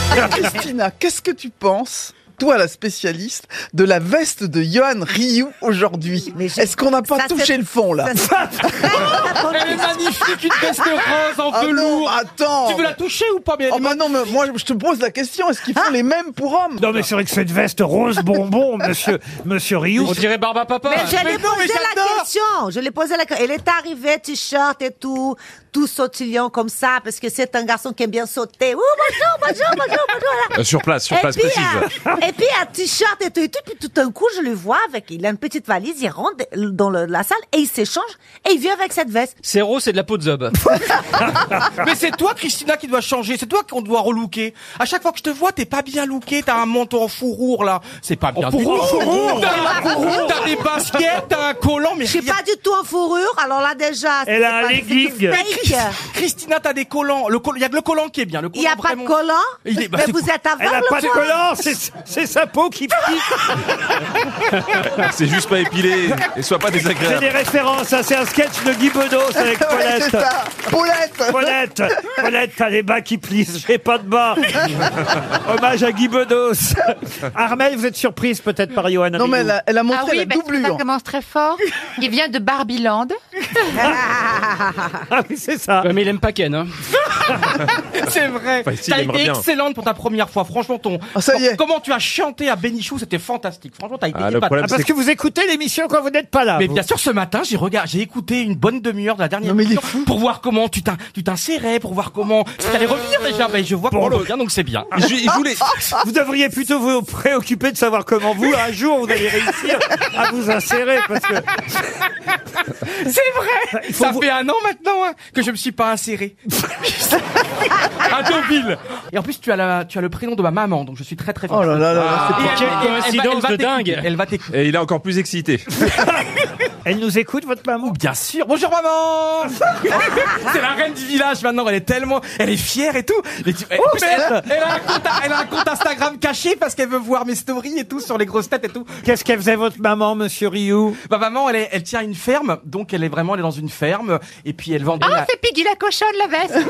Christina, qu'est-ce que tu penses, toi la spécialiste, de la veste de Yohan Ryu aujourd'hui? Est-ce qu'on n'a pas touché le fond là? Elle est magnifique, une veste rose en velours. Non, attends. Tu veux la toucher ou pas? Oh bah non, mais moi je te pose la question, est-ce qu'ils font les mêmes pour hommes? Non mais c'est vrai que cette veste rose bonbon, monsieur Rioux. On dirait Barba Papa. Mais je l'ai posé la question. Je l'ai posé la question. Elle est arrivée, t-shirt et tout sautillant comme ça, parce que c'est un garçon qui aime bien sauter. Ouh, bonjour. Sur place, Et puis, précise. et puis un t-shirt et tout, puis tout d'un coup, je le vois il a une petite valise, il rentre dans la salle et il s'échange et il vient avec cette veste. C'est rose, c'est de la peau de zob. Mais c'est toi, Christina, qui dois changer. C'est toi qu'on doit relooker. À chaque fois que je te vois, t'es pas bien looké. T'as un manteau en fourrure, là. C'est pas bien. T'as des baskets, t'as un collant, mais Je suis pas du tout en fourrure, alors là déjà. Elle a un legging. Christina, t'as des collants. Il y a que le collant qui est bien. Il n'y a pas de collant. Il est- bah, Mais c'est vous êtes Elle aveugle a pas de quoi. collant, c'est sa peau qui pique. C'est juste pas épilé et soit pas C'est désagréable. des références, ça c'est un sketch de Guy Bedos avec Ouais, Paulette. c'est ça. Paulette, t'as les bas qui plissent, j'ai pas de bas. Hommage à Guy Bedos. Armel, vous êtes surprise peut-être par Yohan Non mais Rioux. elle a Ah montré oui, la parce que ça doublure. commence très fort. Il vient de Barbieland. Ah oui, c'est ça. Ouais, mais il aime pas Ken, hein. C'est vrai. Enfin, si, T'as il aimerait été bien. excellente pour ta première fois. Franchement, Ah, ça y est. comment tu as chanté à Bénichou, c'était fantastique. Franchement, t'as été Ah, le épatant. problème, Ah, parce que vous écoutez l'émission quand vous n'êtes pas là. Mais vous. bien sûr, ce matin, j'ai écouté une bonne demi-heure de la dernière Non, mais il est émission fou. pour voir comment tu t'insérais, pour voir comment si t'allais revenir déjà. Ben, je vois comment Bon, tu reviens, donc c'est bien. Il joue les... Vous devriez plutôt vous préoccuper de savoir comment vous, un jour, vous allez réussir à vous insérer, parce que C'est vrai. Ça fait un an maintenant hein, que je me suis pas inséré. À Deauville. Et en plus, tu as le prénom de ma maman, donc je suis très très fier. Oh là là là là, c'est Et pas- elle va coïncidence de t'écouter, dingue. Elle va t'écouter. Et il est encore plus excité. elle nous écoute, votre maman. Bien sûr. Bonjour maman. C'est la reine du village maintenant. Elle est fière et tout. En plus, elle a un compte Instagram caché parce qu'elle veut voir mes stories et tout sur les grosses têtes et tout. Qu'est-ce qu'elle faisait, votre maman, monsieur Rioux? Bah maman, elle tient une ferme, donc elle est dans une ferme et puis elle vend. Ah, c'est Piggy la cochonne, la veste.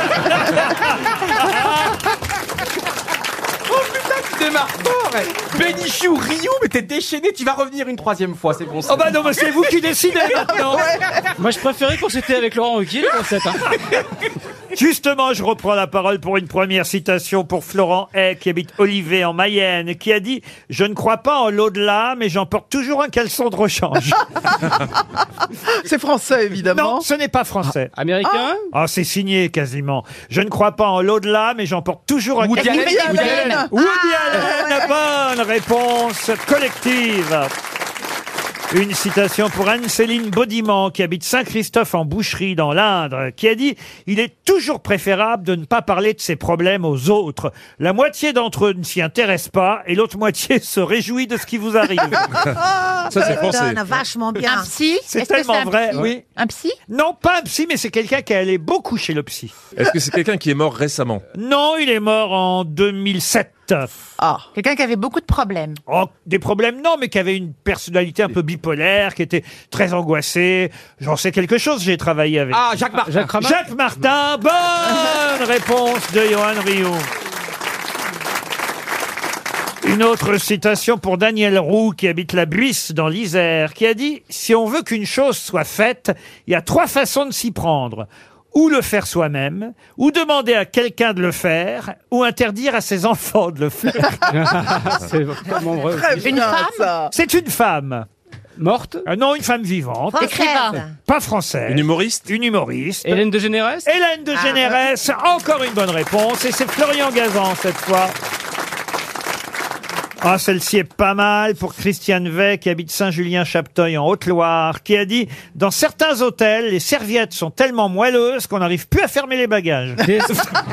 Oh putain, tu démarres fort. Bénichou, Rio, mais t'es déchaîné. Tu vas revenir une troisième fois, c'est bon. Oh bah non, mais c'est vous qui décidez maintenant. Moi, je préférais qu'on s'était avec Laurent Ruquier, les grossettes. Hein. Justement, je reprends la parole pour une première citation pour Florent Hay, qui habite Olivet en Mayenne, qui a dit « Je ne crois pas en l'au-delà, mais j'emporte toujours un caleçon de rechange. C'est français » évidemment. Non, ce n'est pas français. Américain. Ah, c'est signé quasiment. « Je ne crois pas en l'au-delà, mais j'emporte toujours un Woody caleçon... Allen. Woody Allen. Woody Allen, bonne réponse collective. Une citation pour Anne-Céline Baudiment, qui habite Saint-Christophe en Boucherie dans l'Indre, qui a dit « Il est toujours préférable de ne pas parler de ses problèmes aux autres. La moitié d'entre eux ne s'y intéressent pas et l'autre moitié se réjouit de ce qui vous arrive. Ça, c'est Ça français. donne vachement bien. Un psy. C'est Est-ce que tellement un vrai, psy oui. Un psy » Non, pas un psy, mais c'est quelqu'un qui est allé beaucoup chez le psy. Est-ce que c'est quelqu'un qui est mort récemment? Non, il est mort en 2007. Ah. Quelqu'un qui avait beaucoup de problèmes. Oh, des problèmes, non, mais qui avait une personnalité un peu bipolaire, qui était très angoissé. J'en sais quelque chose, j'ai travaillé avec. Ah, Jacques Martin. Jacques Martin, bonne réponse de Yohan Rioux. Une autre citation pour Daniel Roux, qui habite la Buisse dans l'Isère, qui a dit « Si on veut qu'une chose soit faite, il y a 3 façons de s'y prendre. Ou le faire soi-même, ou demander à quelqu'un de le faire, ou interdire à ses enfants de le faire. C'est vraiment vrai. Très Une bien, femme ça. C'est une femme. Morte. Non, une femme vivante. Écrivain. Pas française. Une humoriste? Une humoriste. Hélène de Généresse. Hélène de Généresse, encore une bonne réponse. Et c'est Florian Gazan cette fois. Ah, celle-ci est pas mal pour Christiane Vey, qui habite Saint-Julien-Chapteuil en Haute-Loire, qui a dit « Dans certains hôtels, les serviettes sont tellement moelleuses qu'on n'arrive plus à fermer les bagages. DSK.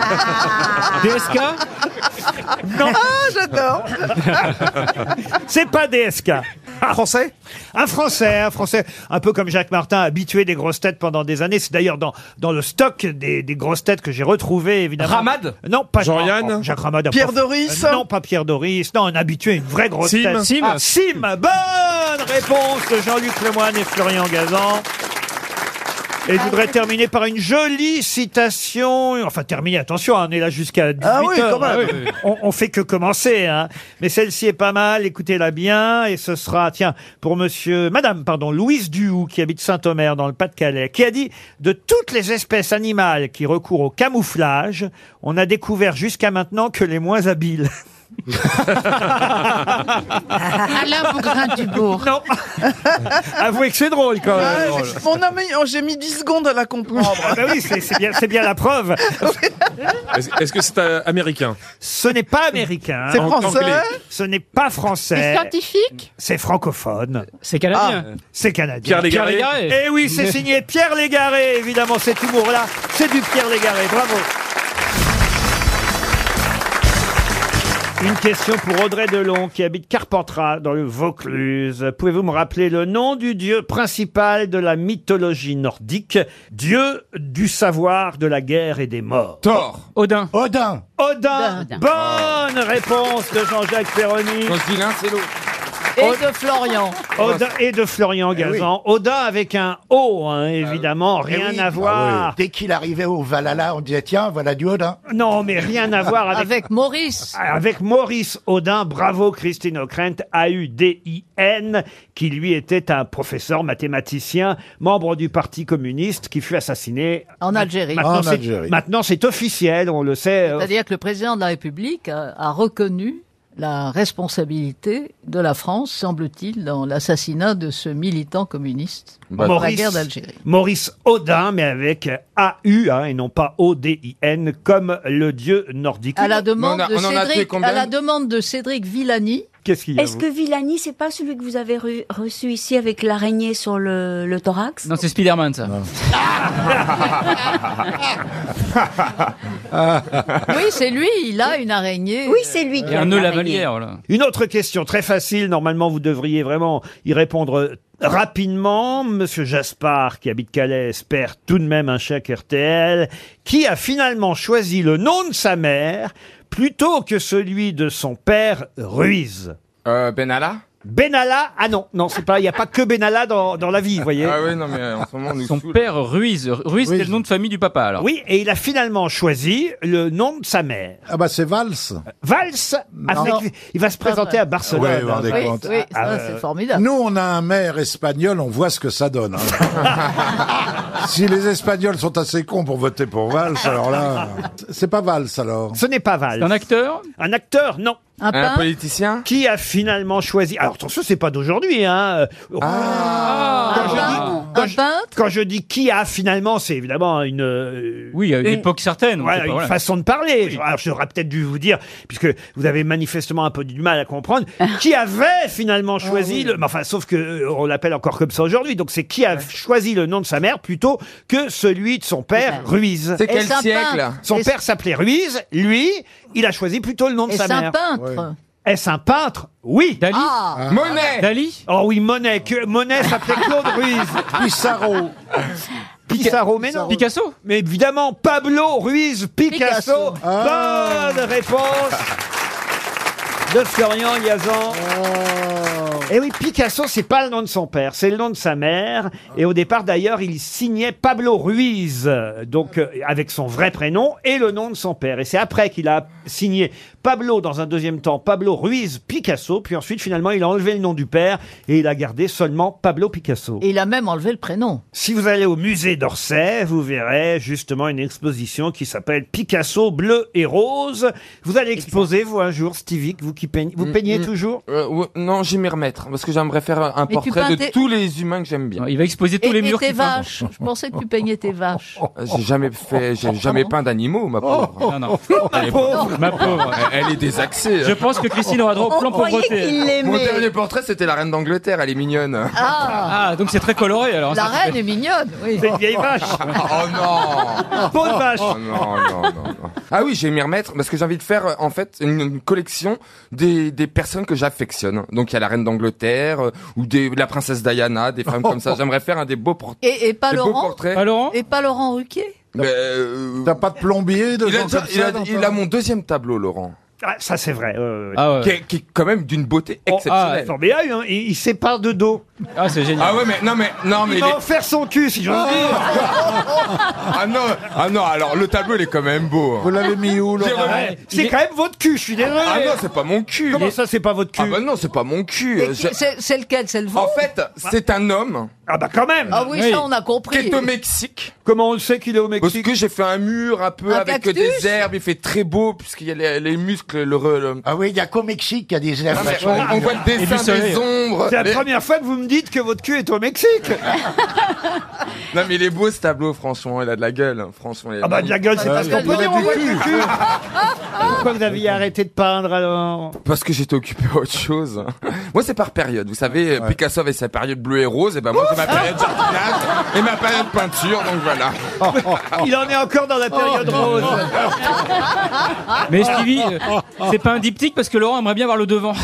Non, Ah, j'adore. c'est pas DSK. Français. Un Français, un peu comme Jacques Martin, habitué des grosses têtes pendant des années. C'est d'ailleurs dans le stock des grosses têtes que j'ai retrouvé, évidemment. Ramad. Non, pas Jean-Yann. non, Jacques Ramad. Pierre Doris. Non, pas Pierre Doris. Non, un habitué, une vraie grosse Sim. tête. Sim. Ah, Sim. Bonne réponse de Jean-Luc Lemoyne et Florian Gazan. Et je voudrais terminer par une jolie citation. Enfin, terminer, attention, on est là jusqu'à 18h. Ah oui, quand même. On fait que commencer, hein. Mais celle-ci est pas mal, écoutez-la bien. Et ce sera, tiens, pour madame, Louise Duhoux, qui habite Saint-Omer, dans le Pas-de-Calais, qui a dit « De toutes les espèces animales qui recourent au camouflage, on a découvert jusqu'à maintenant que les moins habiles. » Alain Bougrain-Dubourg. Non. Avouez que c'est drôle, quand même. Mon ami, j'ai mis 10 secondes à la comprendre. Ah bah oui, c'est bien la preuve. Est-ce que c'est américain? Ce n'est pas américain. C'est français? anglais. Ce n'est pas C'est français. scientifique. C'est francophone. C'est canadien. C'est canadien. Pierre Légaré. Pierre Légaré. Eh oui, c'est signé Pierre Légaré, évidemment, cet humour-là. C'est du Pierre Légaré, bravo. Une question pour Audrey Delon, qui habite Carpentras, dans le Vaucluse. Pouvez-vous me rappeler le nom du dieu principal de la mythologie nordique, dieu du savoir, de la guerre et des morts? Thor. Odin. Odin. Odin. Bonne réponse de Jean-Jacques Perroni. Quand je dis l'un, c'est l'autre. Et de Florian. Odin et de Florian Gazan. Odin avec un O, hein, évidemment, rien oui. à voir. Dès qu'il arrivait au Valhalla, on disait tiens, voilà du Odin. Non, mais rien à voir avec Maurice. Avec Maurice Odin. Bravo Christine O'Krent, A-U-D-I-N, qui lui était un professeur mathématicien, membre du Parti communiste, qui fut assassiné En Algérie. Maintenant, c'est officiel, on le sait. C'est-à-dire que le président de la République a reconnu la responsabilité de la France, semble-t-il, dans l'assassinat de ce militant communiste pour la guerre d'Algérie. Maurice Odin, mais avec A-U, hein, et non pas O-D-I-N, comme le dieu nordique. À la demande de Cédric Villani. Qu'est-ce qu'il y a? Est-ce que Villani, c'est pas celui que vous avez reçu ici avec l'araignée sur le thorax? Non, c'est Spider-Man, ça. Oui, c'est lui, il a une araignée. Oui, c'est lui. Et un nœud lavalière, voilà. Une autre question très facile, normalement vous devriez vraiment y répondre rapidement. Monsieur Jaspard, qui habite Calais, espère tout de même un chèque RTL. Qui a finalement choisi le nom de sa mère plutôt que celui de son père Ruiz? Benalla. Benalla? Ah non, c'est pas, il n'y a pas que Benalla dans la vie, vous voyez. Ah oui, non, mais en ce moment, Son père Ruiz. Ruiz, c'est le nom de famille du papa, alors. Oui, et il a finalement choisi le nom de sa mère. Ah bah c'est Valls. Valls, il va se présenter à Barcelone. Ouais, vous vous rendez compte. Oui, ça, c'est formidable. Nous, on a un maire espagnol, on voit ce que ça donne. Hein. Si les Espagnols sont assez cons pour voter pour Valls, alors là, c'est pas Valls alors. Ce n'est pas Valls. C'est un acteur? Un acteur, non. Un politicien? Qui a finalement choisi... Alors attention, c'est pas d'aujourd'hui, hein. Quand je dis qui a finalement, c'est évidemment une... Oui, à une époque certaine. Voilà, une façon de parler. Oui. Alors, j'aurais peut-être dû vous dire, puisque vous avez manifestement un peu du mal à comprendre, qui avait finalement choisi le... Enfin, sauf que on l'appelle encore comme ça aujourd'hui. Donc c'est qui a choisi le nom de sa mère plutôt que celui de son père, Ruiz. C'est quel siècle? Son père s'appelait Ruiz. Lui, il a choisi plutôt le nom de sa mère. Est-ce un peintre? Est-ce un peintre? Oui. Dali? Monet. Dali? Oh oui, Monet. Monet s'appelait Claude Ruiz. Pissarro, mais non. Picasso? Mais évidemment, Pablo Ruiz Picasso. Bonne réponse de Florian Gazan. Et oui, Picasso, c'est pas le nom de son père, c'est le nom de sa mère. Et au départ, d'ailleurs, il signait Pablo Ruiz, donc avec son vrai prénom et le nom de son père. Et c'est après qu'il a signé Pablo, dans un deuxième temps, Pablo Ruiz Picasso. Puis ensuite, finalement, il a enlevé le nom du père et il a gardé seulement Pablo Picasso. Et il a même enlevé le prénom. Si vous allez au musée d'Orsay, vous verrez justement une exposition qui s'appelle Picasso bleu et rose. Vous allez exposer, vous, un jour, Stevie, vous qui peignez. Vous peignez toujours? Non, j'aime m'y remettre, parce que j'aimerais faire un portrait de tous les humains que j'aime bien. Il va exposer tous les murs. Et tes vaches. Je pensais que tu peignais tes vaches. J'ai jamais peint d'animaux, ma pauvre. Non. Ma pauvre. Elle est désaxée. Je pense que Christine aura droit au plan pauvreté. Mon dernier portrait, c'était la reine d'Angleterre. Elle est mignonne. Ah, donc c'est très coloré, alors. La reine est mignonne, oui. C'est une vieille vache. Oh non. Pauvre vache. Oh non. Ah oui, je vais m'y remettre, parce que j'ai envie de faire, en fait, une collection des personnes que j'affectionne. Donc il y a la reine d'Angleterre, ou la princesse Diana, des femmes comme ça. J'aimerais faire des beaux portraits. Et pas Laurent? Pas Laurent? Et pas Laurent Ruquier? T'as pas de plombier de gens comme ça? Il a mon deuxième tableau, Laurent. Ah, ça c'est vrai. Ah ouais. qui est quand même d'une beauté exceptionnelle. Formidable, hein. Il sépare de dos. Ah, c'est génial. Ah ouais, mais non, mais Il il m'a est- offert son cul, si j'ose dire. ah non, alors le tableau il est quand même beau. Vous l'avez mis où, Laurent? Ouais, c'est quand même votre cul, je suis désolé. Ah non, c'est pas mon cul. Comment ça, c'est pas votre cul? Ah bah non, c'est pas mon cul. C'est lequel? C'est le vôtre? En fait, c'est un homme Ah bah quand même. Ah oui, Oui. ça on a qui compris. est au Mexique. Comment on le sait qu'il est au Parce Mexique? que j'ai fait un mur un peu Un avec cactus des herbes, il fait très beau puisqu'il y a les muscles, Ah oui, il y a qu'au Mexique qu'il y a des airs. on voit le dessin du soleil. des ombres. C'est la première fois que vous me dites que votre cul est au Mexique. Non mais il est beau ce tableau, franchement, il a de la gueule, hein. Franchement. Il a Ah bah de la gueule, c'est parce qu'on peut dire on voit du cul. Pourquoi vous aviez arrêté de peindre alors? Parce que j'étais occupé à autre chose. Moi c'est par période, vous savez, Picasso avait sa période bleue et rose, et ben moi j'ai ma période jardinage et ma période peinture, donc voilà. Il en est encore dans la période rose. Mais Stevie, c'est pas un diptyque parce que Laurent aimerait bien voir le devant.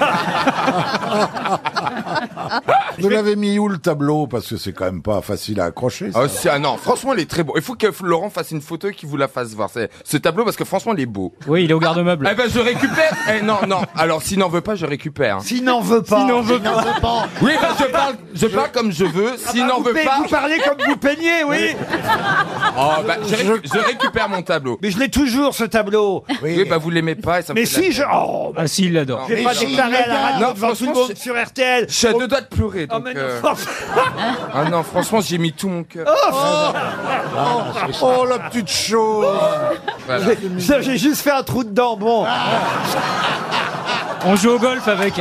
Vous l'avez mis où le tableau? Parce que c'est quand même pas facile à accrocher. Ça. Ah non, franchement il est très beau. Il faut que Laurent fasse une photo et qu'il vous la fasse voir. Ce tableau parce que franchement il est beau. Oui, il est au garde-meuble. Eh ben je récupère. Non. Alors s'il n'en veut pas, je récupère. S'il n'en veut pas. Oui, ben, je parle comme je veux. S'il n'en veut pas. Vous parlez comme vous peignez, oui. Oh, bah, je récupère mon tableau. Mais je l'ai toujours ce tableau. Oui, bah vous l'aimez pas et ça me Mais fait de la si peine. je. Oh, bah, Ah si, il l'adore. je vais pas déclarer à la radio Non, devant tout le franchement, monde sur RTL. Je suis à deux doigts de pleurer. Oh, Donc, mais non. Ah non, franchement, j'ai mis tout mon cœur. Oh, la petite chose. Voilà. J'ai juste fait un trou dedans. Bon. On joue au golf avec.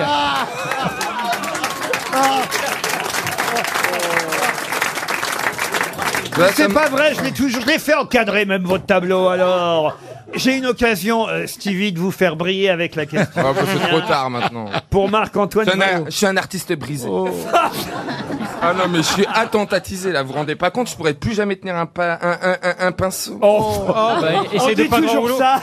C'est pas vrai, je l'ai fait encadrer même votre tableau alors. J'ai une occasion, Stevie, de vous faire briller avec la question. Ah, bah, c'est trop tard maintenant. Pour Marc-Antoine Vallaud. Je suis un artiste brisé. Ah non, mais je suis attentatisé là, vous vous rendez pas compte, je pourrais plus jamais tenir un pinceau. Oh, Bah, on essaye de dit peindre au toujours rouleau. ça.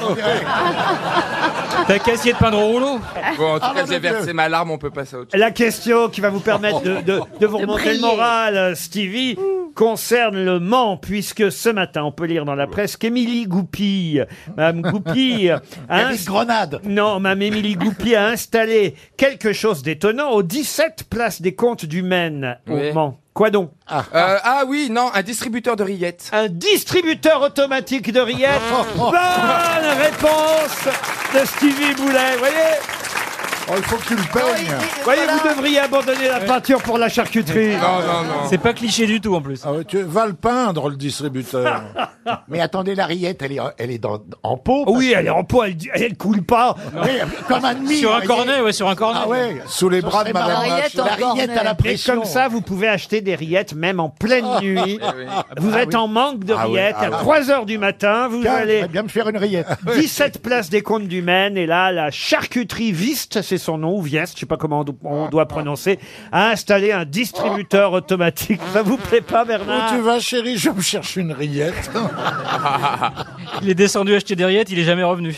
T'as qu'à essayer de peindre au rouleau. Bon, en tout cas, j'ai versé ma larme, on peut passer à autre chose. La question qui va vous permettre de vous remonter le moral, Stevie, concerne le Mans, puisque ce matin, on peut lire dans la presse qu'Émilie Goupil, Mme Goupil, Grenade. Non, Mme Émilie Goupil a installé quelque chose d'étonnant aux 17 places des comptes du Maine, Oui. au Mans. Quoi donc? Ah oui, non, un distributeur de rillettes. Un distributeur automatique de rillettes. Bonne réponse de Stevie Boulet. Vous voyez? Oh, il faut que tu le peignes. Voyez, vous devriez abandonner la peinture pour la charcuterie. Non. C'est pas cliché du tout en plus. Ah ouais, tu vas le peindre, le distributeur. Mais attendez, la rillette, elle est en pot. parce Oui, elle est en pot, elle coule pas. que- Oui, comme un demi. Sur un vous cornet, voyez. ouais, sur un cornet. Ah ouais. Sous les bras de serait marrant. Madame La rillette Machin. en La rillette à la Et pression. comme ça, vous pouvez acheter des rillettes même en pleine nuit. Vous êtes en manque de Ah oui, rillettes. ah À oui. 3 heures du matin, vous Tiens, allez j'aimerais bien me faire une rillette. 17 places des comptes du Maine. Et là, la charcuterie Viste, c'est son nom, ou Vieste, je sais pas comment on doit prononcer, a installé un distributeur automatique. Ça vous plaît pas, Où Bernard? tu vas, chérie? Je me cherche une rillette. Il est descendu acheter des rillettes, il est jamais revenu.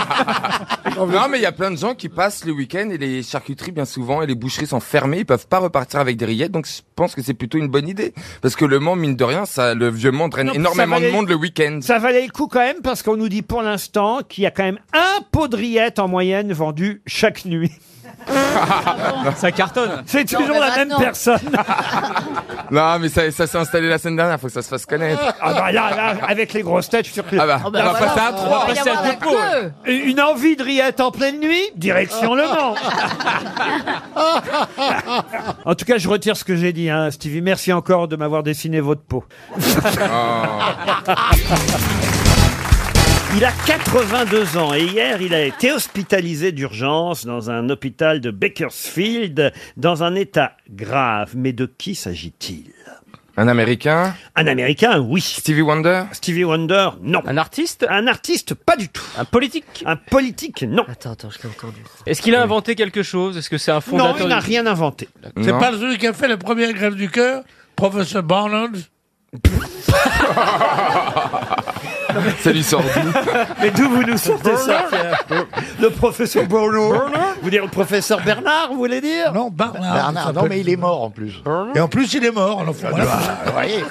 Non, mais il y a plein de gens qui passent le week-end et les charcuteries, bien souvent, et les boucheries sont fermées, ils peuvent pas repartir avec des rillettes, donc je pense que c'est plutôt une bonne idée. Parce que le Mans, mine de rien, le vieux Mans draine Non, énormément ça valait- de monde le week-end. Ça valait le coup quand même, parce qu'on nous dit pour l'instant qu'il y a quand même un pot de rillettes en moyenne vendu chaque nuit. Ça cartonne. C'est toujours mais la même maintenant. personne. Non, mais ça s'est installé la semaine dernière, faut que ça se fasse connaître. Ah bah là, avec les grosses têtes, je suis sûr que... Ah bah, on va passer à On 3. va y avoir la queue. Une envie de rillettes en pleine nuit, direction Le Mans. En tout cas, je retire ce que j'ai dit, hein, Stevie. Merci encore de m'avoir dessiné votre peau. Il a 82 ans et hier, il a été hospitalisé d'urgence dans un hôpital de Bakersfield dans un état grave. Mais de qui s'agit-il? Un Américain? Un Américain, oui. Stevie Wonder? Stevie Wonder, non. Un artiste? Un artiste, pas du tout. Un politique? Un politique, non. Attends, je l'ai entendu. Est-ce qu'il a inventé quelque chose? Est-ce que c'est un Non, fondateur? il n'a rien inventé. C'est Non. pas celui qui a fait la première grève du cœur, professeur Barnard? Ça lui sort d'où? Mais d'où vous nous sortez ça, Pierre? Le professeur Bernard? Vous dire le professeur Bernard, vous voulez dire? Non, Bernard, non, mais il est mort en plus. Et en plus, il est mort. Alors, voilà. Vous voyez.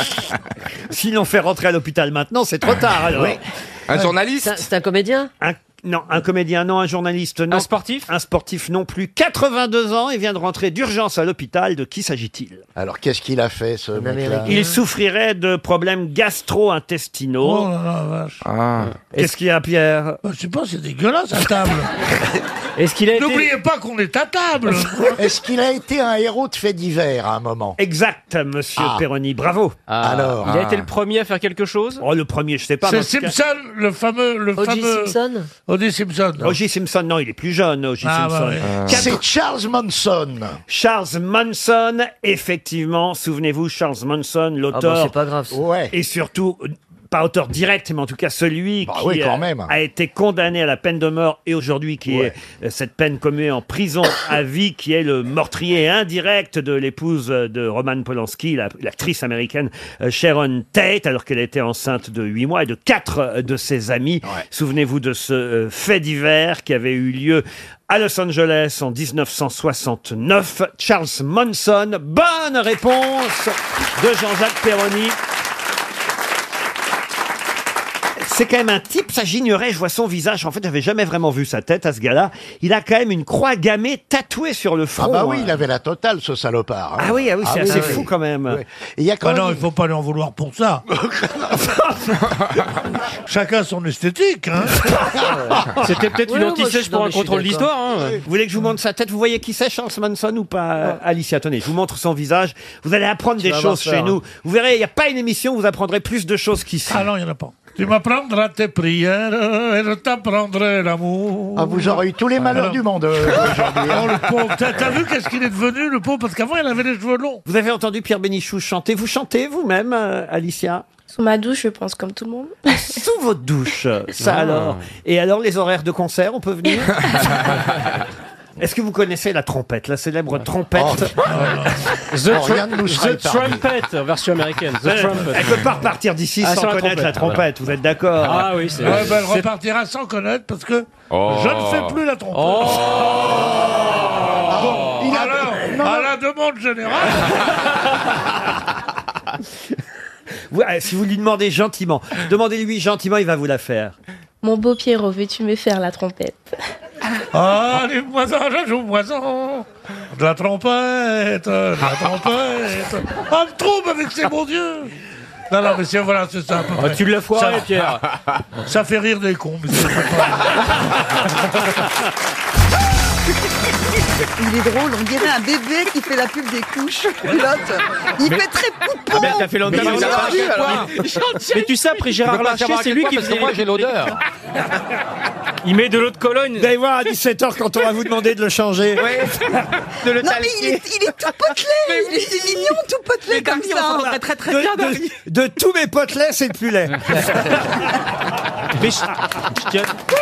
S'ils l'ont fait rentrer à l'hôpital maintenant, c'est trop tard alors. Un journaliste? C'est un comédien? Un Non, un comédien, non, un journaliste, non. Un sportif? Un sportif non plus. 82 ans et vient de rentrer d'urgence à l'hôpital. De qui s'agit-il? Alors, qu'est-ce qu'il a fait, ce mec-là? Il souffrirait de problèmes gastro-intestinaux. Oh là là, vache. Qu'est-ce qu'il y a, Pierre? Je sais pas, c'est dégueulasse à table. Est-ce qu'il a été... N'oubliez pas qu'on est à table. Est-ce qu'il a été un héros de faits divers à un moment? Exact, monsieur Perroni, bravo. Alors, Il a été le premier à faire quelque chose? Oh, le premier, je sais pas. C'est mais en tout cas- Simpson, le fameux... Simpson. O.J. Simpson. O.J. Simpson, non, il est plus jeune, O.J. Ah, Simpson. bah ouais. c'est Charles Manson. Charles Manson, effectivement, souvenez-vous, Charles Manson, l'auteur, pas grave. Ouais. et surtout, pas auteur direct, mais en tout cas celui Bah qui oui, quand même. a été condamné à la peine de mort, et aujourd'hui qui est cette peine commuée en prison à vie, qui est le meurtrier indirect de l'épouse de Roman Polanski, l'actrice américaine Sharon Tate, alors qu'elle était enceinte de 8 mois et de 4 de ses amis. Souvenez-vous de ce fait divers qui avait eu lieu à Los Angeles en 1969. Charles Manson, bonne réponse de Jean-Jacques Perroni. C'est quand même un type, ça j'ignorais, je vois son visage. En fait, j'avais jamais vraiment vu sa tête à ce gars-là. Il a quand même une croix gammée tatouée sur le front. Ah bah oui, il avait la totale, ce salopard. Ah oui, c'est assez fou quand même. Ouais. Et il y a quand même... non, il faut pas lui en vouloir pour ça. Chacun son esthétique, hein. C'était peut-être une anti-sèche pour un contrôle d'histoire. Hein. Vous voulez que je vous montre sa tête? Vous voyez qui c'est, Charles Manson, ou pas, Alicia? Tenez, je vous montre son visage. Vous allez apprendre des choses chez nous. Vous verrez, il n'y a pas une émission où vous apprendrez plus de choses qu'ici. Ah non, il n'y en a pas. Tu m'apprendras tes prières et je t'apprendrai l'amour. Ah, vous aurez eu tous les malheurs du monde aujourd'hui. Oh, le pauvre. T'as vu qu'est-ce qu'il est devenu, le pauvre? Parce qu'avant, il avait les cheveux longs. Vous avez entendu Pierre Bénichou chanter? Vous chantez vous-même, Alicia? Sous ma douche, je pense, comme tout le monde. Sous votre douche, ça alors. Et alors, les horaires de concert, on peut venir? Est-ce que vous connaissez la trompette, la célèbre trompette? The Trumpet, version américaine. The Trumpet. Elle peut pas repartir d'ici sans connaître la trompette, vous êtes d'accord? Ah oui, c'est... Elle repartira sans connaître parce que je ne fais plus la trompette. À la demande générale. Si vous lui demandez gentiment, demandez-lui gentiment, il va vous la faire. Mon beau Pierrot, veux-tu me faire la trompette? Ah, les voisins, je joue voisin. De la trompette. Ah, me trompe avec ces bons dieux. Non, mais voilà, c'est ça. Tu l'as foiré, Pierre. Ça fait rire des cons, mais c'est pas... Il est drôle, on dirait un bébé qui fait la pub des couches culottes. Il fait très poupon. Ah ben, t'as fait longtemps. Mais tu sais, après Gérard Larcher, c'est lui qui faisait... Moi, j'ai l'odeur. Il met de l'eau de Cologne. Vous allez voir à 17h quand on va vous demander de le changer. Non, mais il est tout potelé. Il est mignon, tout potelé comme ça. Très bien, Dari. De tous mes potelets, c'est le plus laid. Mais je...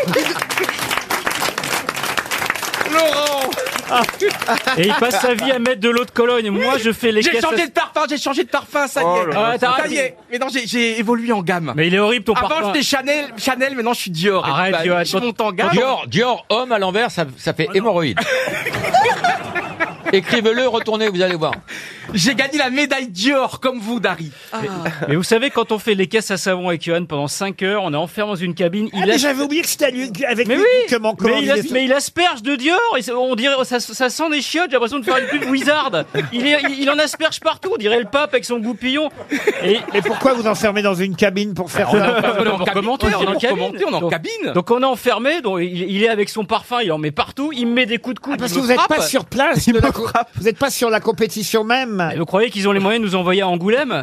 Laurent. Et il passe sa vie à mettre de l'eau de Cologne. Moi, je fais les J'ai changé de parfum, ça y est. Ça y est. Mais non, j'ai évolué en gamme. Mais il est horrible ton parfum. Avant, j'étais Chanel, maintenant je suis Dior. Arrête, je monte en gamme. Dior, homme à l'envers, ça fait hémorroïde. Écrivez-le, retournez, vous allez voir. J'ai gagné la médaille Dior, comme vous, Dari. Mais vous savez, quand on fait les caisses à savon avec Johan pendant 5 heures, on est enfermé dans une cabine. Mais j'avais oublié que c'était avec lui. Mais il asperge de Dior. On dirait, ça sent des chiottes. J'ai l'impression de faire une pub Wizard. Il en asperge partout. On dirait le pape avec son goupillon. Et pourquoi vous enfermez dans une cabine pour faire ça? Pour commenter, on est en cabine. Donc on est enfermé. Donc il est avec son parfum. Il en met partout. Il me met des coups de coude. Parce que vous n'êtes pas sur place. Vous n'êtes pas sur la compétition même. Et vous croyez qu'ils ont les moyens de nous envoyer à Angoulême?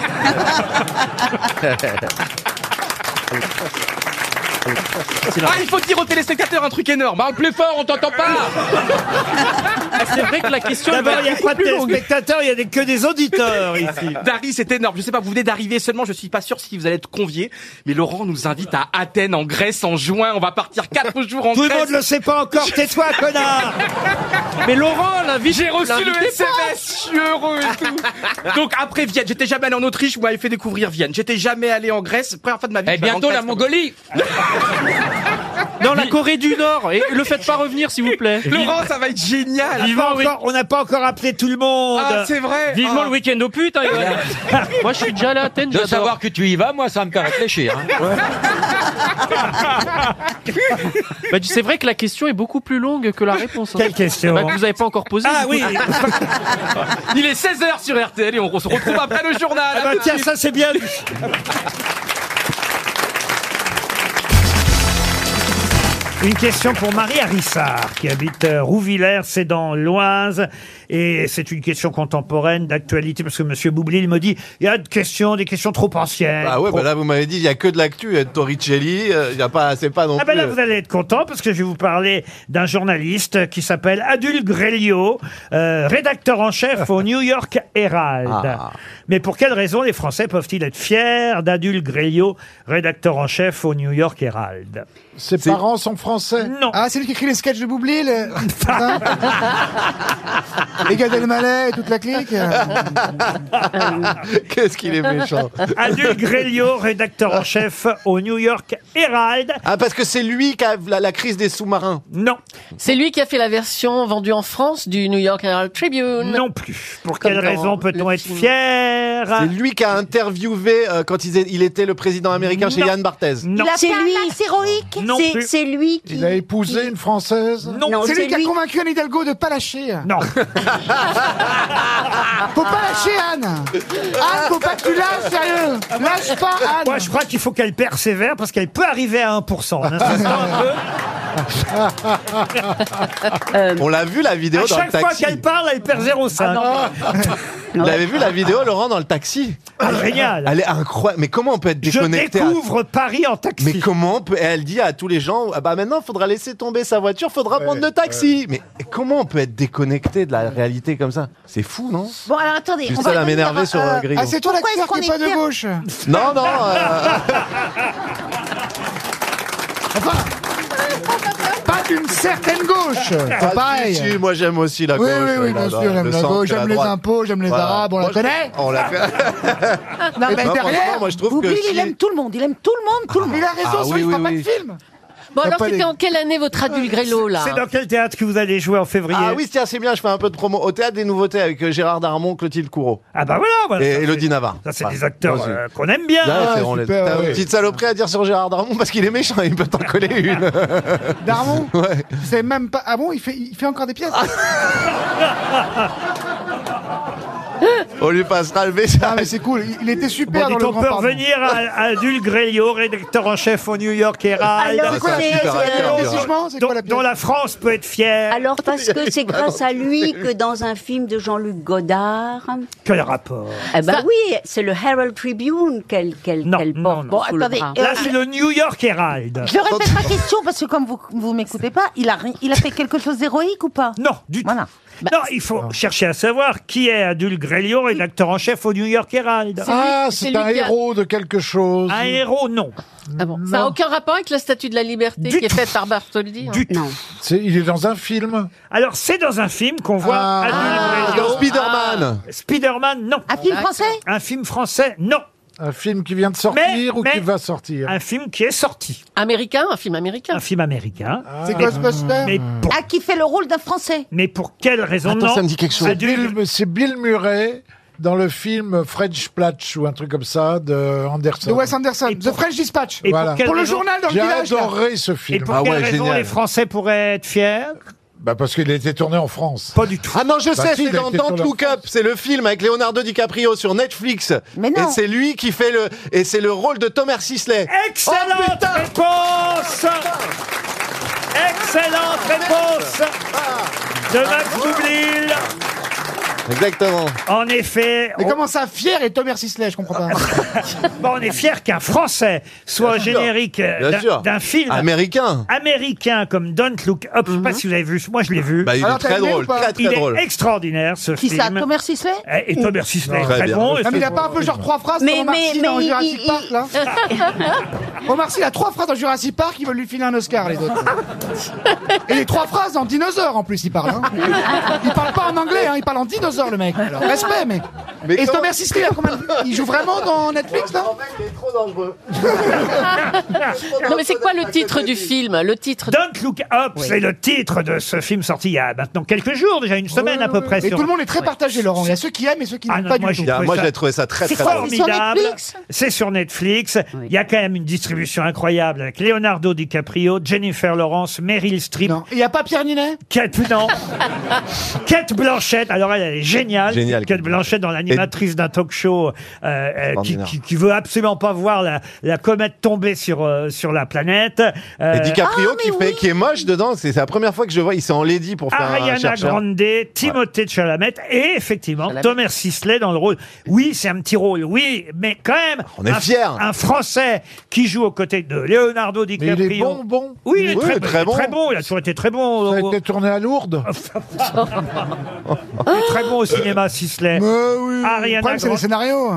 Il faut dire aux téléspectateurs un truc énorme. Parle plus fort, on t'entend pas. C'est vrai que la question... D'abord, il n'y a pas de téléspectateurs, il n'y a que des auditeurs ici. Dari, c'est énorme. Je sais pas, vous venez d'arriver seulement, je suis pas sûr si vous allez être conviés. Mais Laurent nous invite à Athènes, en Grèce, en juin. On va partir 4 jours en Grèce. Tout le monde le sait pas encore, tais-toi, connard. Mais Laurent, j'ai reçu le SMS, je suis heureux et tout. Donc après Vienne, j'étais jamais allé en Autriche, vous m'avez fait découvrir Vienne. J'étais jamais allé en Grèce, première fois de ma vie. Et bientôt la Mongolie. Non, la Corée du Nord. Et le faites pas revenir, s'il vous plaît. Laurent, ça va être génial. On n'a pas encore appelé tout le monde. Ah, c'est vrai. Vivement le week-end aux putes, hein, Johan. Moi, je suis déjà là à Athènes. De savoir que tu y vas, moi, ça me fait réfléchir. Hein. Bah, c'est vrai que la question est beaucoup plus longue que la réponse. Hein. Quelle question? Bah, que vous n'avez pas encore posée. Ah oui. Il est 16h sur RTL et on se retrouve après le journal. Ah bah, tiens, ça c'est bien. Une question pour Marie Harissard, qui habite Rouvillers, c'est dans l'Oise. Et c'est une question contemporaine, d'actualité, parce que Monsieur Boublil me dit, il y a des questions trop anciennes. Ah ouais, bah là vous m'avez dit, il y a que de l'actu, il y a de Torricelli, il y a pas, c'est pas non plus. Ah ben là vous allez être content, parce que je vais vous parler d'un journaliste qui s'appelle Adul Grelio, rédacteur en chef au New York Herald. Ah. Mais pour quelle raison les Français peuvent-ils être fiers d'Adul Grelio, rédacteur en chef au New York Herald? Ses parents sont français. Non. Ah, c'est lui qui écrit les sketchs de Boublil. Les Gad Elmaleh et toute la clique. Qu'est-ce qu'il est méchant. Adul Grelio, rédacteur en chef au New York Herald. Ah, parce que c'est lui qui a la crise des sous-marins. Non. C'est lui qui a fait la version vendue en France du New York Herald Tribune. Non plus. Pour quelle raison peut-on être fier? C'est lui qui a interviewé quand il était le président américain chez Yann Barthès. Non. Il a fait un acte héroïque. Non plus. C'est lui qui... Il a épousé une Française. Non. C'est lui qui a convaincu Anne Hidalgo de pas lâcher. Non. Faut pas lâcher Anne. Anne, faut pas que tu lâches, sérieux. Lâche pas Anne. Moi, je crois qu'il faut qu'elle persévère parce qu'elle peut arriver à 1%. Hein. Ça se sent un peu. On l'a vu la vidéo À dans le chaque fois taxi. qu'elle parle, elle perd 0,5. Vous l'avez vu la vidéo, Laurent, dans le taxi? Ah, génial. Elle est incroyable. Mais comment on peut être déconnecté? Je découvre Paris en taxi. Mais comment on peut... Elle dit à tous les gens, ah bah maintenant, il faudra laisser tomber sa voiture, faudra prendre le taxi. Mais comment on peut être déconnecté de la réalité comme ça? C'est fou, non? Bon, alors attendez. Juste on va ça à revenir m'énerver sur Grillo. Ah, c'est toi Pourquoi l'acteur est-ce qui qu'on est pas est de gauche. Non, non. Enfin, pas d'une certaine gauche. Ah, Pareil. si, moi j'aime aussi la gauche. Oui, bien sûr, j'aime la gauche, j'aime les impôts, j'aime les arabes, on la connaît. On la connaît. Non, mais derrière, moi je trouve Boublil, que il aime tout le monde. Il aime tout le monde, tout le monde. il a raison, sinon il fera pas de film. Bon, Y a alors pas c'était les- en quelle année votre Adul Grello, là? C'est dans quel théâtre que vous allez jouer en février? Ah oui, tiens, c'est bien, je fais un peu de promo. Au Théâtre des Nouveautés avec Gérard Darmon, Clotilde Courreau. Ah bah voilà. Et ça, Élodie Navarre. Ça, c'est Ouais. des acteurs Moi aussi. qu'on aime bien. Ouais, c'est- on les- super, T'as ouais. une petite saloperie à dire sur Gérard Darmon parce qu'il est méchant, il peut t'en coller une. Darmon, Ouais. vous savez même pas. Ah bon, il fait encore des pièces. On lui passera le message. Ah, mais c'est cool, il était super Bon, dans dites, le on grand peut pardon. revenir à Adul Grelio, rédacteur en chef au New York Herald. Alors, C'est quoi la c'est- pièce super acteur, Le jugement, c'est dont, quoi la pièce dont la France peut être fière. Alors parce que c'est grâce à lui que dans un film de Jean-Luc Godard, Quel rapport? eh ben oui, c'est le Herald Tribune qu'elle Non, porte non, non. Bon, sous le attendez, bras. Là, c'est le New York Herald. Je répète ma question parce que comme vous m'écoutez pas, il a fait quelque chose d'héroïque ou pas? Non, du tout. Voilà. Non, il faut chercher à savoir qui est Adul Grelio, rédacteur en chef au New York Herald. Ah, c'est c'est lui un qui a- héros de quelque chose. Un héros, non. Ah bon. Ça n'a aucun rapport avec la Statue de la Liberté Du qui est tout. faite par Bartholdi. Hein. Du tout. Non. Il est dans un film. Alors, c'est dans un film qu'on voit Adul Dans Grelio. Spider-Man. Spider-Man, non. Un film français? Un film français, non. Un film qui vient de sortir ou mais- qui va sortir. Un film qui est sorti. Américain, un film américain. Un film américain. C'est Ghostbusters. Mais Qui fait le rôle d'un français? Mais pour quelle raison? Attends, non. ça me dit quelque chose. C'est Bill Murray dans le film French Platch ou un truc comme ça de Anderson. De Wes Anderson, Et The pour- French Dispatch. et Voilà. quelle Pour le raison- journal dans le J'ai village. là. adoré ce Et film. pour Ah quelle ouais, raison génial. les Français pourraient être fiers? Bah parce qu'il a été tourné en France. Pas du tout. Ah non, je Bah sais, si, c'est il a dans été Don't sur la Look Up. C'est le film avec Leonardo DiCaprio sur Netflix. Mais non. Et c'est lui qui fait et c'est le rôle de Thomas Sisley. Excellente Oh, putain. réponse. Excellente réponse de Max Boublil. Exactement. En effet, Mais comment ça, Fier et Thomas Sisley, je comprends pas. bon, on est fiers qu'un Français soit au Bien sûr. générique Bien sûr. d'un film Américain. américain comme Don't Look Up. Je sais pas si vous avez vu. Moi, je l'ai vu. Bah, il Alors, est t'as très aimé drôle, ou pas très Il très est drôle. extraordinaire ce Qui film. ça, Thomas Sisley? Et Thomas Sisley est Très très bien. bon. Ah, mais il a pas un peu genre 3 phrases Mais- comme Omar mais- Sy dans mais Jurassic il- Park, là Omar Sy, il a 3 phrases dans Jurassic Park, ils veulent lui filer un Oscar, les autres. Et les 3 phrases en dinosaure, en plus, il parle. Hein. Il parle pas en anglais, hein, il parle en dinosaure. dinosaure, le mec. Alors, respect, mais. Et Thomas Sisley, il joue vraiment dans Netflix, là? Il est trop dangereux. Non, mais c'est quoi le titre du film? Le titre. Don't Look Up, c'est le titre de ce film sorti il y a maintenant quelques jours, déjà une semaine à peu près. Et tout le monde est très partagé, Laurent. Il y a ceux qui aiment et ceux qui n'aiment pas du tout. Moi, j'ai trouvé ça très, très formidable. C'est sur Netflix. Il y a quand même une distribution incroyable avec Leonardo DiCaprio, Jennifer Lawrence, Meryl Streep. Il n'y a pas Pierre Ninet? Non. Kate Blanchett. Alors elle est géniale. Kate Blanchett dans l'animatrice d'un talk show qui veut absolument pas voir la comète tomber sur la planète. Et DiCaprio qui est moche dedans. C'est la première fois que je vois. Il s'est enlaidi pour faire Ariana un chercheur. Grande, Timothée Chalamet et effectivement Thomas Sisley dans le rôle. Oui, c'est un petit rôle. Oui, mais quand même. On est fiers. Un Français qui joue aux côtés de Leonardo DiCaprio. Mais il est bon. Oui, il est très bon. Il a toujours été très bon. Ça a été tourné à Lourdes. Il est très bon au cinéma, Sisley. Oui. Ariana Le problème, c'est les scénarios.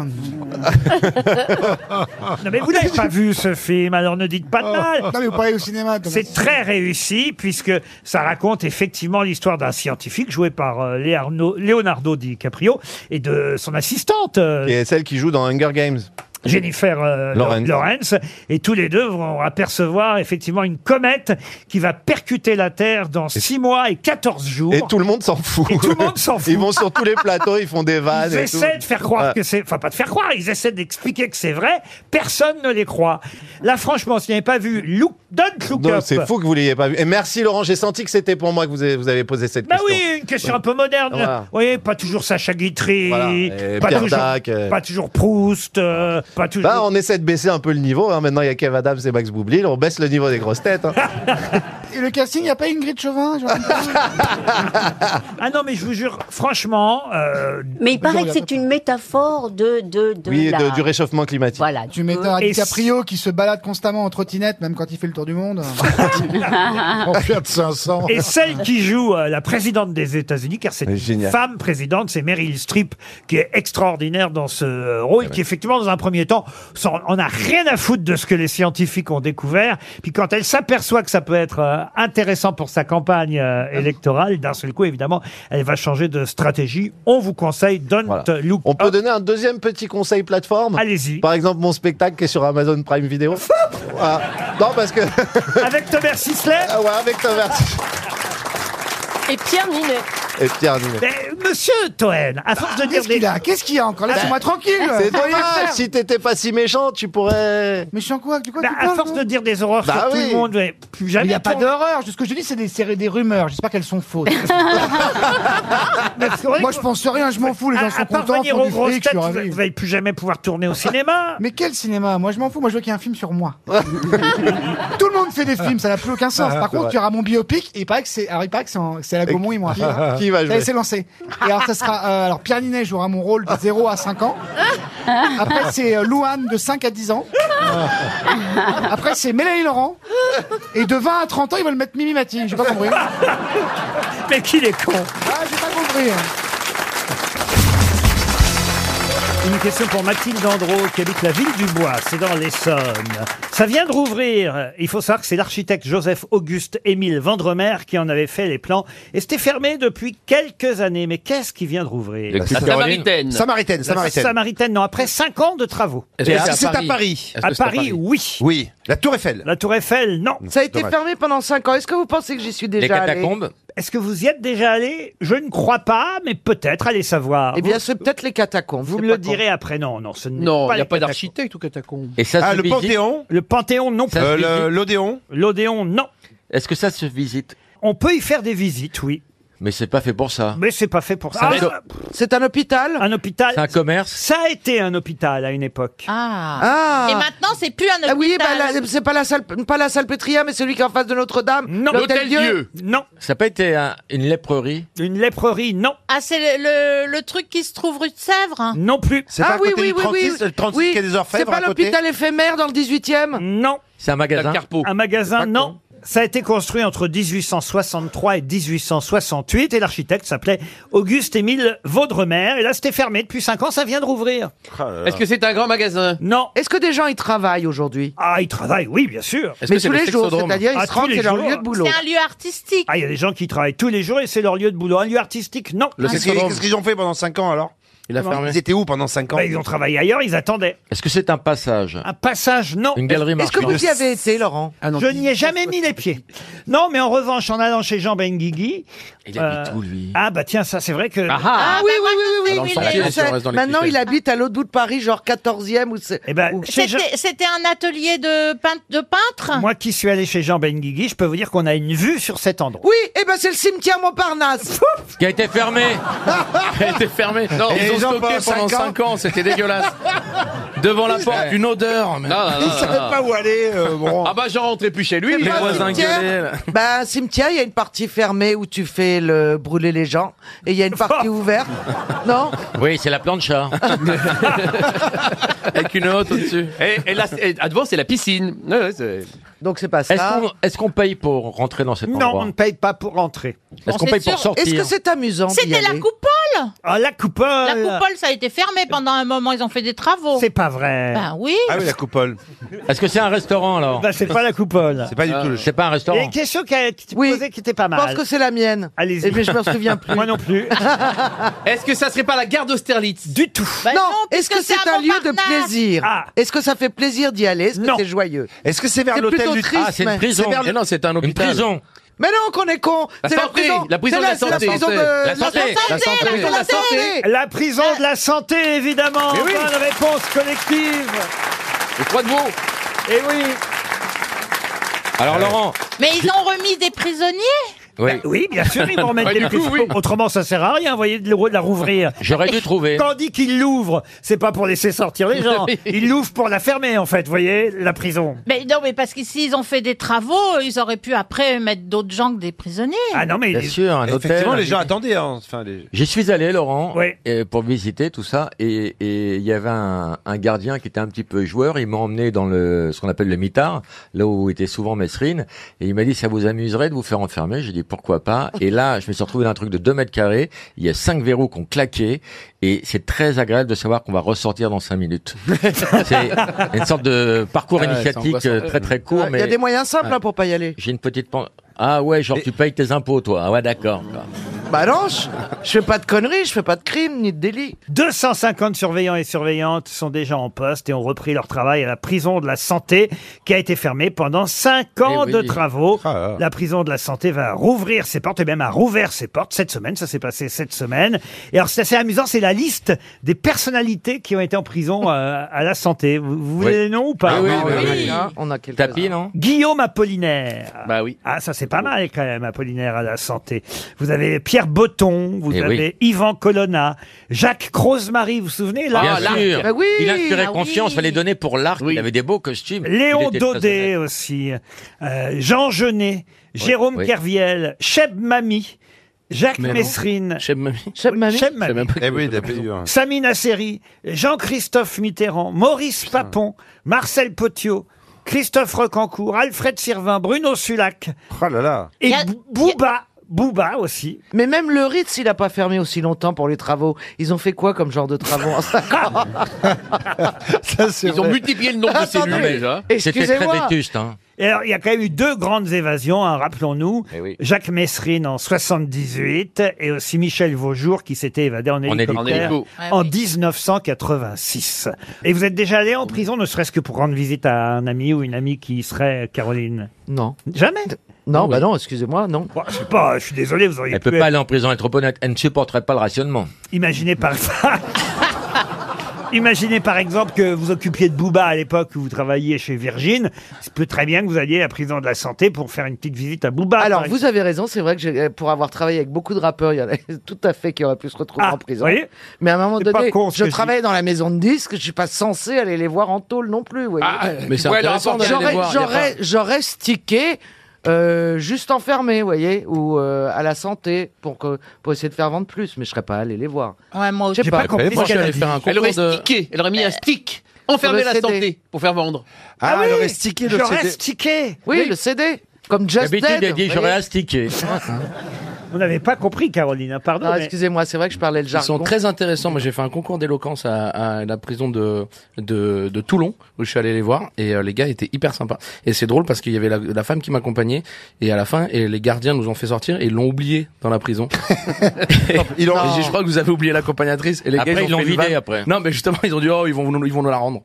Non, mais vous n'avez pas vu ce film, alors ne dites pas de mal. Non, mais vous parlez au cinéma. C'est très réussi, puisque ça raconte effectivement l'histoire d'un scientifique joué par Leonardo DiCaprio et de son assistante. Qui est celle qui joue dans Hunger Games. Jennifer Lawrence, et tous les deux vont apercevoir effectivement une comète qui va percuter la Terre dans 6 mois et 14 jours. Et tout le monde s'en fout. Ils vont sur tous les plateaux, ils font des vannes. Ils essaient de faire croire que c'est... Enfin, pas de faire croire, ils essaient d'expliquer que c'est vrai. Personne ne les croit. Là, franchement, si vous n'avez pas vu Don't Look Up... C'est fou que vous ne l'ayez pas vu. Et merci Laurent, j'ai senti que c'était pour moi que vous avez posé cette question. Oui, une question un peu moderne. Voilà. Vous voyez, pas toujours Sacha Guitry, Pierre Dac, pas toujours Proust... on essaie de baisser un peu le niveau. Maintenant, il y a Kev Adams et Max Boublil. On baisse le niveau des grosses têtes. Et le casting, il n'y a pas Ingrid Chauvin? Ah non, mais je vous jure, franchement... Mais il paraît que c'est une métaphore du réchauffement climatique. Voilà. Tu mets un DiCaprio qui se balade constamment en trottinette, même quand il fait le tour du monde. En Fiat 500. Et celle qui joue la présidente des États-Unis, car c'est une femme présidente, c'est Meryl Streep, qui est extraordinaire dans ce rôle, qui effectivement, dans un premier temps, on n'a rien à foutre de ce que les scientifiques ont découvert. Puis quand elle s'aperçoit que ça peut être intéressant pour sa campagne électorale, d'un seul coup, évidemment, elle va changer de stratégie. On vous conseille Don't Look Up. On peut donner un deuxième petit conseil plateforme? Allez-y. Par exemple, mon spectacle qui est sur Amazon Prime Video. Voilà. Non, parce que... Avec Thomas Sisley? Ouais, avec Thomas Sisley. Et Pierre Ninet. Mais, monsieur Toen, à force de dire Qu'est-ce qu'il y a encore? Laissez-moi tranquille. C'est dommage. Si t'étais pas si méchant, tu pourrais... Méchant quoi? Du quoi tu à parles, force de dire des horreurs sur tout le monde, plus jamais... Il n'y a pas d'horreur. Ce que je dis, c'est des rumeurs. J'espère qu'elles sont fausses. Moi, je pense rien. Je m'en fous. Les gens sont contents. Venir aux grosses têtes, vous n'allez plus jamais pouvoir tourner au cinéma. Mais quel cinéma? Moi, je m'en fous. Moi, je veux qu'il y ait un film sur moi. Tout le monde fait des films. Ça n'a plus aucun sens. Par contre, il y aura mon biopic. Et il paraît que c'est la Gaumont et moi. Qui va jouer? C'est lancé. Et alors, ça sera. Alors, Pierre Ninet jouera mon rôle de 0 à 5 ans. Après, c'est Louane de 5 à 10 ans. Après, c'est Mélanie Laurent. Et de 20 à 30 ans, ils veulent mettre Mimi Mati. J'ai pas compris. Mais qu'il est con. Ah, j'ai pas compris. Une question pour Mathilde Andreau qui habite la ville du Bois, c'est dans l'Essonne. Ça vient de rouvrir. Il faut savoir que c'est l'architecte Joseph-Auguste Émile Vendremer qui en avait fait les plans. Et c'était fermé depuis quelques années. Mais qu'est-ce qui vient de rouvrir? La Samaritaine. La Samaritaine, non. Après 5 ans de travaux. C'est à Paris. À Paris, oui. Oui. La Tour Eiffel. La Tour Eiffel, non. Ça a été fermé pendant 5 ans. Est-ce que vous pensez que j'y suis déjà allé? Les catacombes. Est-ce que vous y êtes déjà allé? Je ne crois pas, mais peut-être, allez savoir. Eh bien, c'est peut-être les catacombes. Vous me le direz après. Non, ce n'est Non, pas il n'y a les pas catacombes. d'architecte ou catacombe. Et ça se le visite Panthéon. Le Panthéon, non. L'Odéon. L'Odéon, non. Est-ce que ça se visite? On peut y faire des visites, oui. Mais c'est pas fait pour ça. Mais c'est pas fait pour ça. C'est un hôpital? Un hôpital. C'est un commerce. Ça a été un hôpital à une époque. Ah. Et maintenant, c'est plus un hôpital. Ah oui, c'est pas la Salpêtrière, mais celui qui est en face de Notre-Dame. Non. L'Hôtel-Dieu. Non. Ça n'a pas été une léprerie? Une léprerie, non. Ah, c'est le truc qui se trouve rue de Sèvres? Non plus. C'est pas à côté du 36, le 36 oui. quai des Orfèvres C'est pas à côté? l'hôpital éphémère dans le 18e? Non. C'est un magasin? Un magasin, non. Ça a été construit entre 1863 et 1868 et l'architecte s'appelait Auguste-Émile Vaudremer. Et là, c'était fermé depuis 5 ans, ça vient de rouvrir. Est-ce que c'est un grand magasin? Non. Est-ce que des gens y travaillent aujourd'hui? Ah, ils travaillent, oui, bien sûr. Mais tous les jours, c'est-à-dire ils se rendent, c'est leur lieu de boulot. C'est un lieu artistique. Ah, il y a des gens qui travaillent tous les jours et c'est leur lieu de boulot. Un lieu artistique, non. Qu'est-ce qu'ils ont fait pendant 5 ans alors? Ils étaient où pendant 5 ans? Bah, ils ont travaillé ailleurs, ils attendaient. Est-ce que c'est un passage? Un passage, non. Une galerie Est-ce que marchande? vous y avez été, Laurent? Je n'y ai jamais mis les pieds. Non, mais en revanche, en allant chez Jean Benguigui... Il habite où, lui? Ah, bah tiens, ça, c'est vrai que... Ah oui, Dans le sentier, si on reste dans les Maintenant, clichés. il habite à l'autre bout de Paris, genre 14e ou c'est. Eh ben, chez Jean- C'était un atelier de peintre. Moi qui suis allé chez Jean Benguigui, je peux vous dire qu'on a une vue sur cet endroit. Oui, eh ben c'est le cimetière Montparnasse. Qui a été fermé. Qui a été fermé. Non, Et ils ont les gens stocké pendant pendant 5 ans, c'était dégueulasse. Devant la porte, une odeur. Mais... Ils savaient pas où aller. Bon. Ah bah j'en rentrais plus chez lui. C'est Les pas un voisins cimetière. gueulaient. là. Bah, un cimetière, il y a une partie fermée où tu fais le brûler les gens, et il y a une partie ouverte. Non? Oui, c'est la plancha. Avec une haute au-dessus. Et là, à devant, c'est la piscine. Ouais, ouais, c'est- Donc c'est pas ça. Est-ce qu'on paye pour rentrer dans cet Non, endroit? on ne paye pas pour rentrer. Est-ce qu'on paye pour sortir? Est-ce que c'est amusant d'y C'était la aller coupole. Ah, la coupole. La coupole, ça a été fermé pendant un moment. Ils ont fait des travaux. C'est pas vrai. Ben oui. Ah oui, la coupole. Est-ce que c'est un restaurant alors? Bah, c'est pas la coupole. C'est pas du tout le C'est pas un Il y a restaurant. une question qui a été Oui. posée qui était pas Je mal. pense que c'est la mienne. Allez-y. Mais je me souviens plus. Moi non plus. Est-ce que ça serait pas la gare d'Austerlitz? Du tout. Ben Non, puisque est-ce que c'est à un lieu de Montparnasse. plaisir? Ah. Est-ce que ça fait plaisir d'y aller? Est-ce que Non. c'est joyeux? Est-ce que c'est vers C'est l'hôtel plutôt du triste. Ah, c'est une mais- prison. c'est vers le- Mais non, c'est un Une hôpital. prison. Mais non, qu'on est con. La C'est la santé, prison. la prison de la c'est santé. prison de La santé, la santé. La prison de la santé. La prison de la santé, évidemment. Mais oui. Bonne réponse collective. Les Croix de Veau. Et oui. Alors Laurent. Mais ils ont remis des prisonniers. Oui. Oui, bien sûr, ils vont remettre Ouais, des du coup, prisons. oui. Autrement, ça sert à rien, vous voyez, de la rouvrir. J'aurais dû trouver. Quand on dit qu'ils l'ouvrent, c'est pas pour laisser sortir les gens. Ils l'ouvrent pour la fermer, en fait, vous voyez, la prison. Mais non, mais parce qu'ici, ils ont fait des travaux, ils auraient pu après mettre d'autres gens que des prisonniers. Ah non, mais... Bien sûr, un hôtel. Effectivement, les gens attendaient. Hein. Enfin, J'y suis allé, Laurent, Oui. pour visiter tout ça, et il y avait un gardien qui était un petit peu joueur. Il m'a emmené dans ce qu'on appelle le mitard, là où était souvent Mesrine, et il m'a dit ça vous amuserait de vous faire enfermer. J'ai dit pourquoi pas. Et là, je me suis retrouvé dans un truc de 2 mètres carrés. Il y a 5 verrous qui ont claqué, et c'est très agréable de savoir qu'on va ressortir dans 5 minutes. C'est une sorte de parcours Ah ouais, initiatique c'est angoissant. très très court. Il y mais a des moyens simples hein, pour pas y aller. j'ai une petite Ah ouais, genre tu payes tes impôts, toi. Ah ouais, d'accord. Bah non, je fais pas de conneries, je fais pas de crimes ni de délits. 250 surveillants et surveillantes sont déjà en poste et ont repris leur travail à la prison de la santé qui a été fermée pendant 5 ans oui. de travaux. Ah, ah. La prison de la santé va rouvrir ses portes et même a rouvert ses portes cette semaine. Ça s'est passé cette semaine. Et alors c'est assez amusant, c'est la liste des personnalités qui ont été en prison à la santé. Vous voulez les noms ou pas? Oui, On a quelques Tapis, non? Guillaume Apollinaire. Bah oui. Ah, ça c'est pas mal quand même, Apollinaire à la santé. Vous avez Pierre Botton, vous Eh avez Yvan Colonna, Jacques Crozemarie, vous vous souvenez là? Bien sûr. Bah oui. Il inspirait Ah confiance, oui. fallait donner pour l'art. Oui. Il avait des beaux costumes. Léon Il était très Daudet honnête. aussi, Jean Genet, Jérôme oui. Kerviel, Cheb Mami, Jacques Mais non. Messrine, Cheb Mami. Cheb Mami. Cheb Je sais Mami, même pas Eh qui oui, c'est. t'as eu un. Sami Nasseri, Jean-Christophe Mitterrand, Maurice Papon, Marcel Potiot, Christophe Recancourt, Alfred Sirvin, Bruno Sulac Oh là là. et Y a- Bouba aussi. Mais même le Ritz, il a pas fermé aussi longtemps pour les travaux. Ils ont fait quoi comme genre de travaux en 5 ans? Ça, c'est Ils ont vrai. multiplié le nombre de cellules Attendez. déjà. C'était très Excusez-moi. vétuste. Hein. Et alors, il y a quand même eu 2 grandes évasions, hein, rappelons-nous. Eh oui. Jacques Messrine en 78 et aussi Michel Vaujour qui s'était évadé en hélicoptère En hélico. en 1986. Et vous êtes déjà allé en prison, ne serait-ce que pour rendre visite à un ami ou une amie qui y serait, Caroline? Non. Jamais? Non, bah non, excusez-moi, non. Bon, je sais pas, je suis désolé, vous auriez Elle pu peut pas aller en prison, elle est trop honnête. Elle ne supporterait pas le rationnement. imaginer par Imaginez par exemple que vous occupiez de Booba à l'époque où vous travailliez chez Virgin. Il peut très bien que vous alliez à la prison de la santé pour faire une petite visite à Booba. Alors, par vous avez raison, c'est vrai que pour avoir travaillé avec beaucoup de rappeurs, il y en a tout à fait qui auraient pu se retrouver Ah, en prison. vous voyez, mais à un moment c'est pas donné, con, ce je que je travaillais dans la maison de disques, je suis pas censé aller les voir en tôle non plus. Vous voyez. Mais c'est intéressant d'aller les voir. J'aurais stické juste enfermé, vous voyez, ou à la santé pour essayer de faire vendre plus, mais je serais pas allé les voir. Ouais, moi aussi. J'ai pas compris Moi, ce je suis qu'elle a allé dit. faire un Elle aurait concours de... stické. Elle aurait mis un stick. Enfermer le la CD. santé pour faire vendre. Ah, oui, elle aurait stické le j'aurais CD. stické. Oui, le CD. Comme Just D'habitude, Dead. il a dit vous j'aurais voyez. astiqué. Vous n'avez pas compris, Caroline, hein, pardon. Non, mais- excusez-moi, c'est vrai que je parlais le Ils jargon. sont très intéressants. Moi, j'ai fait un concours d'éloquence à la prison de Toulon, où je suis allé les voir, et les gars étaient hyper sympas. Et c'est drôle parce qu'il y avait la femme qui m'accompagnait, et à la fin, et les gardiens nous ont fait sortir, et ils l'ont oublié dans la prison. Et je crois que vous avez oublié l'accompagnatrice. Et les Après, gars, ils l'ont fait une vidé, vanne. après. Non, mais justement, ils ont dit, oh, ils vont nous la rendre.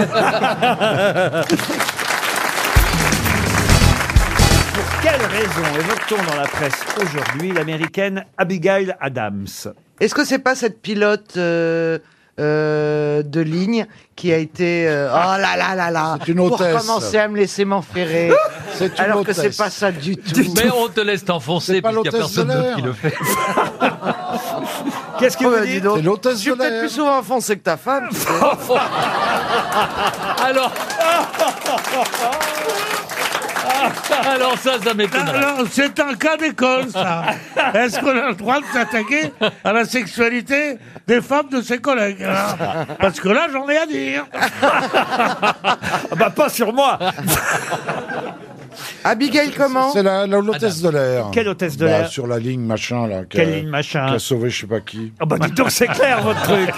Pour quelle raison évoque-t-on dans la presse aujourd'hui l'américaine Abigail Adams? Est-ce que c'est pas cette pilote de ligne qui a été oh là là là là C'est une pour hôtesse. commencer à me laisser m'enferrer C'est une alors que hôtesse. c'est pas ça du tout. Mais on te laisse t'enfoncer C'est pas puisqu'il n'y a l'hôtesse personne de d'autre l'air. qui le fait. Qu'est-ce que Oh, vous bah, dis dites? donc. C'est l'hôtesse Je suis de peut-être l'air. plus souvent enfoncé que ta femme. tu sais. Alors ça m'étonnerait. Alors, c'est un cas d'école, ça. Est-ce qu'on a le droit de s'attaquer à la sexualité des femmes de ses collègues hein? Parce que là, j'en ai à dire. Ah bah pas sur moi. Abigail comment? C'est l'hôtesse de l'air. Quelle hôtesse de Bah, l'air? sur la ligne machin, là. qui Quelle a- ligne machin? Qui a sauvé je sais pas qui. Ah bah dites donc, c'est clair votre truc.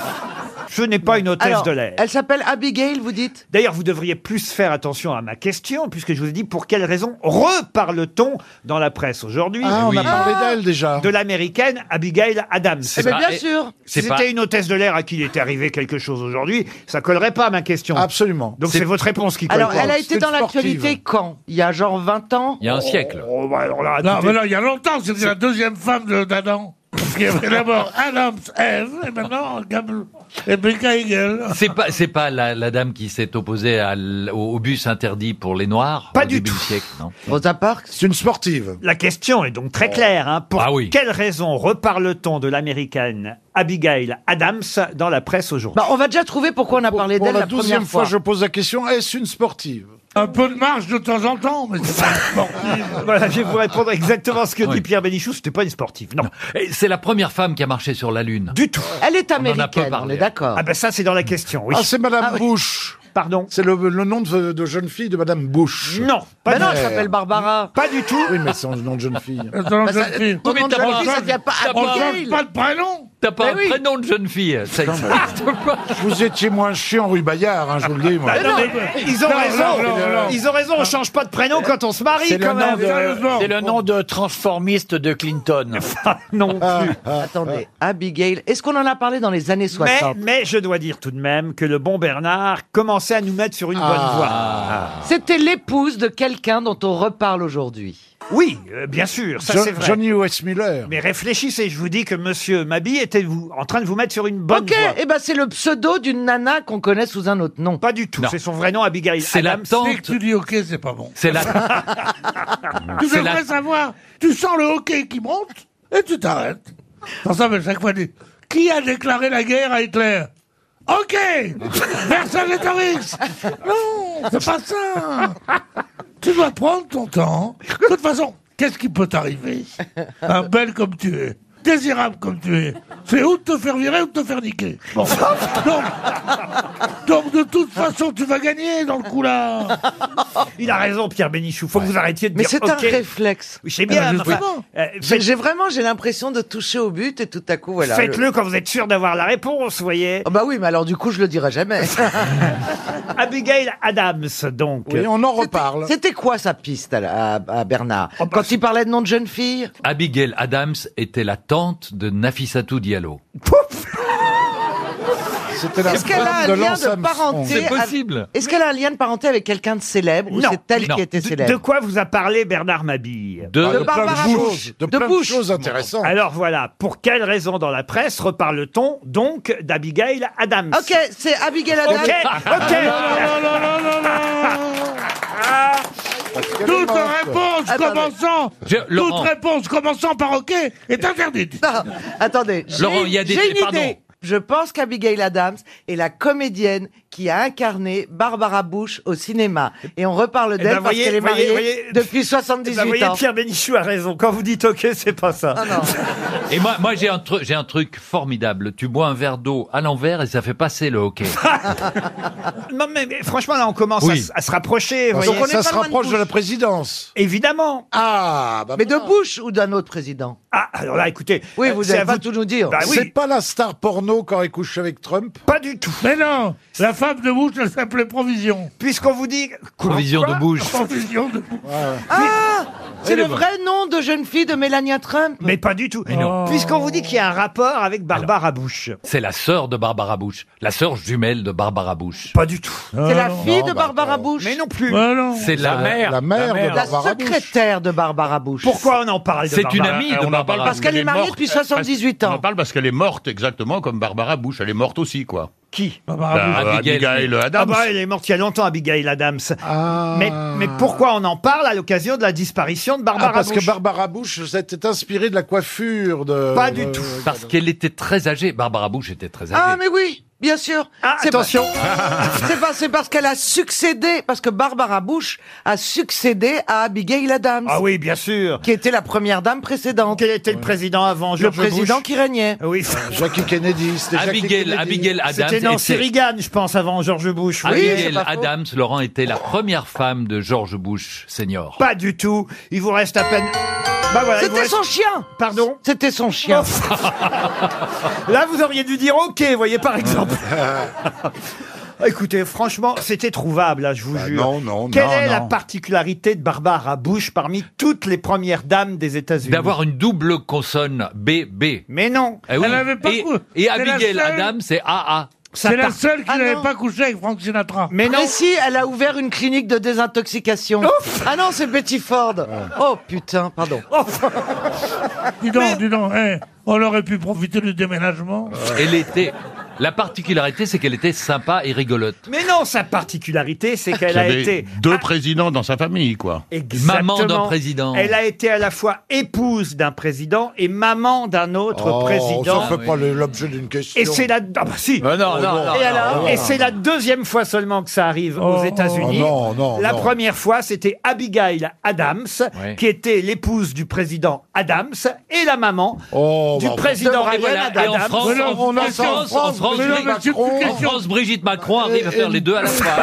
Je n'ai pas une hôtesse Alors, de l'air. elle s'appelle Abigail, vous dites? D'ailleurs, vous devriez plus faire attention à ma question, puisque je vous ai dit pour quelle raison reparle-t-on dans la presse aujourd'hui Ah, on a parlé d'elle déjà. de l'américaine Abigail Adams. Eh bien, bien sûr. Si c'était une hôtesse de l'air à qui il était arrivé quelque chose aujourd'hui, ça collerait pas à ma question. Absolument. Donc c'est votre réponse qui colle. Alors, pas. elle a été C'est dans une sportive. l'actualité quand? Il y a genre 20 ans? Il y a un siècle. Oh, bah alors là, Non, écoutez, mais non, il y a longtemps, c'était la deuxième femme d'Adam. Il y avait d'abord Adams, Ève, et maintenant Gabriel et Michael. C'est pas la dame qui s'est opposée au bus interdit pour les Noirs Pas au du début tout. du siècle, non? Rosa Parks? C'est une sportive. La question est donc très claire. Hein. Pour Ah oui. quelle raison reparle-t-on de l'américaine Abigail Adams dans la presse aujourd'hui? Bah, on va déjà trouver pourquoi on a parlé Pour d'elle la la première 12e fois, fois. je pose la question, est-ce une sportive? Un peu de marge de temps en temps, mais c'est pas une sportive. Voilà, je vais vous répondre exactement ce que Oui. dit Pierre Bénichou. C'était pas une sportive, non. Et c'est la première femme qui a marché sur la Lune. Du tout. Elle est On en a peu américaine, on parlé. est d'accord. Ah ben ça, c'est dans la question, oui. Ah, c'est Madame Ah oui. Bush. Pardon. C'est le nom de jeune fille de Madame Bush. Non, pas Bah non, du elle tout. s'appelle Barbara. Pas du tout. Oui, mais c'est un nom de jeune fille. Attends, Bah, ça- jeune fille. ton nom de t'as jeune pas- fille, ça devient pas On change Abigail. pas de prénom. T'as pas Mais un oui. prénom de jeune fille. Ça existe pas. Vous étiez moins chiant rue Bayard, hein, je vous le dis, moi. Ah non, mais ils ont Non, raison. non, non. Ils ont raison. On change pas de prénom quand on se marie, C'est le, quand nom même. Sérieusement. c'est le nom de transformiste de Clinton. Non plus. Attendez, Abigail. Est-ce qu'on en a parlé dans les années 60? Mais je dois dire tout de même que le bon Bernard commençait à nous mettre sur une bonne voie. C'était l'épouse de quelqu'un dont on reparle aujourd'hui. Oui, bien sûr, ça c'est vrai. Johnny Westmiller. Mais réfléchissez, je vous dis que Monsieur Mabi était en train de vous mettre sur une bonne Ok, voie. et ben c'est le pseudo d'une nana qu'on connaît sous un autre nom. Pas du tout, Non. c'est son vrai nom, Abigail C'est la Adams. Dès que tante. tu dis OK, c'est pas bon. C'est la. Tu C'est devrais la- savoir. Tu sens le hockey qui monte et tu t'arrêtes. Dans ça, mais chaque fois, dis, qui a déclaré la guerre à Hitler? OK, Vercingétorix. Non, c'est pas ça. Tu dois prendre ton temps. De toute façon, qu'est-ce qui peut t'arriver? Un bel comme tu es, désirable comme tu es, c'est ou de te faire virer ou de te faire niquer. Bon. Donc de toute façon, tu vas gagner dans le coup là. Il a raison, Pierre Bénichou. Faut que vous arrêtiez de Mais dire c'est OK. un réflexe. Oui, je sais bien. Ah, mais enfin, justement. J'ai l'impression de toucher au but et tout à coup, voilà. faites-le quand vous êtes sûr d'avoir la réponse, vous voyez. Oh bah oui, mais alors du coup, je le dirai jamais. Abigail Adams, donc. Oui, on en reparle. C'était quoi sa piste à Bernard? Quand il parlait de nom de jeune fille? Abigail Adams était la tante de Nafissatou Diallo. C'était la Est-ce qu'elle a femme un de lien Lance de Armstrong. parenté? C'est possible. Est-ce qu'elle a un lien de parenté avec quelqu'un de célèbre ou Non. c'est elle Non. qui était De célèbre? quoi vous a parlé Bernard Mabille? De, De Barbara Bush. De De plein Bush. de choses intéressantes. Alors voilà, pour quelle raison dans la presse reparle-t-on donc d'Abigail Adams? Ok, c'est Abigail Adams. Ok, ok. Toute réponse Attendez. toute réponse commençant par OK est interdite. Non, attendez. Laurent, il y a des- j'ai une pardon. idée. Je pense qu'Abigail Adams est la comédienne qui a incarné Barbara Bush au cinéma. Et on reparle d'elle parce qu'elle est mariée depuis 78 Vous voyez, ans. Pierre Bénichou a raison. Quand vous dites OK, c'est pas ça. Ah non. Et moi j'ai un truc formidable. Tu bois un verre d'eau à l'envers et ça fait passer le hockey. Non, mais franchement, là, on commence Oui. à se rapprocher. vous Donc, voyez. ça se rapproche de la présidence. Évidemment. Ah, Mais de Bush ou d'un autre président? Ah, alors là, écoutez. Oui, vous c'est n'allez à pas vous- tout nous dire. Bah oui. C'est pas la star porno quand elle couche avec Trump? Pas du tout. Mais non, la femme de Bush, elle s'appelait Provision. Puisqu'on vous dit. Provision de bouche. Provision de Bush. Ah, c'est Elle est le bonne. vrai nom de jeune fille de Melania Trump. Mais pas du tout. Mais non. Puisqu'on vous dit qu'il y a un rapport avec Barbara Bush. C'est la sœur de Barbara Bush. La sœur jumelle de Barbara Bush. Pas du tout. C'est la fille de Barbara Bush. Mais non plus. Ah non. C'est la mère. La mère de La Barbara Bush. secrétaire de Barbara Bush. Pourquoi on en parle de C'est une Barbara amie de on en Barbara parle Bush. Parce qu'elle est mariée depuis 78 On en ans. parle parce qu'elle est morte exactement comme Barbara Bush. Elle est morte aussi, quoi. Qui Abigail Adams. Ah bah elle est morte il y a longtemps, Abigail Adams. Ah. Mais pourquoi on en parle à l'occasion de la disparition de Barbara Parce Bush que Barbara Bush s'était inspirée de la coiffure de... Pas du tout. Parce qu'elle était très âgée. Barbara Bush était très âgée. Ah mais oui, bien sûr. Ah, C'est attention. c'est parce qu'elle a succédé, parce que Barbara Bush a succédé à Abigail Adams, Ah oui, bien sûr. qui était la première dame précédente. Quel était le président avant Le George président Bush qui régnait. Oui. Jackie Kennedy, c'était Jackie Kennedy. Abigail Adams C'était Nancy était... Reagan, je pense, avant George Bush. Oui. c'est Abigail pas faux. Adams, Laurent, était la première femme de George Bush senior. Pas du tout. Il vous reste à peine... Bah voilà, il vous C'était reste- son chien. Pardon C'était son chien. Là, vous auriez dû dire OK, vous voyez, par exemple. Écoutez, franchement, c'était trouvable, là, je vous jure. non, Quelle non, est la non. particularité de Barbara Bush parmi toutes les premières dames des États-Unis? D'avoir une double consonne B. Mais non. Eh oui. Elle avait pas et, cou- et c'est la Abigail seule- Adams, c'est AA. C'est la seule qui Ah n'avait non. pas couché avec Frank Sinatra. Mais non. Mais si, elle a ouvert une clinique de désintoxication. Ah non, c'est Betty Ford. Oh putain, pardon. Dis donc, on aurait pu profiter du déménagement. Elle était... La particularité, c'est qu'elle était sympa et rigolote. Mais non, sa particularité, c'est Il qu'elle y a avait été... deux présidents dans sa famille, quoi. Exactement. Maman d'un président. Elle a été à la fois épouse d'un président et maman d'un autre président. Ça fait pas l'objet d'une question. Et c'est la... Ah bah si. non, Et alors Et c'est la deuxième fois seulement que ça arrive aux États-Unis. La première fois, c'était Abigail Adams, Ouais. qui était l'épouse du président Adams et la maman du président de Et voilà. Brian Et en Adams. France, Mais non, en on a France, ça en France, mais non, mais c'est Macron, une en question. France, Brigitte Macron arrive à faire les deux à la fois.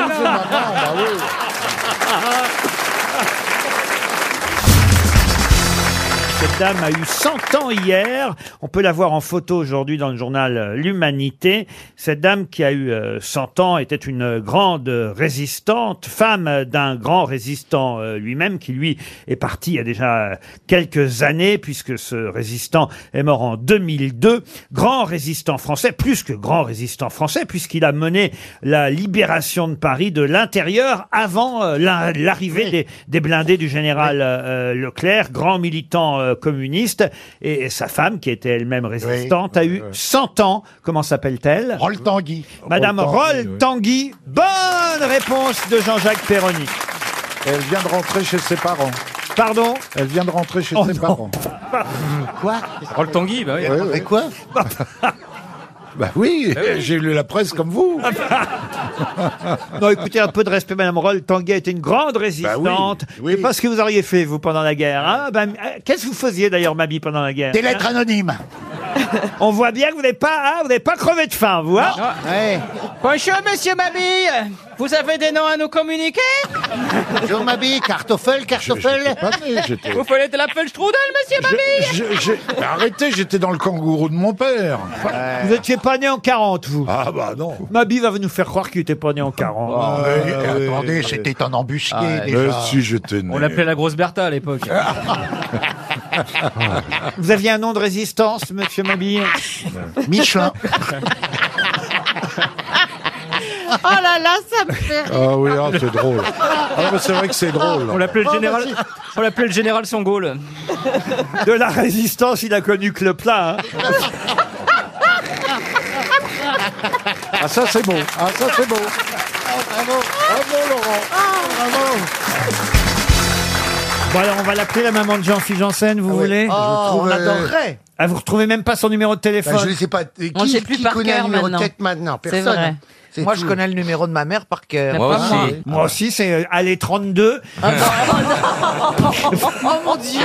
Cette dame a eu 100 ans hier. On peut la voir en photo aujourd'hui dans le journal L'Humanité. Cette dame qui a eu 100 ans était une grande résistante, femme d'un grand résistant lui-même, qui lui est parti il y a déjà quelques années, puisque ce résistant est mort en 2002. Grand résistant français, plus que grand résistant français, puisqu'il a mené la libération de Paris de l'intérieur avant l'arrivée des blindés du général Leclerc, grand militant communiste, et sa femme, qui était elle-même résistante, a eu 100 ans. Comment s'appelle-t-elle? Roll Tanguy. Madame Roll Tanguy. Bonne réponse de Jean-Jacques Perroni. Elle vient de rentrer chez ses parents. Pardon? Elle vient de rentrer chez ses parents. Quoi? Roll Tanguy, bah oui. Et quoi? Bah oui, j'ai lu la presse comme vous. Non, écoutez, un peu de respect, Madame Roll Tanguy était une grande résistante. oui. Et pas ce que vous auriez fait, vous, pendant la guerre. Hein. Qu'est-ce que vous faisiez, d'ailleurs, Mabi, pendant la guerre? Des lettres anonymes. On voit bien que vous n'avez pas crevé de faim, vous, hein? Bonjour, monsieur Mabille. Vous avez des noms à nous communiquer? Bonjour Mabi, Kartoffel. Vous fallait de l'Apfelstrudel, monsieur Mabille? Arrêtez, j'étais dans le kangourou de mon père. Vous n'étiez pas né en 40, vous? Ah bah non. Mabi va nous faire croire qu'il n'était pas né en 40. Attendez, c'était un embusqué Mais déjà. si j'étais né. On l'appelait la grosse Bertha à l'époque. Vous aviez un nom de résistance, monsieur Mabille? Michelin. Oh là là, ça me fait rire. Ah oui, c'est drôle. Ah, mais c'est vrai que c'est drôle. On l'appelait le général Songol. De la résistance, il a connu que le plat. Hein. Ah ça c'est beau. Ah ça c'est beau. Bravo Laurent. Bon alors, on va l'appeler la maman de Jean-Philippe Janssen, vous voulez? Oh, on adorerait. Ah, vous retrouvez même pas son numéro de téléphone? Bah, je ne sais pas. On sait plus Qui par connaît cœur un numéro de maintenant. tête maintenant? C'est Personne. vrai. C'est Moi, tout. je connais le numéro de ma mère par cœur. Moi aussi. Moi aussi, c'est allez 32. Oh mon Dieu.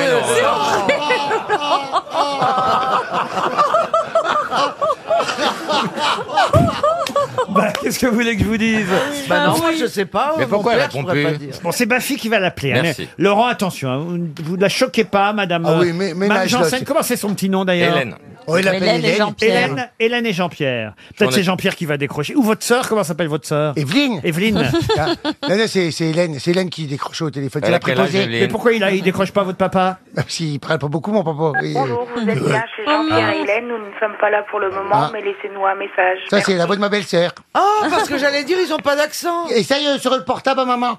Bah, qu'est-ce que vous voulez que je vous dise? Bah non, moi je sais pas. Mais mon pourquoi elle père, répond je pourrais pas plus dire. Bon, c'est ma fille qui va l'appeler. Hein, Merci. mais Laurent, attention, hein, vous ne la choquez pas, madame. Ah oui, mais Madame ménage-la, Janssen, c'est- comment c'est son petit nom d'ailleurs? Hélène. Oh, il l'appelle Hélène et Hélène. Jean-Pierre. Hélène et Jean-Pierre. Peut-être On a- c'est Jean-Pierre qui va décrocher. Ou votre sœur, comment s'appelle votre sœur? Evelyne. Evelyne. Ah, non, non, c'est Hélène. C'est Hélène qui décroche au téléphone. C'est Elle a la quel âge, préposée. Evelyne? Mais pourquoi il décroche pas votre papa? S'il parle pas beaucoup, mon papa. Et, Bonjour, vous êtes bien chez Jean-Pierre et Hélène. Nous ne sommes pas là pour le moment, Ah. mais laissez-nous un message. ça, c'est la voix de ma belle-sœur. Oh, parce que j'allais dire, ils ont pas d'accent. Essaye sur le portable à maman.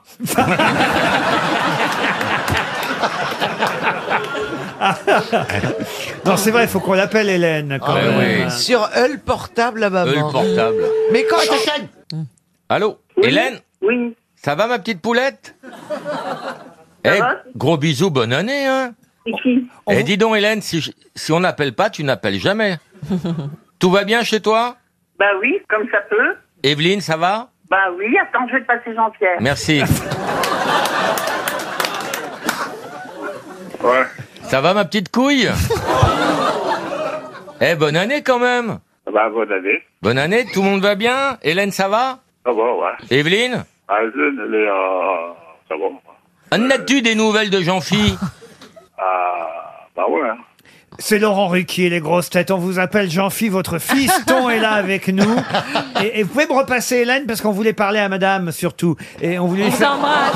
Non, c'est vrai, il faut qu'on l'appelle Hélène. Quand même. oui. Sur le portable à maman. Le portable. Mais quand Allô, Hélène? Oui. Ça va, ma petite poulette? Eh, va gros bisous, bonne année, hein? C'est qui? Eh, dis donc, Hélène, si on n'appelle pas, tu n'appelles jamais. Tout va bien chez toi? Bah oui, comme ça peut. Evelyne, ça va? Bah oui, attends, je vais te passer Jean-Pierre. Merci. Ouais. Ça va, ma petite couille? Eh, bonne année quand même. Bah bonne année. Bonne année, tout le monde va bien? Hélène, ça va? Ça va, ouais. Evelyne? Ah, elle est, ça va. En as-tu des nouvelles de Jean-Phi? Ah, bah ouais. C'est Laurent Ruquier, les grosses têtes. On vous appelle Jean-Phi, votre fiston est là avec nous. Et vous pouvez me repasser Hélène, parce qu'on voulait parler à madame, surtout. Et on voulait On faire... s'embrasse.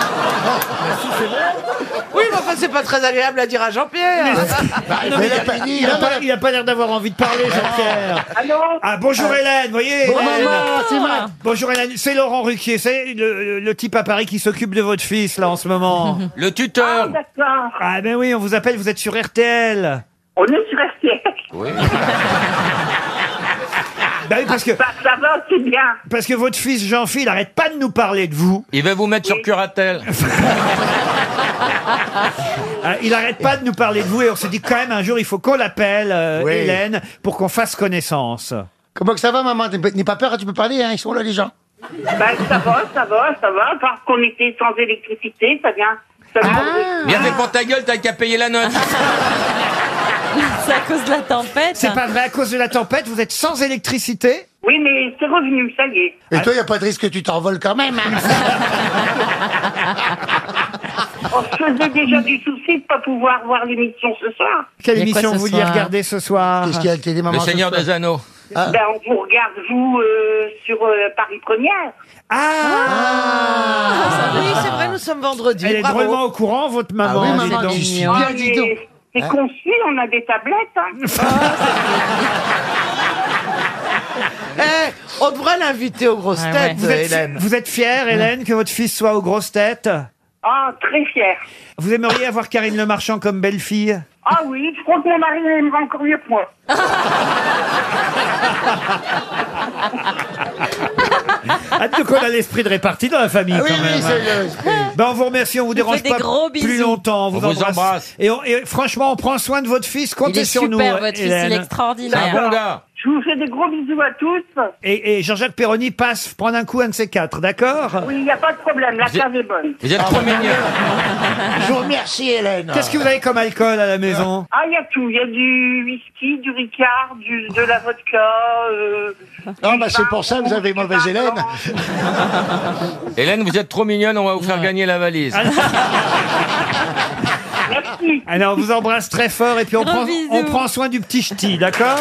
Oui, mais enfin, c'est pas très agréable à dire à Jean-Pierre. Non, mais il a pas l'air d'avoir envie de parler, Jean-Pierre. Allô? Ah, bonjour Hélène, voyez Bonjour, Hélène. maman, c'est moi. Bonjour Hélène, c'est Laurent Ruquier, c'est le type à Paris qui s'occupe de votre fils, là, en ce moment. Le tuteur. D'accord. Ah ben oui, on vous appelle, vous êtes sur RTL. On est sur RTL. Oui. Bah oui, parce que... Bah, ça va, c'est bien. Parce que votre fils Jean-Phi, il arrête pas de nous parler de vous. Il va vous mettre sur Curatel. Il arrête pas de nous parler de vous et on s'est dit quand même un jour il faut qu'on l'appelle Oui. Hélène pour qu'on fasse connaissance. Comment que ça va, maman? N'aie pas peur, tu peux parler, hein. Ils sont là, les gens. Bah, ça va. Parce qu'on était sans électricité, ça vient. Bien fait pour ta gueule, t'as qu'à payer la note. C'est à cause de la tempête. C'est pas vrai, à cause de la tempête, vous êtes sans électricité? Oui, mais c'est revenu, ça y est. Et toi, il n'y a pas de risque que tu t'envoles quand même, hein. On se faisait déjà du souci de pas pouvoir voir l'émission ce soir. Quelle Il y a quoi émission ce vous vouliez soir regarder ce soir? Qu'est-ce qu'il y a, le télé, maman? Le Seigneur ce soir des Anneaux. Ah. Ben, on vous regarde, vous, sur Paris Première. Oui, c'est vrai, nous sommes vendredi. Elle est Bravo. drôlement au courant, votre maman. Ah oui, dis maman, donc. tu suis Ah, bien, dis donc. mais c'est conçu, on a des tablettes. Hein. On devrait l'inviter aux grosses têtes, Hélène. Vous êtes fière, Hélène, que votre fils soit aux grosses têtes? Ah, très fière. Vous aimeriez avoir Karine Le Marchand comme belle-fille? Ah oui, je crois que mon mari aimera encore mieux que moi. Donc on a l'esprit de répartie dans la famille Oui, quand même. oui, c'est l'esprit. Ben, on vous remercie, on vous dérange fait pas des gros plus bisous. longtemps. On vous embrasse. Et franchement, on prend soin de votre fils. Comptez Il est sur super, nous, votre fils, Hélène. il est extraordinaire. C'est un bon gars. Je vous fais des gros bisous à tous. Et Jean-Jacques Perroni passe prendre un coup, un de ces quatre, d'accord? Oui, il n'y a pas de problème, la cave est bonne. Vous êtes trop mignon. Je vous remercie, Hélène. Qu'est-ce que vous avez comme alcool à la maison? Ah, il y a tout. Il y a du whisky, du Ricard, de la vodka. Non, bah, c'est pour ça que vous avez mauvaise Hélène. Hélène, vous êtes trop mignonne, on va vous faire gagner la valise. Merci. Alors, on vous embrasse très fort et puis on prend soin du petit ch'ti, d'accord?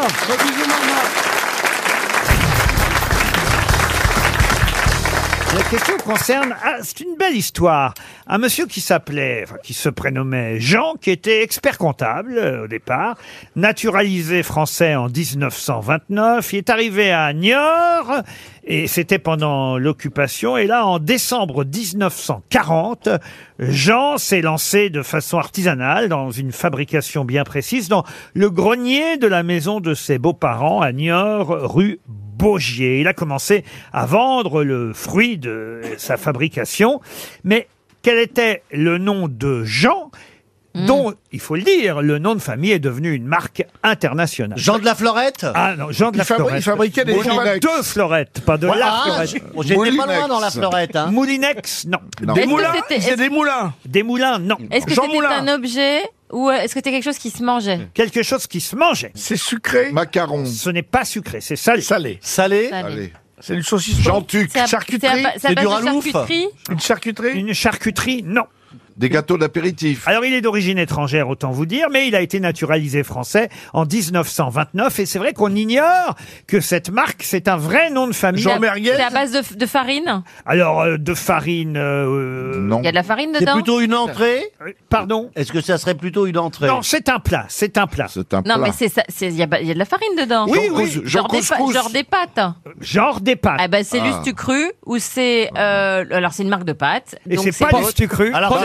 La question concerne, c'est une belle histoire. Un monsieur qui qui se prénommait Jean, qui était expert comptable au départ, naturalisé français en 1929. Il est arrivé à Niort et c'était pendant l'occupation. Et là, en décembre 1940, Jean s'est lancé de façon artisanale dans une fabrication bien précise dans le grenier de la maison de ses beaux-parents à Niort, rue Baugier. Il a commencé à vendre le fruit de sa fabrication. Mais quel était le nom de Jean dont, il faut le dire, le nom de famille est devenu une marque internationale. Jean de la Florette? Ah non, Jean de la Florette. Il fabriquait des Moulinex. Deux Florettes, pas de la Florette. J'étais pas loin dans la Florette. Hein. Moulinex, non. Des moulins. C'est des moulins. Des moulins, non. Est-ce que c'était un objet ou est-ce que c'était quelque chose qui se mangeait? Quelque chose qui se mangeait. C'est sucré. Macaron. Ce n'est pas sucré, c'est salé. Salé. Salé? C'est une saucisse. Jantuc. Charcuterie. C'est du ralouf. Une charcuterie. Une charcuterie, non. Des gâteaux d'apéritif. Alors, il est d'origine étrangère, autant vous dire, mais il a été naturalisé français en 1929. Et c'est vrai qu'on ignore que cette marque, c'est un vrai nom de famille. Jean Merguez. C'est à base de farine? Alors, de farine... non. Il y a de la farine C'est dedans? plutôt une entrée? Pardon? Est-ce que ça serait plutôt une entrée? Non, c'est un plat, c'est un plat. C'est un plat. Non, mais il y a de la farine dedans. Oui, oui. Genre des pâtes. Genre des pâtes. Ah ben c'est l'ustu cru ou c'est alors c'est une marque de pâtes. Et donc c'est pas l'ustu cru. Alors,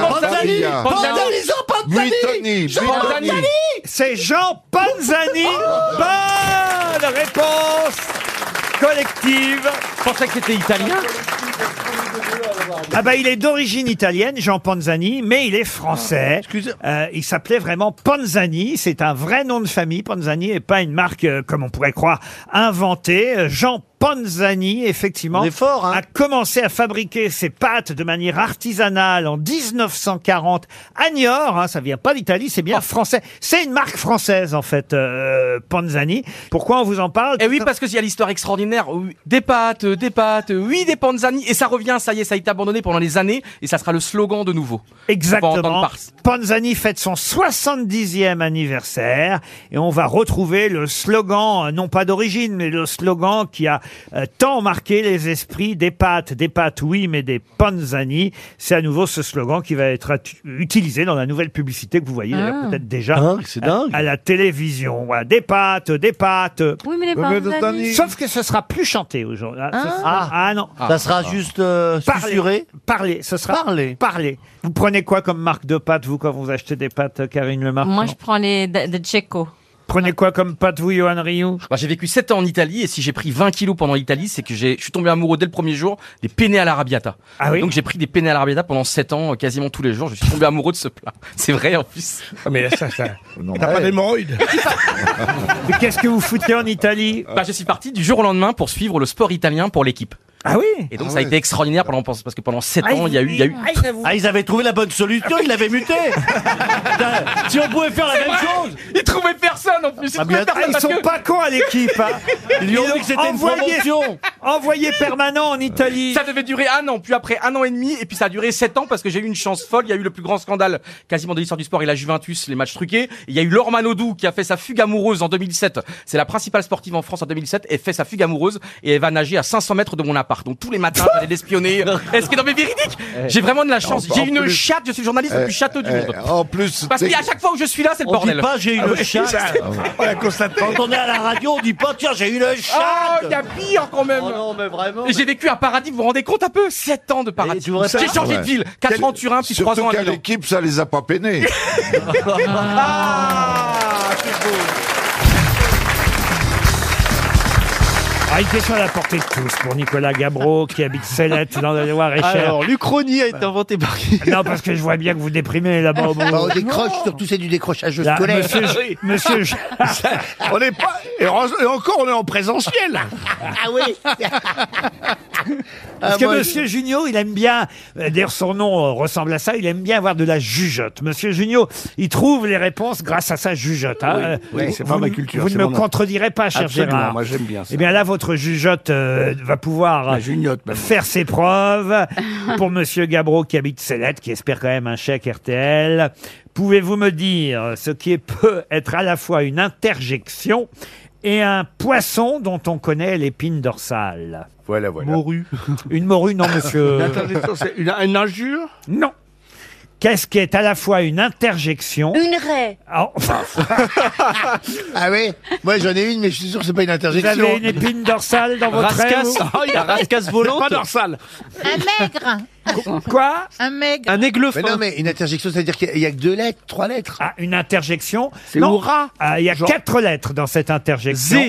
Buitoni. C'est Jean Panzani. Bonne réponse collective. Je pensais que c'était italien. Ah bah il est d'origine italienne, Jean Panzani, mais il est français. Il s'appelait vraiment Panzani, c'est un vrai nom de famille. Panzani et pas une marque, comme on pourrait croire, inventée. Jean Panzani, effectivement, a commencé à fabriquer ses pâtes de manière artisanale en 1940 à Niort. Hein, ça vient pas d'Italie, c'est bien français. C'est une marque française, en fait, Panzani. Pourquoi on vous en parle? Eh oui, parce qu'il y a l'histoire extraordinaire. Des pâtes, oui, des Panzani. Et ça revient, ça y est, ça a été abandonné pendant des années. Et ça sera le slogan de nouveau. Exactement. Panzani fête son 70e anniversaire. Et on va retrouver le slogan, non pas d'origine, mais le slogan qui a tant marqué les esprits des pâtes, oui, mais des Panzani. C'est à nouveau ce slogan qui va être utilisé dans la nouvelle publicité que vous voyez peut-être déjà à la télévision. Voilà, des pâtes. Oui, mais les Panzani. Sauf que ce sera plus chanté aujourd'hui. Non. Ça sera juste susurré. Parler. Ce sera parler. Vous prenez quoi comme marque de pâtes, vous, quand vous achetez des pâtes, Karine Le Marchand? Moi, je prends les de Tcheco. Prenez quoi comme pâte, vous, Johan Rioux? J'ai vécu 7 ans en Italie, et si j'ai pris 20 kilos pendant l'Italie, c'est que je suis tombé amoureux dès le premier jour des penne all'arrabbiata. Ah oui? Donc j'ai pris des penne all'arrabbiata pendant 7 ans, quasiment tous les jours. Je suis tombé amoureux de ce plat. C'est vrai, en plus. Mais ça. T'as pas d'hémorroïdes? Mais qu'est-ce que vous foutez en Italie? Je suis parti du jour au lendemain pour suivre le sport italien pour l'équipe. Ah oui? Et donc ça a été extraordinaire parce que pendant 7 ans, il y a eu... ils avaient trouvé la bonne solution, ils l'avaient muté. Si on pouvait faire la même chose. Ils trouvaient personne en plus. Ils sont pas cons à l'équipe. Hein. Ils lui ont dit que c'était une promotion. Envoyé permanent en Italie. Ça devait durer 1 an, puis après 1 an et demi, et puis ça a duré 7 ans parce que j'ai eu une chance folle. Il y a eu le plus grand scandale quasiment de l'histoire du sport et la Juventus, les matchs truqués. Il y a eu Laure Manodou qui a fait sa fugue amoureuse en 2007. C'est la principale sportive en France en 2007. Elle fait sa fugue amoureuse et elle va nager à 500 mètres de mon appart. Donc tous les matins, j'allais l'espionner. Est-ce que dans mes véridiques? J'ai vraiment de la chance. J'ai une chatte, je suis le journaliste le plus château du monde. En plus, parce qu'à chaque fois où je suis là, c'est le on bordel. dit pas j'ai une chatte. On l'a constaté. Quand on est à la radio, on dit pas tiens j'ai une chatte. Oh, il y a pire quand même. Oh non, mais vraiment. Et j'ai vécu un paradis, vous vous rendez compte un peu? 7 ans de paradis. J'ai changé de ville. 4 ans Turin, puis 3 ans à Surtout qu'à Milan. l'équipe, ça les a pas peinés. C'est beau. Une question à la portée de tous pour Nicolas Gabreau qui habite Célette dans le Loir-et-Cher. Alors, l'Uchronie a été inventé par qui? Non, parce que je vois bien que vous déprimez là-bas. On décroche, surtout c'est du décrochage scolaire. Monsieur, On n'est pas. Et encore, on est en présentiel. Ah oui. Parce que Monsieur Junio, il aime bien, d'ailleurs son nom ressemble à ça, il aime bien avoir de la jugeote. Monsieur Junio, il trouve les réponses grâce à sa jugeote. Hein. Oui, c'est pas ma culture. Vous ne me contredirez pas, cher Absolument, Gérard. moi j'aime bien ça. Eh bien là, votre jugeote va pouvoir faire ses preuves pour Monsieur Gabreau qui habite Célette, qui espère quand même un chèque RTL. Pouvez-vous me dire ce qui peut être à la fois une interjection et un poisson dont on connaît l'épine dorsale? Voilà. Morue. Une morue, non, monsieur. C'est une injure? Non. Qu'est-ce qui est à la fois une interjection? Une raie. Oh. Ah oui. Moi j'en ai une, mais je suis sûr que c'est pas une Vous interjection. avez une épine dorsale dans votre raie? La rascasse volante. Pas dorsale. Un maigre. Quoi? Un maigre. Un aigle Mais non, mais une interjection, ça veut dire qu'il y a que 2 lettres, 3 lettres. Ah, une interjection. C'est Non. hurrah. Il y a 4 lettres dans cette interjection. Z.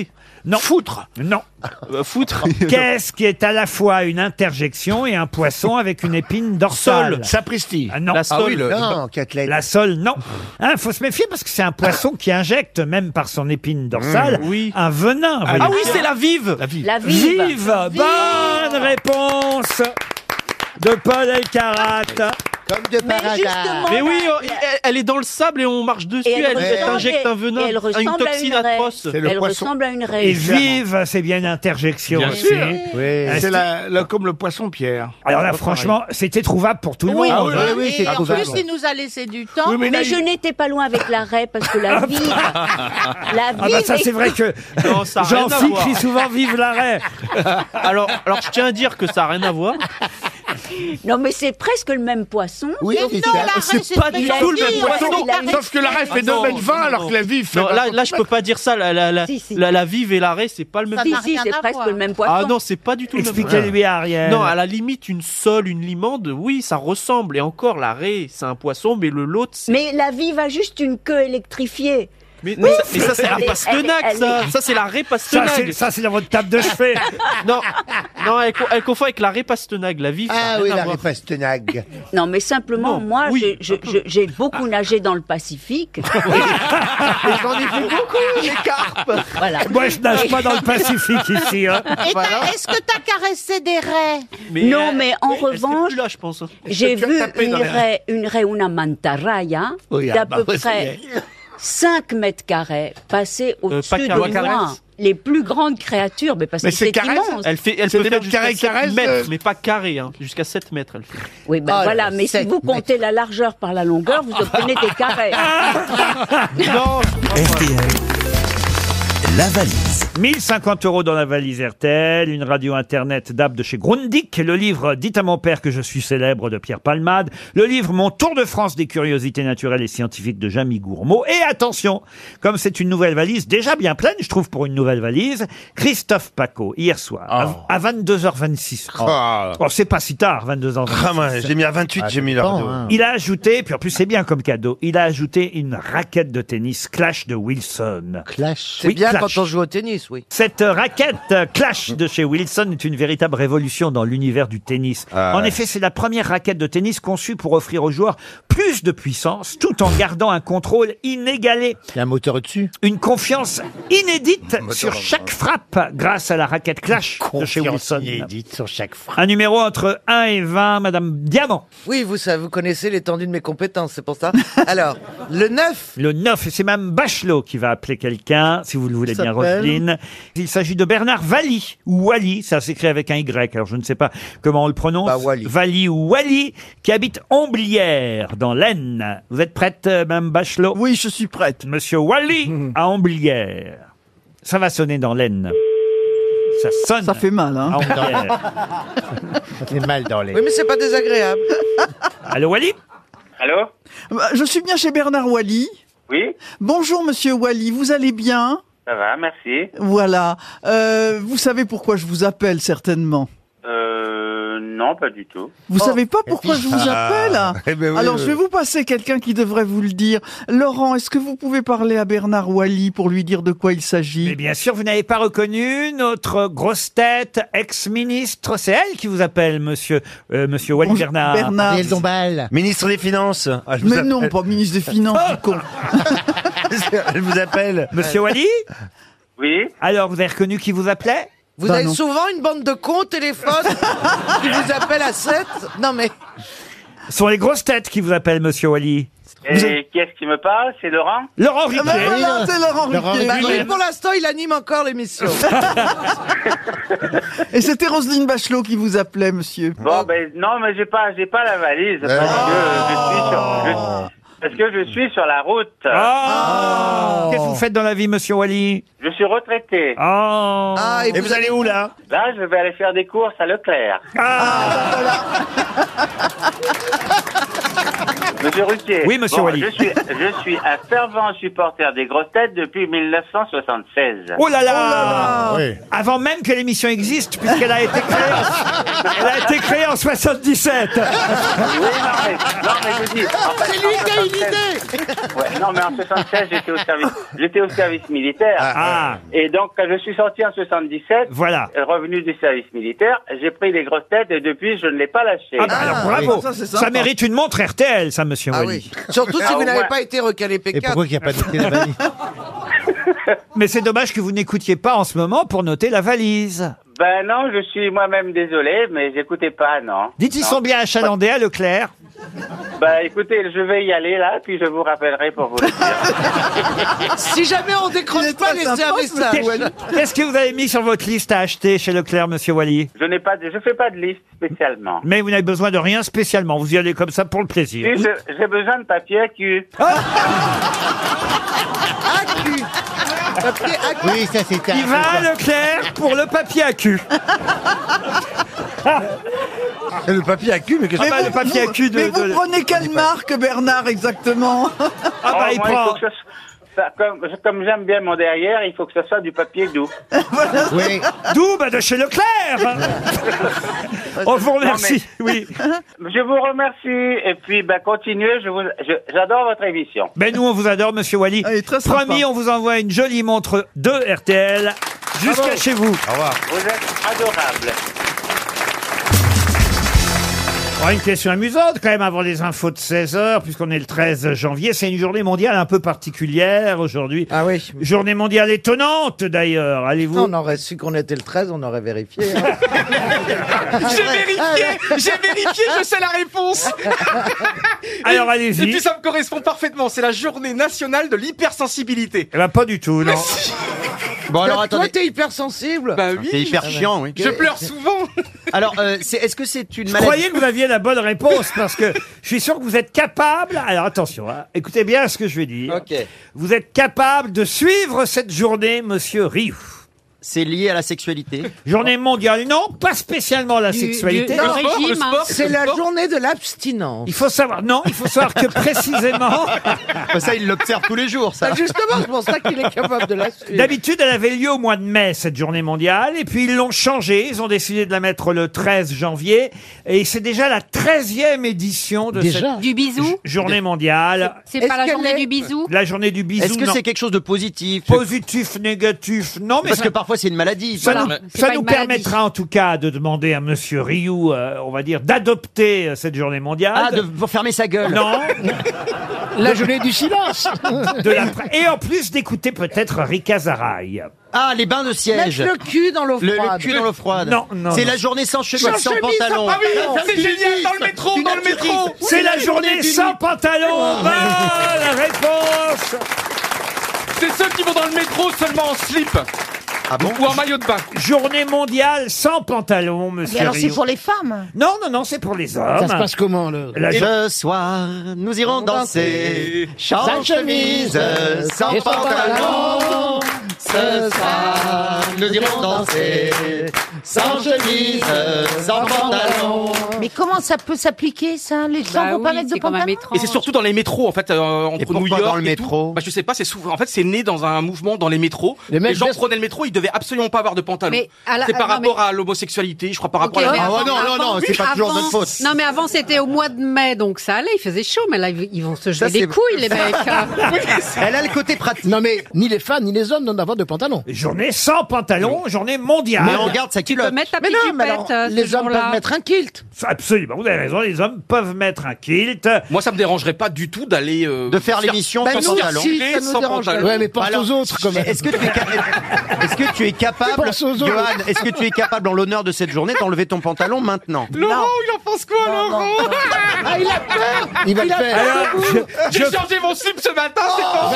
Non. Foutre. Non. Foutre. Qu'est-ce qui est à la fois une interjection et un poisson avec une épine dorsale? Sol. Sapristi. Ah non. La sole. Non, Catlette. La sole, non. Faut se méfier parce que c'est un poisson qui injecte, même par son épine dorsale, oui. un venin. Ah voyez. oui, c'est la vive. La vie. La vive. Vive. Bonne réponse de Paul Elkarat. Comme de Mais par hasard. justement, Mais oui, elle est dans le sable et on marche dessus. Et elle Elle ressemble- t'injecte un et venin, elle ressemble une à toxine une raie. atroce. C'est le Elle poisson. ressemble à une Et raie. vive, c'est bien une interjection Bien aussi. sûr. Oui. C'est comme le poisson Pierre. Alors là, franchement, c'était trouvable pour tout le Oui, monde. Ah oui, oui, c'est Et en trouvable. plus, il nous a laissé du temps. Oui, mais là, Mais je n'étais pas loin avec la raie parce que la vive. La Ah bah vive. ça c'est vrai que Non, ça a rien à Jean-Philippe voir. crie souvent vive l'arrêt. Alors, je tiens à dire que ça a rien à voir. Non, mais c'est presque le même poisson. Oui, Mais c'est non, ça. la raie, c'est pas du tout le même poisson. Sauf que la raie fait 2,20 m alors que la vie fait. Non, là, je peux pas dire ça. Si, si. La vive et l'arrêt, c'est pas le même. Ça Si, n'a si, rien c'est à presque voir. le même poisson. Ah non, c'est pas du tout le même. Expliquez-lui Ariel. Non, à la limite, une sole, une limande, oui, ça ressemble. Et encore, la raie, c'est un poisson, mais l'autre, c'est... Mais la vive a juste une queue électrifiée. Mais ça, c'est la Elle- pastenague, elle- ça. elle- Ça, c'est la raie ça pastenague. c'est dans votre table de chevet. Non, elle confond avec la raie pastenague. La vive, ça a Ah rien oui, à la voir. Pastenague. Non, mais simplement, Non, moi, oui, j'ai beaucoup nagé dans le Pacifique. Et j'en ai vu beaucoup, les carpes. Voilà. Moi je nage pas dans le Pacifique ici. Hein. Et est-ce que t'as caressé des raies? Non, mais en elle serait revanche, plus là, je pense. j'ai tu as vu tapé dans les- une raie, una mantarraya, Oui, d'à ah bah, peu ouais, ça y près est. 5 mètres carrés passer au-dessus pas de carré, moi. caresse. Les plus grandes créatures, mais parce Mais que c'est c'est caresse. immense. Elle C'est peut des faire mètres carrés, jusqu'à 7 caresse, mètres, mais pas carré, hein. Jusqu'à 7 mètres, elle fait. Oui, ben Ah, voilà, mais si 7 vous comptez la largeur par la longueur, vous obtenez des carrés. Non, RTL, la valise. 1050 € dans la valise RTL, une radio internet d'app de chez Grundig, le livre Dites à mon père que je suis célèbre de Pierre Palmade, le livre Mon tour de France des curiosités naturelles et scientifiques de Jamie Gourmaud, et attention, comme c'est une nouvelle valise, déjà bien pleine, je trouve, pour une nouvelle valise, Christophe Paco, hier soir, à 22h26. Oh, c'est pas si tard, 22h26. J'ai mis à 28, j'ai mis la radio. Il a ajouté, puis en plus c'est bien comme cadeau, il a ajouté une raquette de tennis Clash de Wilson. Clash. C'est Oui, bien Clash. quand on joue au tennis, oui. Cette raquette Clash de chez Wilson est une véritable révolution dans l'univers du tennis. En effet, c'est la première raquette de tennis conçue pour offrir aux joueurs plus de puissance tout en gardant un contrôle inégalé. Il y a un moteur au-dessus. Une confiance inédite sur chaque frappe grâce à la raquette Clash de chez Wilson. Inédite sur chaque frappe. Un numéro entre 1 et 20, Madame Diamant. Oui, vous connaissez l'étendue de mes compétences, c'est pour ça. Alors, le 9. Le 9, et c'est Mme Bachelot qui va appeler quelqu'un, si vous le voulez bien, S'appelle Roselyne. Il s'agit de Bernard Valli, ou Wally, ça s'écrit avec un Y, alors je ne sais pas comment on le prononce. Bah, Wally. Valli ou Wally, qui habite Homblières, dans l'Aisne. Vous êtes prête, Mme Bachelot? Oui, je suis prête. Monsieur Wally, à Homblières. Ça va sonner dans l'Aisne. Ça sonne. Ça fait mal, hein. à Homblières. Ça fait mal dans les... Oui, mais c'est pas désagréable. Allô, Wally? Allô? Je suis bien chez Bernard Wally. Oui? Bonjour, monsieur Wally, vous allez bien? Ça va, merci. Voilà. Vous savez pourquoi je vous appelle, certainement. Non, pas du tout. Vous savez pas pourquoi je vous appelle? Eh ben oui, Alors, oui. je vais vous passer quelqu'un qui devrait vous le dire. Laurent, est-ce que vous pouvez parler à Bernard Wally pour lui dire de quoi il s'agit? Mais bien sûr, vous n'avez pas reconnu notre grosse tête, ex-ministre. C'est elle qui vous appelle, monsieur Wally Bernard. Bernard. Ariel Dombal. Ministre des Finances. Ah, je vous Mais appelle. non, pas ministre des Finances, du con. Elle vous appelle. Monsieur Wally? Oui? Alors, vous avez reconnu qui vous appelait? Vous Bah avez non. souvent une bande de cons au téléphone qui vous appellent à 7. Non, mais Ce sont les grosses têtes qui vous appellent, monsieur Wally. Et qui est-ce qui me parle? C'est Laurent? Laurent Ah ben Ruquier. voilà, c'est Laurent Ruquier. bah, lui, pour l'instant, il anime encore l'émission. Et c'était Roselyne Bachelot qui vous appelait, monsieur. Bon, ben, non, mais j'ai pas la valise parce que je suis sur la route. Qu'est-ce que vous faites dans la vie, monsieur Wally? Je suis retraité. Ah, Et vous allez où là? Là, je vais aller faire des courses à Leclerc. Monsieur Ruquier. Oui, monsieur Wally. Je suis un fervent supporter des grosses têtes depuis 1976. Oh là là, Avant même que l'émission existe, puisqu'elle a été créée en 77. Oui, non, mais je dis... C'est lui qui a une idée. Ouais, non, mais en 76, j'étais au service militaire. Ah. Et donc, quand je suis sorti en 77, voilà. Revenu du service militaire, j'ai pris les grosses têtes et depuis, je ne l'ai pas lâché. Ah bah alors bravo, ça mérite une montre RTL, ça, monsieur Ah Wally. oui. Surtout si vous n'avez pas été recalé P4. Et pourquoi qu'il n'y a pas noté la valise? Mais c'est dommage que vous n'écoutiez pas en ce moment pour noter la valise. Ben non, je suis moi-même désolé, mais j'écoutais pas, non. Dites, ils sont bien achalandés à Leclerc. Bah écoutez, je vais y aller là, puis je vous rappellerai pour vous le dire. Si jamais on décroche pas, laissez un message. Qu'est-ce que vous avez mis sur votre liste à acheter chez Leclerc, monsieur Wally? Je fais pas de liste spécialement. Mais vous n'avez besoin de rien spécialement, vous y allez comme ça pour le plaisir. Si, j'ai besoin de papier à cul. Papier à cul. Oui, ça c'est Il va à Leclerc pour le papier à cul. Le papier à cul, mais qu'est-ce le papier à cul de... Mais vous prenez quelle marque, Bernard, exactement? Ah bah, il moi, prend... faut que comme j'aime bien mon derrière, il faut que ce soit du papier doux. Oui. Doux, bah de chez Leclerc. On vous remercie. Oui. Je vous remercie et puis continuez. J'adore votre émission. Ben nous on vous adore, monsieur Wally. Promis, on vous envoie une jolie montre de RTL jusqu'à chez vous. Au revoir. Vous êtes adorable. Oh, une question amusante quand même avant les infos de 16h, puisqu'on est le 13 janvier. C'est une journée mondiale un peu particulière aujourd'hui. Ah oui. Journée mondiale étonnante d'ailleurs. Allez-vous... On aurait su qu'on était le 13, on aurait vérifié. Hein. J'ai vérifié, je sais la réponse. Alors allez-y. Et puis ça me correspond parfaitement. C'est la journée nationale de l'hypersensibilité. Eh ben pas du tout, non. Bon alors attendez. Toi t'es hypersensible. Bah oui. C'est hyper chiant, oui. Je pleure souvent. Alors, est-ce que c'est une Je maladie? croyais que vous aviez la bonne réponse parce que je suis sûr que vous êtes capable. Alors attention, hein, écoutez bien ce que je vais dire. Ok. Vous êtes capable de suivre cette journée, monsieur Rioux. C'est lié à la sexualité? Journée mondiale, non, pas spécialement la sexualité. Le sport, c'est la journée de l'abstinence. Il faut savoir, non, il faut savoir que précisément. Ça, il l'observe tous les jours, ça. Justement, c'est pour ça qu'il est capable de la suivre. D'habitude, elle avait lieu au mois de mai, cette journée mondiale, et puis ils l'ont changée. Ils ont décidé de la mettre le 13 janvier, et c'est déjà la 13e édition de cette Du bisou. journée mondiale. C'est pas la journée du bisou. La journée du bisou. Est-ce que non. c'est quelque chose de positif? Positif, négatif, non, mais Parce ça, que parfois c'est une maladie. ça Voilà. nous, C'est ça pas nous une maladie. permettra en tout cas de demander à monsieur Rioux, on va dire, d'adopter cette journée mondiale. Ah, pour fermer sa gueule. Non. La journée du silence. Et en plus d'écouter peut-être Rika Zaraï. Ah, les bains de siège. Mettre le cul dans l'eau froide. Le cul dans l'eau froide. Non, non, C'est non. la journée sans chemise, sans pantalon. Ah oui, c'est génial dans le métro, dans le métro. C'est la journée sans pantalon. Bonne réponse. C'est ceux qui vont dans le métro seulement en slip. Ah bon? Ou en maillot de bain. Journée mondiale sans pantalon, monsieur Mais alors c'est Rioux. pour les femmes. Non, non, non, c'est pour les hommes. Ça se passe comment, là? La Et jo- ce soir, nous irons danser, sans chemise, sans Et sans pantalon. Ce soir, nous irons danser, sans chemise, sans pantalon. Mais comment ça peut s'appliquer ça? Les gens vont pas mettre de pantalon? Et c'est surtout dans les métros en fait entre pourquoi New York dans le et métro tout. Bah je sais pas, c'est souvent en fait c'est né dans un mouvement dans les métros. Les mecs Les gens baissent- prenaient le métro, ils devaient absolument pas avoir de pantalon. Mais à la- C'est par non, rapport à l'homosexualité, je crois par rapport Ok, à mais la... avant- non, c'est pas toujours notre faute. Non, mais avant, c'était au mois de mai, donc ça allait, il faisait chaud, mais là, ils vont se Ça, jeter les c'est- couilles, les mecs. Elle a le côté pratique. Non mais ni les femmes ni les hommes n'ont avoir de pantalon. Journée sans pantalon, journée mondiale. Mais on garde sa Tu peux culotte. mettre ta Mais petite non, mais alors, jupette, les hommes peuvent mettre un kilt. Absolument, vous avez raison, les hommes peuvent mettre un kilt. Moi ça me dérangerait pas du tout d'aller De faire l'émission Bah, sans nous pantalon. aussi, ça nous sans dérange. pantalon. Ouais, mais pense Alors, aux autres quand même. Est-ce que tu es capable, Pense aux autres. Johan, est-ce que tu es capable en l'honneur de cette journée d'enlever ton pantalon maintenant? Laurent, il en pense quoi Laurent? Ah, il a peur. Il va le faire. Alors, J'ai changé mon slip ce matin, c'est pas...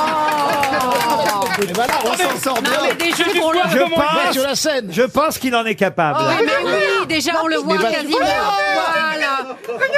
Vas-y. Et voilà, On s'en sort bien. Non, mais déjà, J'ai on le du va pense, sur la scène. je pense qu'il en est capable. Oui, mais oui, déjà, on le voit quasiment. Voilà.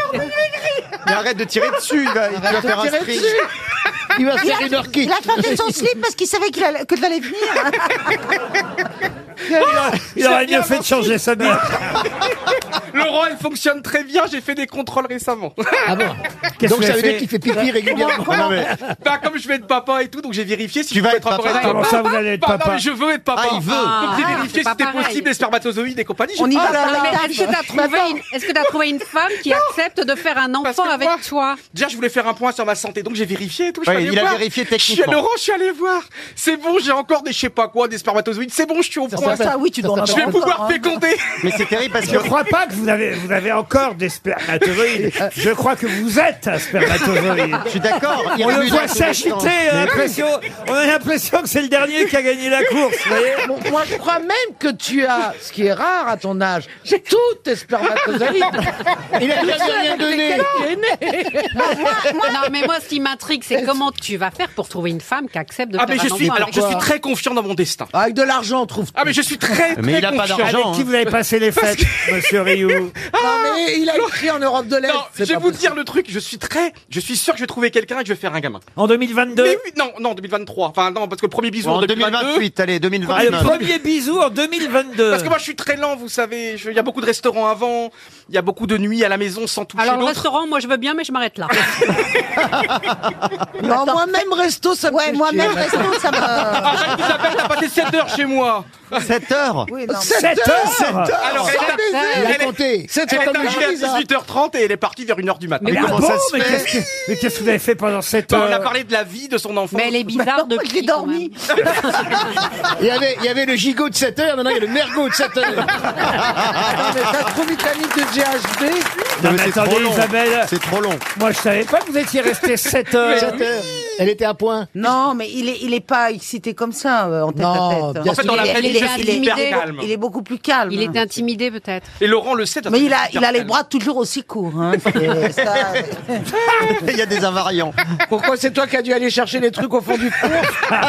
Mais arrête de tirer dessus, il va faire un tirer string. dessus. Il va faire une heure kick. Il a changé son slip parce qu'il savait que t'allais venir. Il aurait mieux fait de changer sa mère. Laurent, elle fonctionne très bien, j'ai fait des contrôles récemment. Ah bon? Donc ça veut dire qu'il fait pipi régulièrement. Comment Bah, comme je vais être papa et tout, donc j'ai vérifié si Tu je vas pouvais être encore papa. être papa. Comment ça, vous allez être Bah, papa? Non, mais je veux être papa. Ah, il veut. Donc j'ai vérifié c'est si pas c'était pareil. possible, les spermatozoïdes et compagnie. On y J'ai va dit, pas là. Mais est-ce que t'as trouvé une femme qui accepte de faire un Parce enfant que avec moi, toi? Déjà, je voulais faire un point sur ma santé, donc j'ai vérifié et tout. Je Ouais, suis allé il a voir. vérifié Je suis techniquement. Laurent, je suis allé voir. C'est bon, j'ai encore des je sais pas quoi, des spermatozoïdes. C'est bon, je suis au point. Ça, oui, tu dois en Je vais avoir pouvoir encore, hein. féconder. Mais c'est terrible parce Je que... ne crois pas que vous avez encore des spermatozoïdes. Je crois que vous êtes un spermatozoïde. Je suis d'accord. il On le remue voit dans tous les s'agiter, sens. on a l'impression que c'est le dernier qui a gagné la course. Vous voyez. Bon, moi, je crois même que tu as, ce qui est rare à ton âge, tous tes spermatozoïdes. Il a déjà rien donné. Non, mais moi, ce qui m'intrigue, c'est comment tu vas faire pour trouver une femme qui accepte de Ah, faire mais un enfant avec je toi. suis très confiant dans mon destin. Avec de l'argent, on trouve. Ah, mais je suis très, Mais très il a pas confiant. d'argent. Avec qui vous avez passé les fêtes, monsieur Rioux? Non, mais il a écrit en Europe de l'Est. Non, c'est je vais pas vous possible. dire le truc, je suis sûr que je vais trouver quelqu'un et que je vais faire un gamin. En 2022? Mais oui, non, 2023. Enfin, non, parce que le premier bisou en En 2028, allez, Ah, le 2029. premier bisou en 2022. Parce que moi, je suis très lent, vous savez. Il y a beaucoup de restaurants avant, il y a beaucoup de nuits à la maison sans toucher Alors, le l'autre. restaurant, moi, je veux bien, mais je m'arrête là. Non, moi-même, resto, ça me Ouais, fait moi-même, chier. resto, ça me... Arrête, Isabelle, t'as passé 7 heures chez moi. 7 heures. Oui, non. 7 heures. Alors, elle est compté. C'est arrivée comme le à juge, hein. 18h30 et elle est partie vers 1h du matin. Mais comment bon, ça se mais fait qu'est-ce que vous avez fait pendant 7 On heures? a parlé de la vie de son enfant. Mais elle est bizarre J'ai depuis. dormi. Il y avait le gigot de 7 heures, maintenant il y a le mergot de 7 heures. Non, mais t'as trop mis ta ligne de GHB. Non, mais c'est attendez, trop long. Isabelle. C'est trop long. Moi, je savais pas que vous étiez resté 7 heures. 7 heures. Elle était à point. Non, mais il est pas excité comme ça, en tête Non, à tête. bien En fait, dans la Elle famille, est je suis intimidée. hyper calme. Il est beaucoup plus calme. Il était intimidé, peut-être. Et Laurent le sait. Mais il a les bras toujours aussi courts. Hein. C'est ça. Il y a des invariants. Pourquoi c'est toi qui as dû aller chercher les trucs au fond du four?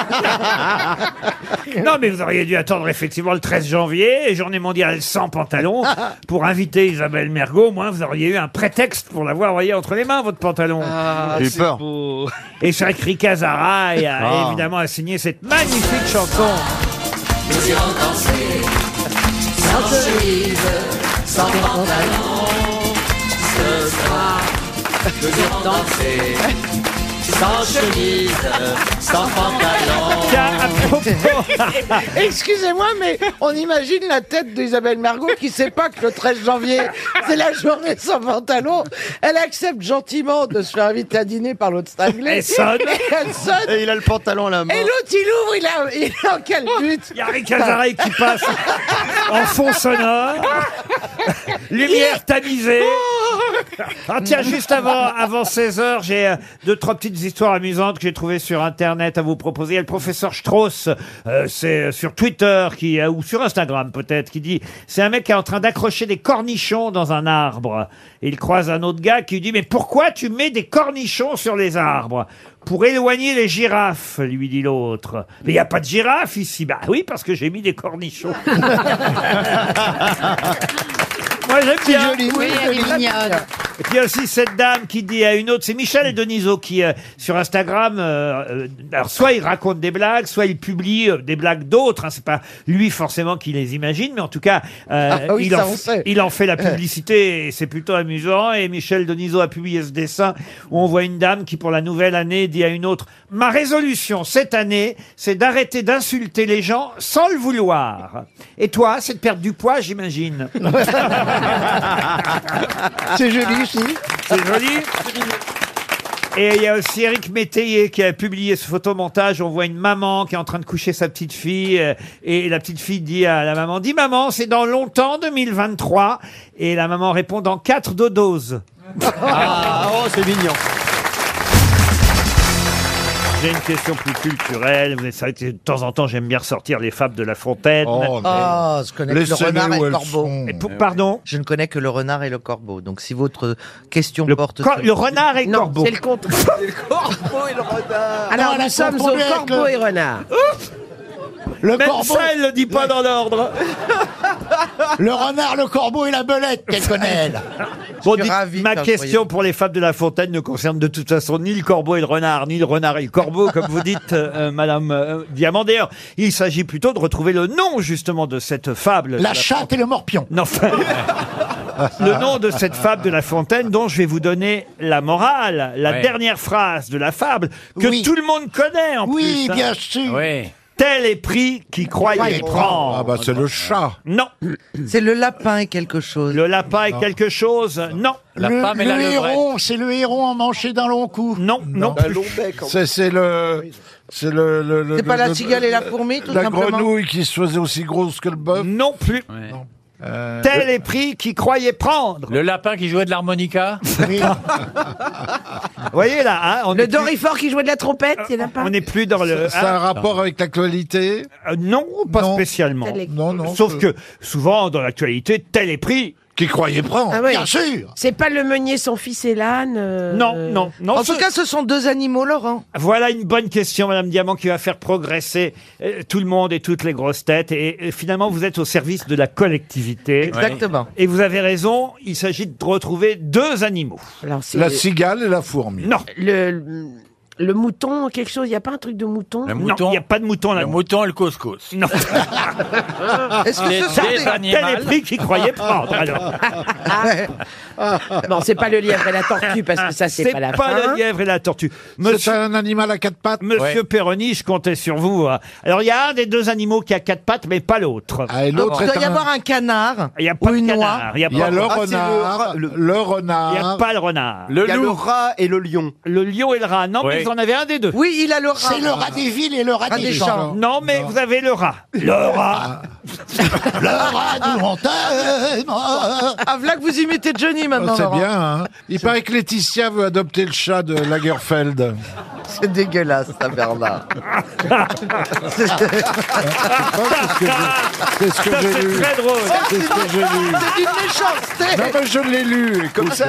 Non, mais vous auriez dû attendre effectivement le 13 janvier, journée mondiale sans pantalon, pour inviter Isabelle Mergo. Au moins, vous auriez eu un prétexte pour l'avoir, voyez, entre les mains, votre pantalon. Ah, J'ai eu c'est peur. beau. Et c'est vrai que Rika Zara a Ah. évidemment signé cette magnifique chanson. Nous irons danser, sans chemise, sans pantalon. Ce soir, nous irons danser, sans chemise, sans pantalon. Tiens, à propos... Excusez-moi, mais on imagine la tête d'Isabelle Mergo qui sait pas que le 13 janvier, c'est la journée sans pantalon. Elle accepte gentiment de se faire inviter à dîner par l'autre cinglé. Elle sonne. Et elle sonne. Et il a le pantalon à la main. Et l'autre, il ouvre, il est en quel but? Il y a Rika Zara qui passe en fond sonore. Lumière tamisée. Ah, tiens, juste avant 16h, j'ai 2-3 petites histoires amusantes que j'ai trouvées sur Internet à vous proposer. Il y a le professeur Strauss, c'est sur Twitter ou sur Instagram peut-être, qui dit c'est un mec qui est en train d'accrocher des cornichons dans un arbre. Et il croise un autre gars qui lui dit mais pourquoi tu mets des cornichons sur les arbres? Pour éloigner les girafes, lui dit l'autre. Mais il n'y a pas de girafes ici. Bah oui, parce que j'ai mis des cornichons. Moi, j'aime bien. Joli. Oui, elle est mignonne. Et puis il y a aussi cette dame qui dit à une autre, c'est Michel Denisot qui, sur Instagram, alors soit il raconte des blagues, soit il publie des blagues d'autres. Hein, c'est pas lui forcément qui les imagine, mais en tout cas, oui, ça, on sait. il en fait la publicité et c'est plutôt amusant. Et Michel Denisot a publié ce dessin où on voit une dame qui, pour la nouvelle année, dit à une autre, ma résolution cette année, c'est d'arrêter d'insulter les gens sans le vouloir. Et toi, c'est de perdre du poids, j'imagine. C'est joli aussi. C'est joli. Et il y a aussi Éric Métayer qui a publié ce photomontage. On voit une maman qui est en train de coucher sa petite fille. Et la petite fille dit à la maman, dis maman, c'est dans longtemps, 2023. Et la maman répond, dans 4 dodoses. Ah, oh, c'est mignon. J'ai une question plus culturelle. Vous savez que de temps en temps, j'aime bien ressortir les fables de La Fontaine. Oh, je connais que le renard et le corbeau. Pardon? Je ne connais que le renard et le corbeau. Donc si votre question porte... Le renard et le Non, corbeau. c'est le contraire. Le corbeau et le renard. Alors, Alors, nous sommes au corbeau et renard. Même ça, elle le dit pas dans l'ordre. Le renard, le corbeau et la belette, qu'elle connaît, elle. Bon, suis ravi, ma ça, question pour les fables de La Fontaine ne concerne de toute façon ni le corbeau et le renard, ni le renard et le corbeau, comme vous dites, Madame Diamant. D'ailleurs, il s'agit plutôt de retrouver le nom, justement, de cette fable. La chatte et le morpion. Non, enfin, le nom de cette fable de La Fontaine, dont je vais vous donner la morale, la dernière phrase de la fable, que tout le monde connaît, en plus. Oui, hein. bien sûr. Oui. Tel est pris qui croyait prendre. Ah bah c'est le chat. Non. C'est le lapin et quelque chose. Le lapin est quelque chose. Non. La femme et la levrette. Héron, c'est le héron emmanché d'un long cou. Non, non. C'est le... C'est le... C'est pas la cigale et la fourmi, tout La simplement. grenouille qui se faisait aussi grosse que le bœuf. Non plus. Non. Tel est pris qui croyait prendre. Le lapin qui jouait de l'harmonica. Vous voyez là, hein, on Le est plus- Dorifort qui jouait de la trompette, c'est là pas. on n'est plus dans le. Ça a un rapport avec l'actualité? Non, pas spécialement. Non. Sauf que souvent dans l'actualité, tel est pris. Qui croyait prendre. Ah oui. Bien sûr. C'est pas le meunier, son fils et l'âne. Non. En tout cas, ce sont deux animaux, Laurent. Voilà une bonne question, Madame Diamant, qui va faire progresser tout le monde et toutes les grosses têtes. Et finalement, vous êtes au service de la collectivité. Exactement. Et vous avez raison, il s'agit de retrouver deux animaux. Alors, c'est La cigale et la fourmi. Non. Le mouton, quelque chose. Il y a pas un truc de mouton. Non, il n'y a pas de mouton là. Le mouton et le couscous. Non. Est-ce que Les ce sont deux des... animaux. Tel est pris qui croyait prendre. Alors, Bon, c'est pas le lièvre et la tortue parce que ça, c'est pas la fin. le lièvre et la tortue. C'est un animal à quatre pattes. Monsieur Perroni, je comptais sur vous. Hein. Alors, il y a un des deux animaux qui a quatre pattes, mais pas l'autre. Ah, et Donc, l'autre il doit est y avoir un canard. Il n'y a pas Ou de une canard. oie. Il y a Il y a pas le le renard, le renard. Il n'y a pas le renard. Le loup. rat et le lion. Le lion et le rat. Non, mais Oui. vous en avez un des deux. Oui, il a le rat. C'est le rat des villes et le rat des champs. Non, mais vous avez le rat. Le rat. Le rat du montagne. Ah, voilà que vous imitez Johnny maintenant, C'est Laurent. bien, hein. Il paraît que Laetitia veut adopter le chat de Lagerfeld. C'est dégueulasse, ça, Bernard. C'est ce que Ça, j'ai c'est lu. très drôle. C'est ce que j'ai lu. C'est une méchanceté. Non, mais je l'ai lu. et Comme ça.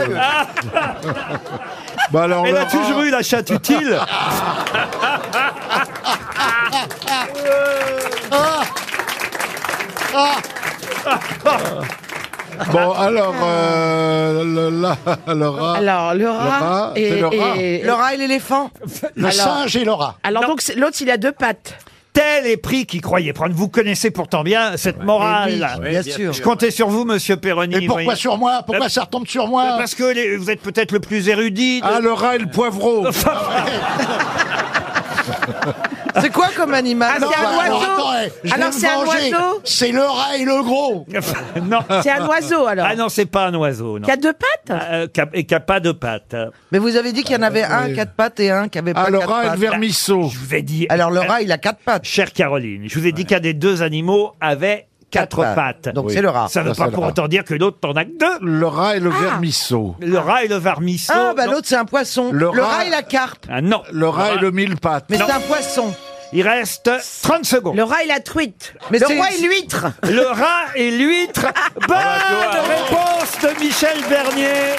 Bah alors, Elle le a rat- toujours eu la chatte utile. Bon, alors, le rat. Alors, le rat, c'est le rat. Le rat et l'éléphant. Le singe et le rat. Alors, donc, l'autre, il a deux pattes. Tel est pris qui croyait prendre. Vous connaissez pourtant bien cette morale. Oui, là. bien sûr. Je comptais sur vous, Monsieur Perroni. Et pourquoi voyez. sur moi? Pourquoi ça retombe sur moi? Parce que vous êtes peut-être le plus érudit. Ah, le rat et le poivreau. C'est quoi comme animal Ah, c'est un oiseau. Je vais Alors, me c'est un venger. oiseau. C'est le rat et le gros. Non. C'est un oiseau, alors. Ah non, c'est pas un oiseau. Non. Qui a deux pattes. Et qui a pas de pattes. Mais vous avez dit qu'il y en avait un à quatre pattes et un qui avait pas Ah, le quatre rat et le pattes. vermisseau. Je vous ai dit. Alors le rat, il a quatre pattes. Chère Caroline, je vous ai dit qu'un des deux animaux avait quatre pattes. Donc c'est le rat. Ça ne veut Ça, pas c'est pour le rat. autant dire que l'autre n'en a que deux. Le rat et le vermisseau. Le rat et le vermisseau. Ah, bah non. l'autre, c'est un poisson. Le Le rat- rat et la carpe. Ah non. Le rat et le mille pattes. Mais c'est un poisson. Il reste 30 secondes. Le rat et la truite. Mais le c'est- roi et l'huître. Le rat et l'huître. Bonne réponse de Michel Bernier.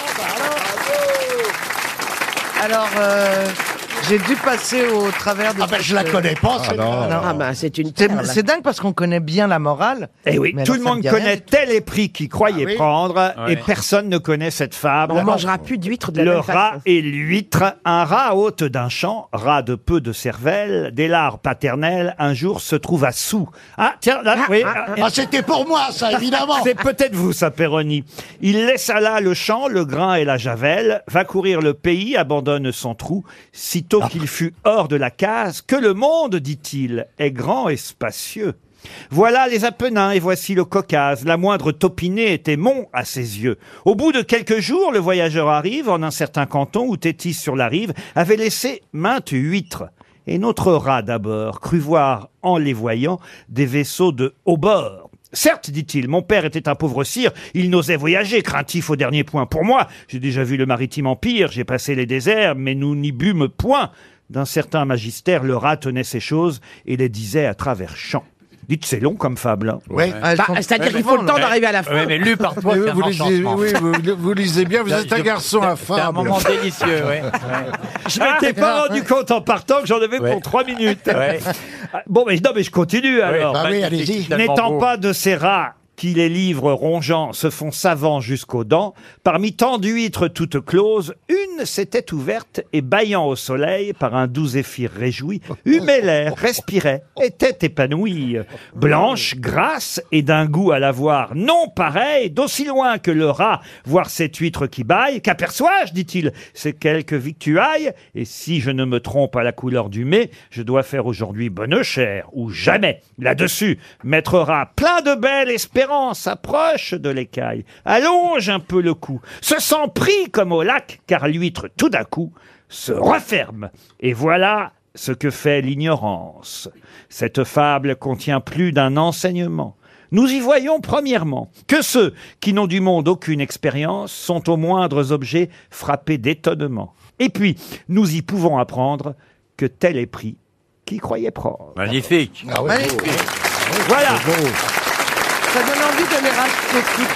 Alors, j'ai dû passer au travers de... Ah ben je la connais pas. Ah, bah, c'est une C'est perle. c'est dingue parce qu'on connaît bien la morale. Eh oui, Mais tout alors, le ça me monde dit rien connaît du tout. tel est pris qu'il croyait oui. prendre et Ouais. personne ne connaît cette fable. On mangera plus d'huîtres de la Le même rat façon. et l'huître, un rat hôte d'un champ, rat de peu de cervelle, dès l'art paternel, un jour se trouve à Sous. Ah, tiens, là, oui. Ah, c'était pour moi, ça, évidemment. C'est peut-être vous, ça, Perroni. Il laissa là le champ, le grain et la javel, va courir le pays, abandonne son trou, sitôt qu'il fut hors de la case, que le monde, dit-il, est grand et spacieux. Voilà les Apennins et voici le Caucase. La moindre topinée était mont à ses yeux. Au bout de quelques jours, le voyageur arrive en un certain canton où Tétis sur la rive avait laissé maintes huîtres. Et notre rat d'abord crut voir, en les voyant, des vaisseaux de haut bord. Certes, dit-il, mon père était un pauvre sire, il n'osait voyager, craintif au dernier point. Pour moi, j'ai déjà vu le maritime empire, j'ai passé les déserts, mais nous n'y bûmes point. D'un certain magistère, le rat tenait ces choses et les disait à travers champs. Dites, c'est long comme fable. Hein. Oui. Ah, elles Bah, sont- c'est-à-dire elles qu'il sont faut le longues. temps d'arriver à la fin. Oui, mais lu par toi, c'est un Vous lisez, enchantement. oui, vous lisez bien, vous êtes un garçon à C'est un fable. moment délicieux, oui. Je m'étais pas rendu compte en partant que j'en avais Ouais. pour 3 minutes. Ouais. Bon, mais non, mais je continue alors. Bah oui, magnifique, allez-y. tellement N'étant beau. pas de ces rats qui les livres rongeants se font savants jusqu'aux dents. Parmi tant d'huîtres toutes closes, une s'était ouverte et bâillant au soleil par un doux zéphyr réjoui, humait l'air, respirait, était épanouie. Blanche, grasse et d'un goût à la voir non pareil, d'aussi loin que le rat voir cette huître qui bâille, qu'aperçois-je, dit-il, c'est quelque victuaille, et si je ne me trompe à la couleur du mets, je dois faire aujourd'hui bonne chère, ou jamais. Là-dessus, maître rat, plein de belle espérance, approche de l'écaille, allonge un peu le cou, se sent pris comme au lac, car l'huître tout d'un coup se referme, et voilà ce que fait l'ignorance. Cette fable contient plus d'un enseignement. Nous y voyons premièrement que ceux qui n'ont du monde aucune expérience sont aux moindres objets frappés d'étonnement. Et puis, nous y pouvons apprendre que tel est pris qui croyait prendre. Magnifique. Magnifique. Voilà. Ça donne envie de les racheter.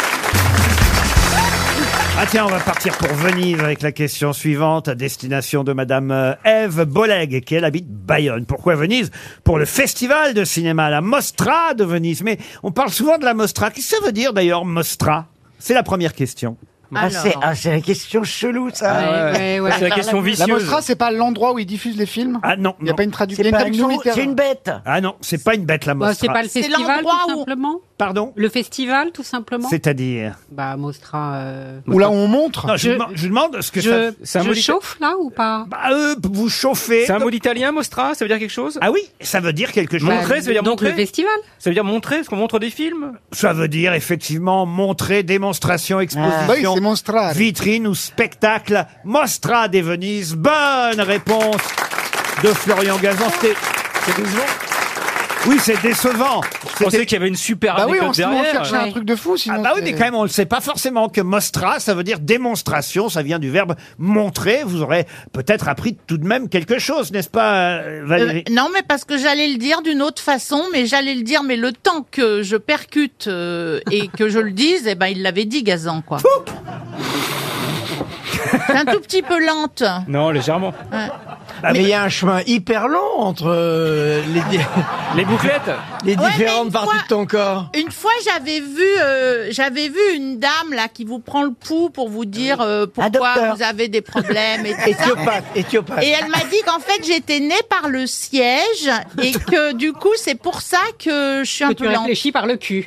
Ah tiens, on va partir pour Venise avec la question suivante à destination de Madame Ève Boleg, qui elle habite Bayonne. Pourquoi Venise? Pour le festival de cinéma, la Mostra de Venise. Mais on parle souvent de la Mostra. Qu'est-ce que ça veut dire d'ailleurs, Mostra? C'est la première question. C'est la question chelou, ça. C'est la question vicieuse. La Mostra, c'est pas l'endroit où ils diffusent les films? Ah non. Il n'y a pas une traduction. C'est une bête. Ah non, c'est pas une bête, la Mostra. C'est pas le festival, tout simplement. Pardon? Le festival, tout simplement. C'est-à-dire? Bah, Mostra. Ou là où on montre. Non, je demande ce que ça. Je chauffe là ou pas? Vous chauffez. C'est un mot italien, Mostra? Ça veut dire quelque chose? Ah oui, ça veut dire quelque chose. Montrer, ça veut dire donc montrer. Le festival. Ça veut dire montrer, est-ce qu'on montre des films? Ça veut dire effectivement montrer, démonstration, exposition, vitrine ou spectacle. Mostra de Venise. Bonne réponse de Florian Gazan. C'est décevant. Oui, c'est décevant. Je pensais qu'il y avait une super anecdote derrière. On cherchait un truc de fou, sinon. Ah bah oui, mais quand même, on ne sait pas forcément que Mostra, ça veut dire démonstration, ça vient du verbe montrer. Vous aurez peut-être appris tout de même quelque chose, n'est-ce pas, Valérie? Non, mais parce que j'allais le dire d'une autre façon, mais le temps que je percute et que je le dise, eh ben, il l'avait dit, Gazan, quoi. C'est un tout petit peu lente. Non, légèrement. Ouais. Mais il y a un chemin hyper long entre les bouclettes, les différentes parties de ton corps. Une fois, j'avais vu une dame là qui vous prend le pouls pour vous dire pourquoi vous avez des problèmes et tout Éthiopathe. Et elle m'a dit qu'en fait j'étais née par le siège et que du coup c'est pour ça que je suis un peu lente. Tu réfléchis par le cul.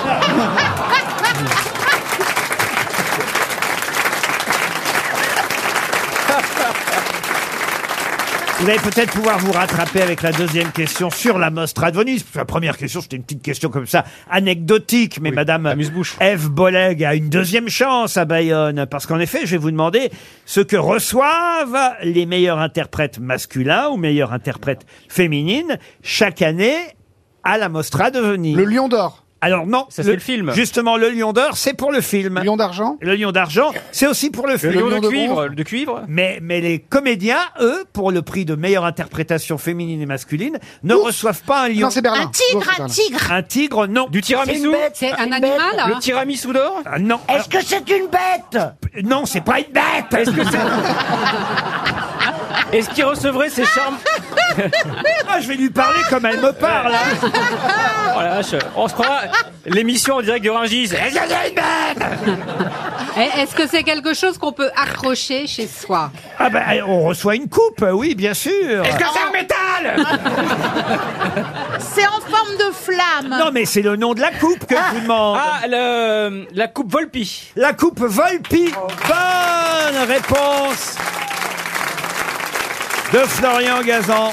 Vous allez peut-être pouvoir vous rattraper avec la deuxième question sur la Mostra de Venise. La première question, c'était une petite question comme ça, anecdotique, mais Madame Ève Boleg a une deuxième chance à Bayonne, parce qu'en effet, je vais vous demander ce que reçoivent les meilleurs interprètes masculins ou meilleures interprètes féminines chaque année à la Mostra de Venise. Le Lion d'Or. Alors non, ça c'est le film. Justement, le Lion d'Or, c'est pour le film. Le Lion d'Argent. Le Lion d'Argent, c'est aussi pour le film. Le Lion de cuivre. Mais les comédiens, eux, pour le prix de meilleure interprétation féminine et masculine, ne reçoivent pas un lion. Non, c'est Berlin. Un tigre. Un tigre, non. Du tiramisu. C'est un animal. Le tiramisu d'or. Ah, non. Est-ce que c'est une bête? Non, c'est pas une bête. Est-ce que c'est Est-ce qu'il recevrait ses charmes? Ah, je vais lui parler comme elle me parle. Hein. Oh la vache, on se croit l'émission en direct de Rungis. Est-ce que c'est quelque chose qu'on peut accrocher chez soi? Ah ben, on reçoit une coupe, oui, bien sûr. Est-ce que c'est en métal? C'est en forme de flamme. Non, mais c'est le nom de la coupe que je vous demande. Ah, la coupe Volpi. La coupe Volpi. Bonne réponse de Florian Gazan.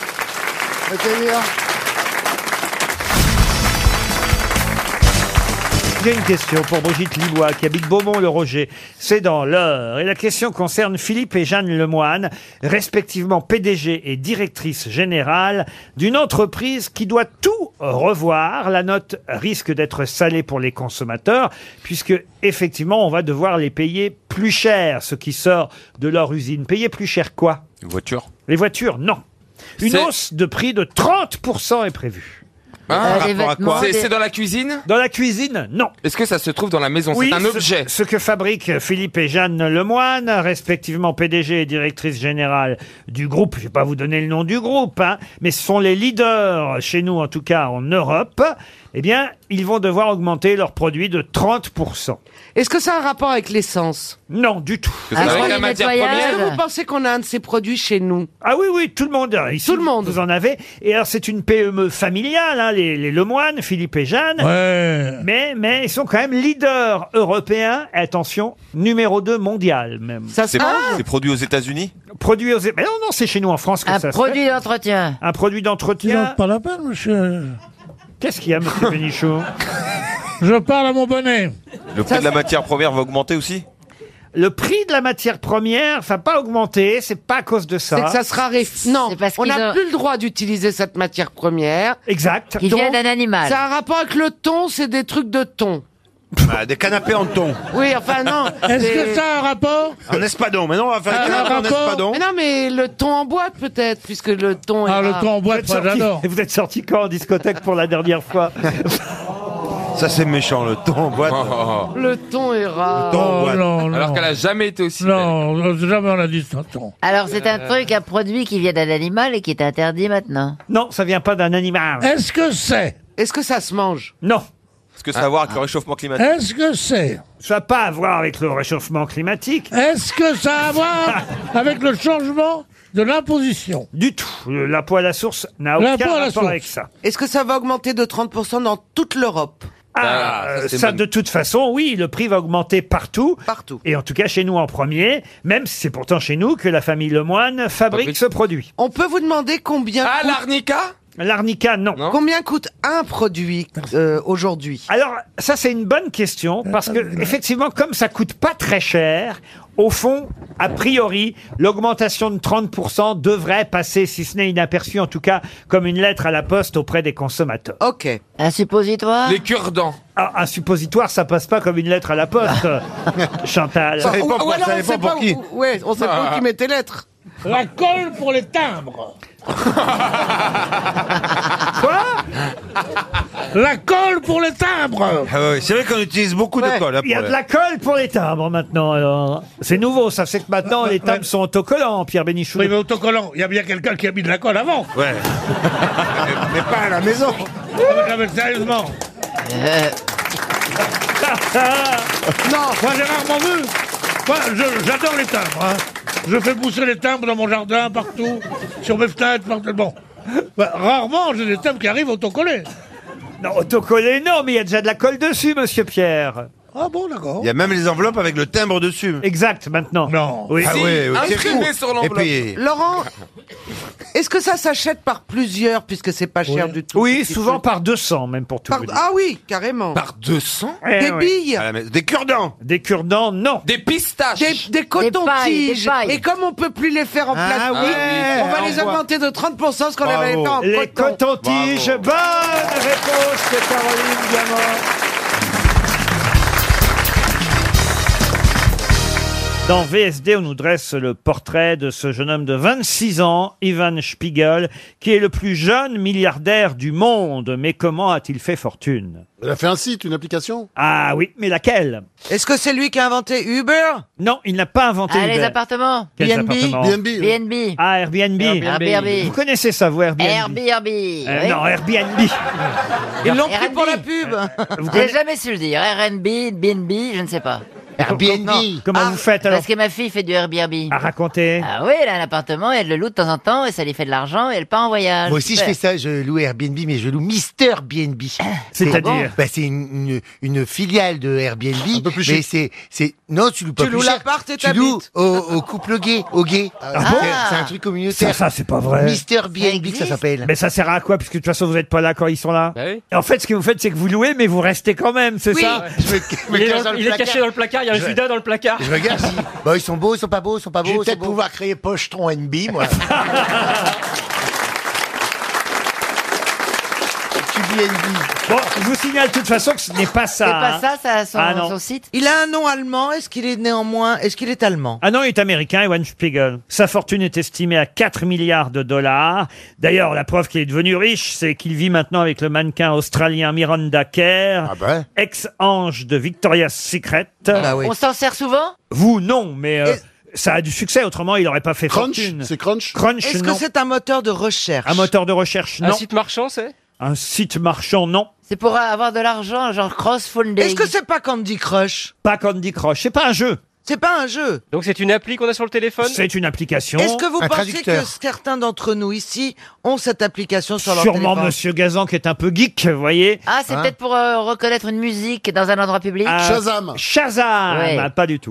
J'ai une question pour Brigitte Libois qui habite Beaumont-le-Roger. C'est dans l'Eure. Et la question concerne Philippe et Jeanne Lemoine, respectivement PDG et directrice générale d'une entreprise qui doit tout revoir. La note risque d'être salée pour les consommateurs puisque, effectivement, on va devoir les payer plus cher, ce qui sort de leur usine. Payer plus cher quoi? Les voitures. Les voitures, non. Une hausse de prix de 30% est prévue. Rapport à quoi? C'est dans la cuisine? Dans la cuisine, non. Est-ce que ça se trouve dans la maison? Oui, c'est un objet. Ce que fabriquent Philippe et Jeanne Lemoine, respectivement PDG et directrice générale du groupe. Je ne vais pas vous donner le nom du groupe, hein, mais ce sont les leaders, chez nous en tout cas en Europe. eh bien, ils vont devoir augmenter leurs produits de 30%. Est-ce que ça a un rapport avec l'essence? Non, du tout. Avec la matière Est-ce première. que vous pensez qu'on a un de ces produits chez nous? Ah oui, oui, tout le monde. Ici, Tout le monde. Vous en avez. Et alors, c'est une PME familiale, hein, les Lemoine, Philippe et Jeanne. Ouais. Mais ils sont quand même leaders européens. Et attention, numéro 2 mondial, même. Ça se mange? C'est produit aux États-Unis? Produit aux... Mais non, non, c'est chez nous en France que Un ça se produit fait. d'entretien. Un produit C'est d'entretien. pas la peine, monsieur. Qu'est-ce qu'il y a, monsieur Bénichou? Je parle à mon bonnet. Le prix de la matière première va augmenter aussi? Le prix de la matière première va pas augmenter, c'est pas à cause de ça. C'est que ça se raréfie. Non, C'est parce on qu'ils n'a ont- plus le droit d'utiliser cette matière première. Exact. Qui vient d'un animal. Ça a un rapport avec le thon, c'est des trucs de thon. Des canapés en thon. Oui, enfin non. Est-ce c'est- que ça a un rapport? En espadon. Maintenant, on va faire Ah, des canapés en rapport. espadon. Mais non, mais le thon en boîte peut-être, puisque le thon est Ah, le rare. thon en boîte, moi j'adore. Vous êtes sorti quand en discothèque pour la dernière fois? Ça, c'est méchant, le thon en boîte. Le thon est rare. thon en Oh boîte. non, non. Alors qu'elle a jamais été aussi Non, jamais on a dit ça, thon. Alors c'est un truc, un produit qui vient d'un animal et qui est interdit maintenant. Non, ça vient pas d'un animal. Est-ce que c'est? Est-ce que ça se mange? Non. Est-ce que ça a à voir avec le réchauffement climatique? Est-ce que c'est? Ça n'a pas à voir avec le réchauffement climatique. Est-ce que ça a à voir avec le changement de l'imposition? Du tout. L'impôt à la source n'a L'impôt aucun à la rapport source. avec ça. Est-ce que ça va augmenter de 30% dans toute l'Europe? Ça, de toute façon, oui, le prix va augmenter partout. Partout. Et en tout cas, chez nous en premier, même si c'est pourtant chez nous que la famille Lemoine fabrique ce produit. On peut vous demander combien Ah, coûte... l'arnica? L'arnica, non. Combien coûte un produit aujourd'hui? Alors, ça, c'est une bonne question, parce que, effectivement, comme ça coûte pas très cher, au fond, a priori, l'augmentation de 30% devrait passer, si ce n'est inaperçu, en tout cas, comme une lettre à la poste auprès des consommateurs. Ok. Un suppositoire? Les cure-dents. Ah, un suppositoire, ça passe pas comme une lettre à la poste, Chantal. Ça dépend Ou pour- alors ça on dépend sait pour pas qui. où, ouais, on sait pas où qui met tes lettres. La colle pour les timbres. Quoi? La colle pour les timbres. Ah oui, c'est vrai qu'on utilise beaucoup de colle. hein, Il y a pour de le- la colle pour les timbres maintenant. Alors. C'est nouveau, ça c'est que maintenant les timbres sont autocollants, Pierre Bénichou. Oui, mais autocollant, il y a bien quelqu'un qui a mis de la colle avant. Ouais. Mais pas à la maison. Non, mais sérieusement. Non. Moi, j'ai rarement vu. Moi, j'adore les timbres. Hein. Je fais pousser les timbres dans mon jardin, partout, sur mes fenêtres, partout. Bon. Bah, rarement, j'ai des timbres qui arrivent autocollés. Non, autocollé, non, mais il y a déjà de la colle dessus, monsieur Pierre. Ah bon, d'accord. Il y a même les enveloppes avec le timbre dessus. Exact, maintenant. Non. Oui. Ah Si, ouais, ouais, c'est imprimé fou. sur l'enveloppe. Et puis, Laurent, est-ce que ça s'achète par plusieurs, puisque c'est pas cher du tout? Oui, ce petit souvent truc par 200, même pour tout Par- vous dire. Ah oui, carrément. Par 200? Eh Des oui. billes, à la maison. Des cure-dents. Des cure-dents, non. Des pistaches. des cotons-tiges. des pailles. Et comme on peut plus les faire en Ah plastique, ouais, on va on les voit. augmenter de 30% ce qu'on avait Bravo. fait en Les coton. cotons-tiges, bonne réponse de Caroline Diamant. Dans VSD, on nous dresse le portrait de ce jeune homme de 26 ans, Ivan Spiegel, qui est le plus jeune milliardaire du monde. Mais comment a-t-il fait fortune? Il a fait un site, une application? Ah oui, mais laquelle? Est-ce que c'est lui qui a inventé Uber? Non, il n'a pas inventé Ah, les Uber. appartements. Quels BNB? appartements? BNB. BNB. Ah, Airbnb. Airbnb. Vous connaissez ça, vous, Airbnb? Airbnb. oui. Non, Airbnb. Ils l'ont pris RNB. pour la pub. Vous J'ai connaissez- jamais su le dire. RNB, BNB, je ne sais pas. Airbnb. Comment vous faites alors? Parce que ma fille fait du Airbnb. À raconter. Ah oui, elle a un appartement, et elle le loue de temps en temps, et ça lui fait de l'argent, et elle part en voyage. Moi aussi, je Super. fais ça. Je loue Airbnb, mais je loue Mister BNB. C'est-à-dire? Bah, c'est une filiale de Airbnb. Un peu plus mais chic. non, tu loues pas Tu plus loues cher. l'appart et Tu loues t'habites. au couple gay, au gay. C'est un truc communautaire. Ça, c'est pas vrai. Mister BNB, que ça s'appelle. Mais ça sert à quoi? Puisque de toute façon, vous n'êtes pas là quand ils sont là. Bah oui. Et en fait, ce que vous faites, c'est que vous louez, mais vous restez quand même, c'est Oui. ça? Il est caché dans le placard, il y a un Judas dans le placard. Je regarde si. Bah, ils sont beaux, ils sont pas beaux, ils sont pas beaux. Je vais ils sont peut-être beaux. pouvoir créer Pochetron NB, moi. Bon, je vous signale de toute façon que ce n'est pas ça. C'est pas hein. ça, ça a son, Ah, non. son site. Il a un nom allemand. Est-ce qu'il est néanmoins... Est-ce qu'il est allemand? Ah non, il est américain, Ivan Spiegel. Sa fortune est estimée à 4 milliards de dollars. D'ailleurs, la preuve qu'il est devenu riche, c'est qu'il vit maintenant avec le mannequin australien Miranda Kerr, ex-ange de Victoria's Secret. On s'en sert souvent? Vous, non, mais ça a du succès, autrement il n'aurait pas fait fortune. C'est Crunch? Crunch, Est-ce que non. c'est un moteur de recherche? Un moteur de recherche, non. Un site marchand, c'est? Un site marchand, non. C'est pour avoir de l'argent, genre cross-funding. Est-ce que c'est pas Candy Crush? Pas Candy Crush, c'est pas un jeu. C'est pas un jeu. Donc c'est une appli qu'on a sur le téléphone? C'est une application. Est-ce que vous pensez que certains d'entre nous ici ont cette application sur leur téléphone? Sûrement Monsieur Gazan qui est un peu geek, vous voyez. Ah, c'est peut-être pour reconnaître une musique dans un endroit public. Shazam. Shazam, Ouais. pas du tout.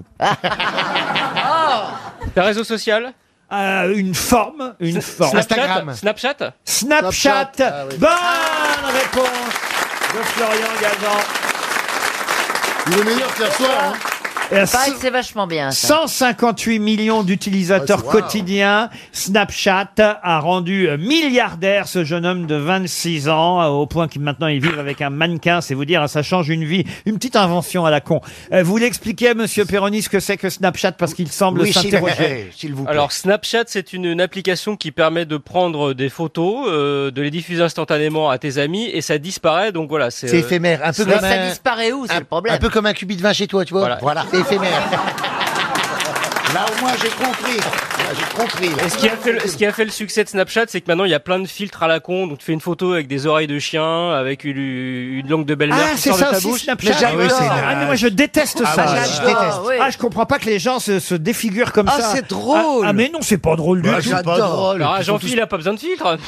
Un réseau social? Une forme. Snapchat? Snapchat. Bonne réponse de Florian Gazan. Il est meilleur qu'hier soir. Hein. Et à Pareil que c'est vachement bien. Ça. 158 millions d'utilisateurs quotidiens. Snapchat a rendu milliardaire ce jeune homme de 26 ans, au point qu'il maintenant il vit avec un mannequin. C'est vous dire, ça change une vie. Une petite invention à la con. Vous voulez expliquer à Monsieur Perroni ce que c'est que Snapchat parce qu'il semble s'interroger. S'il vous plaît. Alors Snapchat, c'est une application qui permet de prendre des photos, de les diffuser instantanément à tes amis et ça disparaît. Donc voilà, C'est éphémère. Un peu Mais comme ça disparaît où, c'est le problème. Un peu comme un cubi de vin chez toi, tu vois. Voilà. C'est éphémère. Là, au moins, j'ai compris. Là, j'ai compris. Là. Et ce qui a fait le succès de Snapchat, c'est que maintenant il y a plein de filtres à la con. Donc tu fais une photo avec des oreilles de chien, avec une langue de belle-mère qui sort de ta bouche. Snapchat. Mais moi je déteste ça. Je comprends pas que les gens se défigurent comme ça. Ah, c'est drôle. Mais non, c'est pas drôle du tout. J'adore. Alors Jean-Philippe, il a pas besoin de filtre.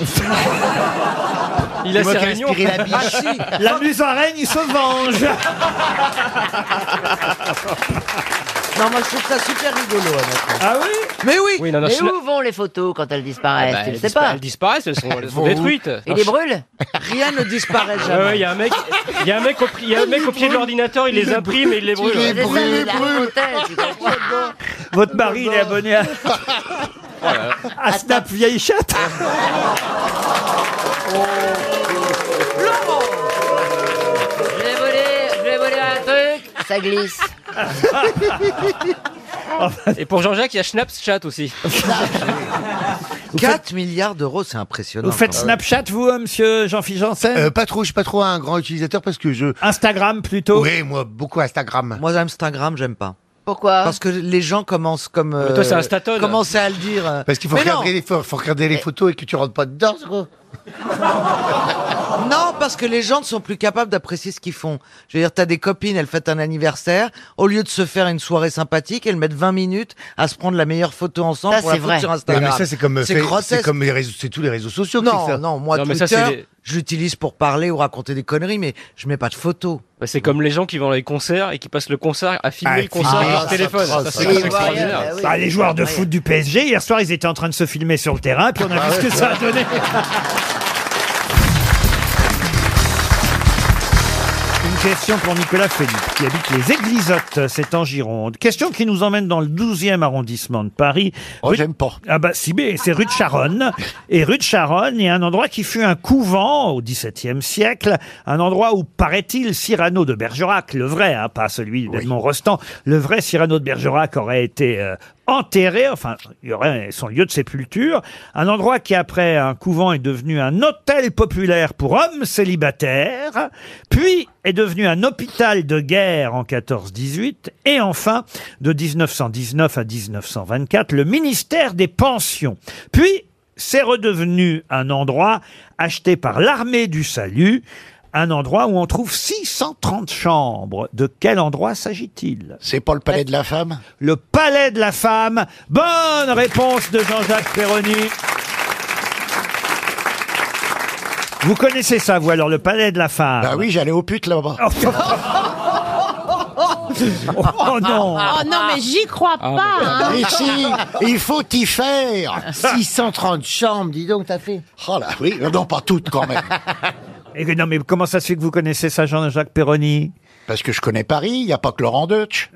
Il a ses réunions. La musaraigne, il se venge. Non, moi je trouve ça super rigolo, honnêtement. Ah oui? Mais oui. Non, Mais où vont les photos quand elles disparaissent? Tu le sais pas. Elles disparaissent, elles sont détruites. Ils les brûlent? Rien ne disparaît jamais. Il y a un mec au pied de l'ordinateur, il les imprime et il les brûle. Votre mari, il est abonné à Snap vieille chatte. Je vais voler un truc, ça glisse. Et pour Jean-Jacques, il y a Snapchat aussi. 4 milliards d'euros, c'est impressionnant. Vous faites Snapchat, vous, monsieur Jean-Philippe Janssen? Pas trop, je suis pas trop un grand utilisateur parce que je... Instagram plutôt? Oui, moi, beaucoup Instagram. Moi, Instagram, j'aime pas. Pourquoi? Parce que les gens commencent comme... toi, c'est un statone. Commencer à le dire. Parce qu'il faut regarder les photos et que tu rentres pas dedans, c'est quoi? Non, parce que les gens ne sont plus capables d'apprécier ce qu'ils font. Je veux dire, t'as des copines, elles fêtent un anniversaire, au lieu de se faire une soirée sympathique, elles mettent 20 minutes à se prendre la meilleure photo ensemble Ça, pour la c'est foutre vrai. sur Instagram. Mais ça, c'est comme grotesque. les réseaux, c'est tous les réseaux sociaux. Non, moi, mais ça, Twitter, je l'utilise pour parler ou raconter des conneries, mais je mets pas de photos. Bah, c'est comme les gens qui vont dans les concerts et qui passent le concert à filmer le concert avec leur téléphone. Ça, c'est extraordinaire. Les joueurs de foot du PSG, hier soir, ils étaient en train de se filmer sur le terrain, puis on a vu ce que ça a donné. Une question pour Nicolas Philippe, qui habite les Églisottes, c'est en Gironde. Question qui nous emmène dans le 12e arrondissement de Paris. J'aime pas. Ah bah si, mais c'est rue de Charonne. Et rue de Charonne, il y a un endroit qui fut un couvent au XVIIe siècle, un endroit où, paraît-il, Cyrano de Bergerac, le vrai, pas celui d'Edmond Rostand, le vrai Cyrano de Bergerac aurait été enterré, enfin, il y aurait son lieu de sépulture, un endroit qui, après un couvent, est devenu un hôtel populaire pour hommes célibataires, puis est devenu un hôpital de guerre en 14-18, et enfin, de 1919 à 1924, le ministère des Pensions. Puis, c'est redevenu un endroit acheté par l'armée du salut, un endroit où on trouve 630 chambres. De quel endroit s'agit-il? C'est pas le palais de la femme? Le palais de la femme. Bonne réponse de Jean-Jacques Perroni. Vous connaissez ça, vous, alors, le palais de la femme? Bah oui, j'allais aux putes là-bas. Oh non! Oh non, mais j'y crois pas. Hein. Mais si, il faut y faire. 630 chambres, dis donc, t'as fait. Oh là, oui, non, pas toutes quand même. Et non, mais comment ça se fait que vous connaissez ça, Jean-Jacques Perroni? Parce que je connais Paris, il n'y a pas que Laurent Deutsch.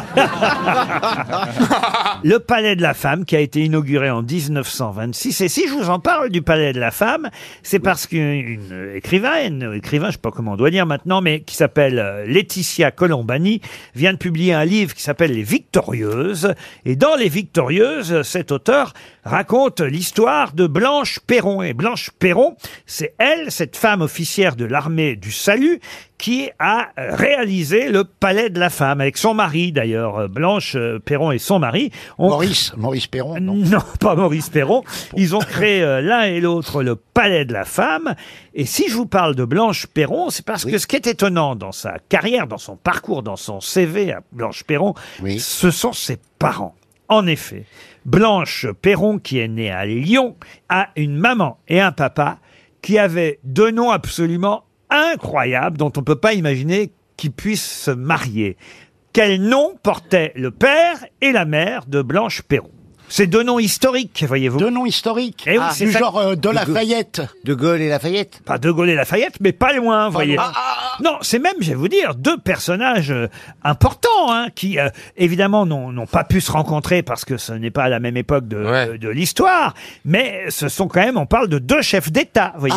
Le Palais de la Femme, qui a été inauguré en 1926. Et si je vous en parle du Palais de la Femme, c'est parce qu'une écrivain, je sais pas comment on doit dire maintenant, mais qui s'appelle Laetitia Colombani, vient de publier un livre qui s'appelle Les Victorieuses. Et dans Les Victorieuses, cet auteur raconte l'histoire de Blanche Perron. Et Blanche Perron, c'est elle, cette femme officière de l'armée du salut, qui a réalisé le Palais de la Femme, avec son mari d'ailleurs, Blanche Perron et son mari. Maurice Perron, non. Non, pas Maurice Perron. Ils ont créé l'un et l'autre le Palais de la Femme. Et si je vous parle de Blanche Perron, c'est parce que ce qui est étonnant dans sa carrière, dans son parcours, dans son CV à Blanche Perron, ce sont ses parents. En effet, Blanche Perron, qui est née à Lyon, a une maman et un papa qui avaient deux noms absolument incroyables dont on ne peut pas imaginer qu'ils puissent se marier. Quel nom portaient le père et la mère de Blanche Perron? C'est deux noms historiques, voyez-vous. Deux noms historiques. Eh oui, c'est du ça. genre de Lafayette. De Gaulle et Lafayette. Pas de Gaulle et Lafayette, mais pas loin, vous voyez. Non, c'est même, je vais vous dire, deux personnages importants, hein, qui évidemment n'ont pas pu se rencontrer parce que ce n'est pas à la même époque de l'histoire, mais ce sont quand même, on parle de deux chefs d'État, voyez.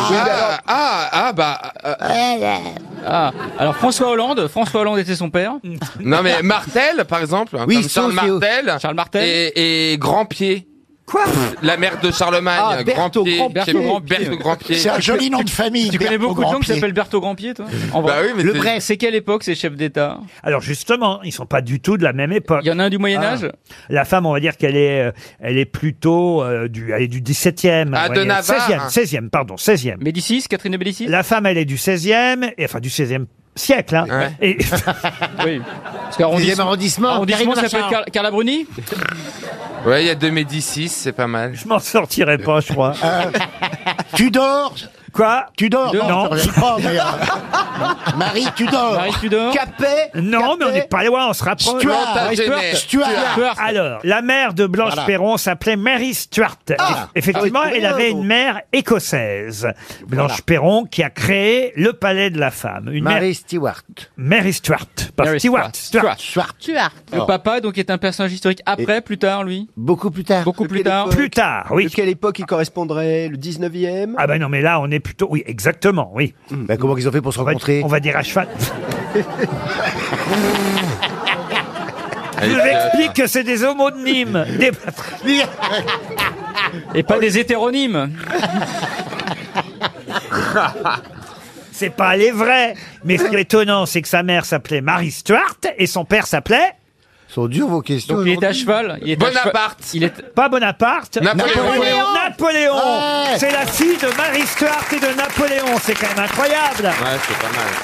Alors François Hollande était son père. Non mais Martel, par exemple. Oui, comme Charles Martel. Et Grand-Pied. Quoi? La mère de Charlemagne, Grand-Pied. Berthe Grand-Pied. C'est un joli nom de famille. Tu connais beaucoup de gens qui s'appellent Berthe Grand-Pied, toi? Bah oui, mais le vrai, c'est quelle époque ces chefs d'État? Alors justement, ils sont pas du tout de la même époque. Il y en a un du Moyen-Âge? La femme, on va dire qu'elle est plutôt elle est du 17e. Ah, de Navarre. 16e. Médicis, Catherine de Médicis? La femme, elle est du 16e, enfin du 16e siècle, hein. Ouais. Et oui. Parce qu'arrondissement. Arrondissement s'appelle Carla Bruni? Ouais, il y a deux Médicis, c'est pas mal. Je m'en sortirai pas, je crois. Tudor. Quoi? Tudor? Non. Je pas, mais, Marie Tudor. Marie Tudor. Capet. Non, mais on n'est pas loin, on se rapproche. Stuart. Alors, la mère de Blanche Perron s'appelait Mary Stuart. Effectivement, elle avait une mère écossaise. Blanche Perron, qui a créé le Palais de la Femme. Mary Stuart. Mary Stuart. Pas Mary Stewart. Stuart. Le papa, donc, est un personnage historique après, plus tard, lui? Beaucoup plus tard. Beaucoup plus tard. Plus tard, oui. De quelle époque il correspondrait? Le 19e? Ah ben non, mais là, on est plutôt... Oui, exactement, oui. Ben, comment ils ont fait pour se rencontrer? On va dire à cheval. Je vous explique que c'est des homonymes. Et pas des hétéronymes. C'est pas les vrais. Mais ce qui est étonnant, c'est que sa mère s'appelait Mary Stuart et son père s'appelait... Sont dures vos questions. Donc il était à cheval. Bonaparte. Pas Bonaparte. Napoléon. Ouais. C'est la fille de Mary Stuart et de Napoléon. C'est quand même incroyable. Ouais, c'est pas mal.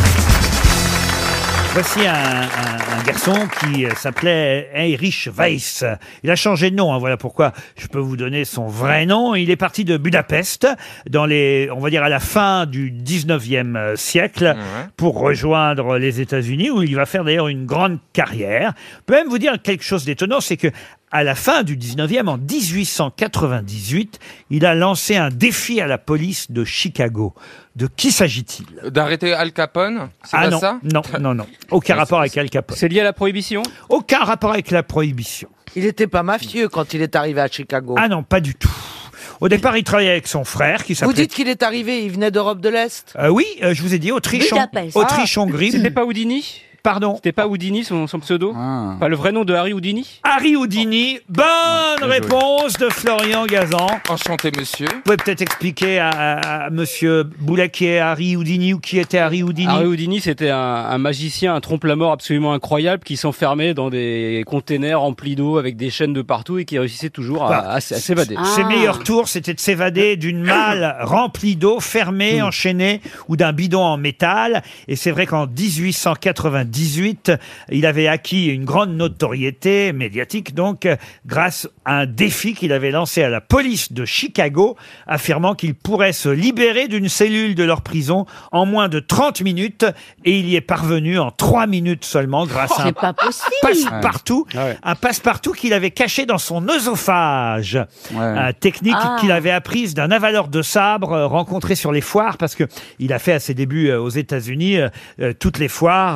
Voici un garçon qui s'appelait Heinrich Weiss. Il a changé de nom, hein, voilà pourquoi je peux vous donner son vrai nom. Il est parti de Budapest on va dire à la fin du 19e siècle pour rejoindre les États-Unis où il va faire d'ailleurs une grande carrière. Je peux même vous dire quelque chose d'étonnant, c'est que à la fin du 19e, en 1898, il a lancé un défi à la police de Chicago. De qui s'agit-il? D'arrêter Al Capone? C'est pas non, ça? Non. Aucun rapport avec Al Capone. C'est lié à la prohibition? Aucun rapport avec la prohibition. Il n'était pas mafieux quand il est arrivé à Chicago. Ah non, pas du tout. Au départ, il travaillait avec son frère qui s'appelait... Vous dites qu'il est arrivé, il venait d'Europe de l'Est? Oui, je vous ai dit Autriche-Hongrie. C'était pas Houdini? Pardon? C'était pas Houdini son pseudo? Pas le vrai nom de Harry Houdini? Harry Houdini. Bonne réponse de Florian Gazan. Enchanté, monsieur. Vous pouvez peut-être expliquer à monsieur Boulet qui est Harry Houdini ou qui était Harry Houdini? Harry Houdini, c'était un magicien, un trompe-la-mort absolument incroyable qui s'enfermait dans des containers remplis d'eau avec des chaînes de partout et qui réussissait toujours à s'évader. Ses meilleurs tours, c'était de s'évader d'une malle remplie d'eau, fermée, enchaînée, ou d'un bidon en métal. Et c'est vrai qu'en 1898, il avait acquis une grande notoriété médiatique, donc, grâce à un défi qu'il avait lancé à la police de Chicago, affirmant qu'il pourrait se libérer d'une cellule de leur prison en moins de 30 minutes. Et il y est parvenu en 3 minutes seulement, grâce à un passe-partout. Un passe-partout qu'il avait caché dans son œsophage. Technique qu'il avait apprise d'un avaleur de sabre rencontré sur les foires, parce que il a fait à ses débuts aux États-Unis toutes les foires avec son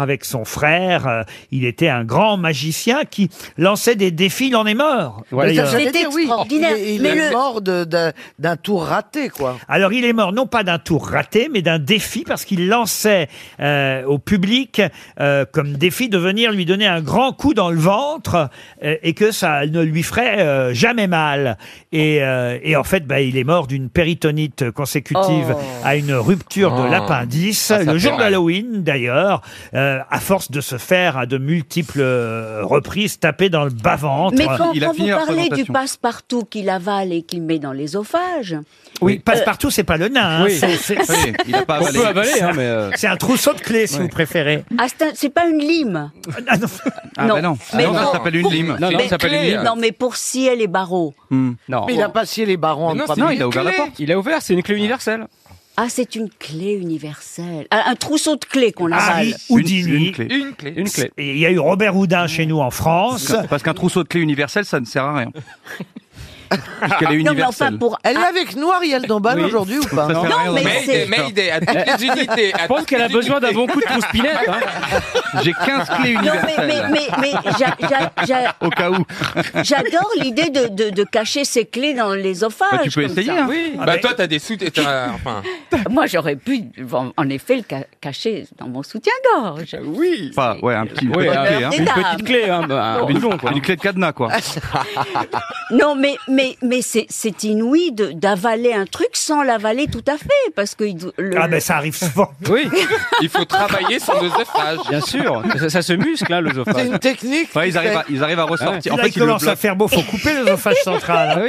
frère. Il était un grand magicien qui lançait des défis. Il en est mort. d'ailleurs. C'était extraordinaire. Il est mort d'un tour raté, quoi. Alors, il est mort non pas d'un tour raté, mais d'un défi, parce qu'il lançait au public comme défi de venir lui donner un grand coup dans le ventre et que ça ne lui ferait jamais mal. Et en fait, il est mort d'une péritonite consécutive à une rupture de l'appendice, le jour d'Halloween d'ailleurs, à force de se faire à de multiples reprises taper dans le bas-ventre. Mais quand vous parlez du passe-partout qu'il avale et qu'il met dans l'ésophage... Oui, passe-partout, c'est pas le nain. Oui. Oui, il a pas avalé. On peut avaler, hein, mais... C'est un trousseau de clés, si vous préférez. Ah, c'est pas une lime. Ah non. Ah, non. Mais non, ça s'appelle une lime. Non, ça s'appelle une lime. Non, mais pour scier les barreaux. Non. Mais il a pas scié les barreaux en 3 minutes. Il a ouvert la porte. Il a ouvert, c'est une clé universelle. Ah, c'est une clé universelle. Un trousseau de clés qu'on avale. Harry Houdini. Une clé. Et il y a eu Robert Houdin chez nous en France. Parce qu'un trousseau de clés universelle, ça ne sert à rien. Puisqu'elle est Non, mais universelle. enfin, pour... Elle est avec nous, Ariel Dombal, Oui. aujourd'hui, ou pas? Ça sert à rien. Mayday, à toutes les unités. Je pense qu'elle a besoin d'un bon coup de trousse-pinette. J'ai 15 clés Non, universelles. mais Au cas où. j'adore l'idée de cacher ses clés dans l'ésophage. Bah, tu peux comme essayer, ça. hein. Oui. Bah, toi, t'as des sous, enfin. Moi, j'aurais pu, en effet, le cacher dans mon soutien-gorge. Oui. Enfin, ouais, un petit, Oui, petite clé, hein. une petite clé, hein, un bidon, quoi. Une clé de cadenas, quoi. Non, mais c'est inouï d'avaler un truc sans l'avaler tout à fait, parce que Ah ben ça arrive souvent. Oui. Il faut travailler son œsophage. Bien sûr. Ça se muscle, hein, l'œsophage. C'est une technique. Enfin, ils arrivent à ressortir. En fait, il commence à faire beau, faut couper l'œsophage central.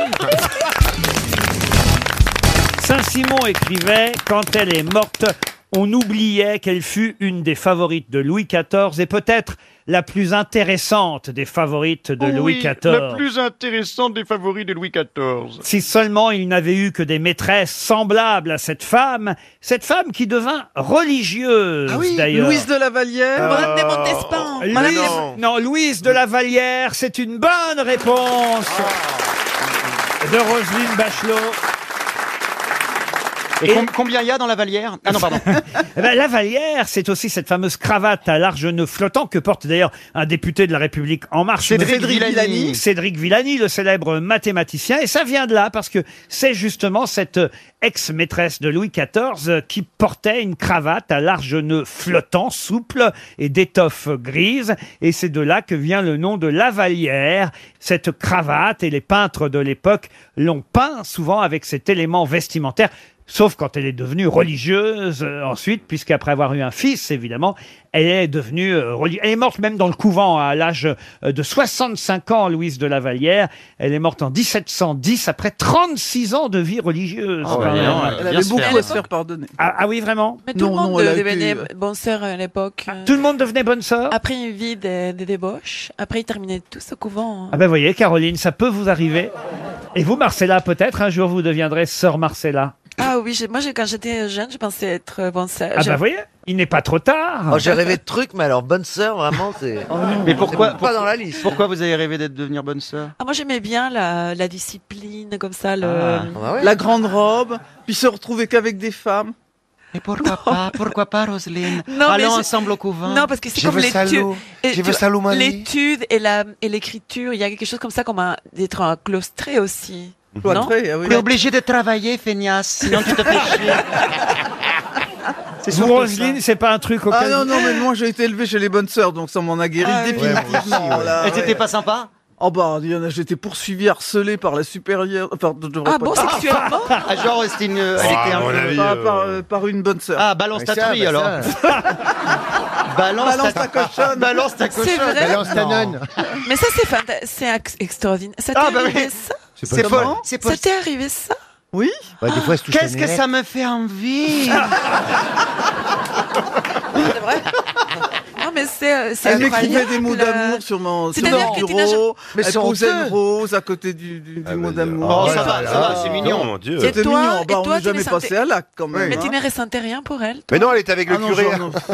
Saint-Simon écrivait « Quand elle est morte, on oubliait qu'elle fut une des favorites de Louis XIV et peut-être la plus intéressante des favorites de Louis XIV. La plus intéressante des favoris de Louis XIV. Si seulement il n'avait eu que des maîtresses semblables à cette femme qui devint religieuse d'ailleurs. Louise de la Vallière, Madame de Montespan. Louise de la Vallière, c'est une bonne réponse de Roselyne Bachelot. Et combien il y a dans la Vallière? Ah non, pardon. La Vallière, c'est aussi cette fameuse cravate à large nœud flottant que porte d'ailleurs un député de la République En Marche. Cédric Villani. Cédric Villani, le célèbre mathématicien. Et ça vient de là parce que c'est justement cette ex-maîtresse de Louis XIV qui portait une cravate à large nœud flottant, souple et d'étoffe grise. Et c'est de là que vient le nom de la Vallière. Cette cravate, et les peintres de l'époque l'ont peint souvent avec cet élément vestimentaire. Sauf quand elle est devenue religieuse ensuite, puisqu'après avoir eu un fils, évidemment, elle est devenue religieuse. Elle est morte même dans le couvent à l'âge de 65 ans, Louise de la Vallière. Elle est morte en 1710, après 36 ans de vie religieuse. Elle avait beaucoup à se faire pardonner. Ah oui, vraiment? Mais tout le monde devenait bonne sœur à l'époque. Tout le monde devenait bonne sœur? Après une vie de débauche, après ils terminaient tous au couvent. Ah ben voyez, Caroline, ça peut vous arriver. Et vous, Marcella, peut-être un jour vous deviendrez sœur Marcella. Ah oui, quand j'étais jeune, je pensais être bonne sœur. Ah bah voyez, il n'est pas trop tard. Oh, j'ai rêvé de trucs, mais alors bonne sœur, vraiment, c'est. Mais pourquoi pas dans la liste. Pourquoi vous avez rêvé d'être devenir bonne sœur? Ah, moi j'aimais bien la discipline, comme ça, la grande robe, puis se retrouver qu'avec des femmes. Et pourquoi pas, Roselyne? Non, allons ensemble au couvent. Non, parce que c'est comme l'étude et l'écriture. Il y a quelque chose comme ça, comme d'être cloîtré aussi. Cloîtré, oui. T'es obligé de travailler, feignasse, sinon tu te fais chier. Vous, Roselyne, c'est pas un truc auquel... Ah non, mais moi j'ai été élevé chez les bonnes sœurs, donc ça m'en a guéri définitivement. Et t'étais pas sympa? Oh bah, j'étais poursuivi, harcelé par la supérieure. Enfin, sexuellement? Genre, c'était elle était un peu... par une bonne sœur. Ah, balance ta truie, alors. Balance ta cochonne. Balance ta cochonne. C'est vrai? Balance ta nonne. Mais ça, c'est extraordinaire. Ça t'est arrivé ça? C'est pas... Ça t'est arrivé ça? Oui. Des fois, qu'est-ce que ça me fait envie? C'est vrai? Non, mais c'est Elle m'écrivait des mots d'amour sur mon bureau. Mais elle posait une rose à côté du mot d'amour. Oh, ça va, c'est mignon. Mon Dieu. C'était mignon. On n'est jamais passé à l'acte, quand même. Mais tu ne ressentais rien pour elle? Mais non, elle était avec le curé.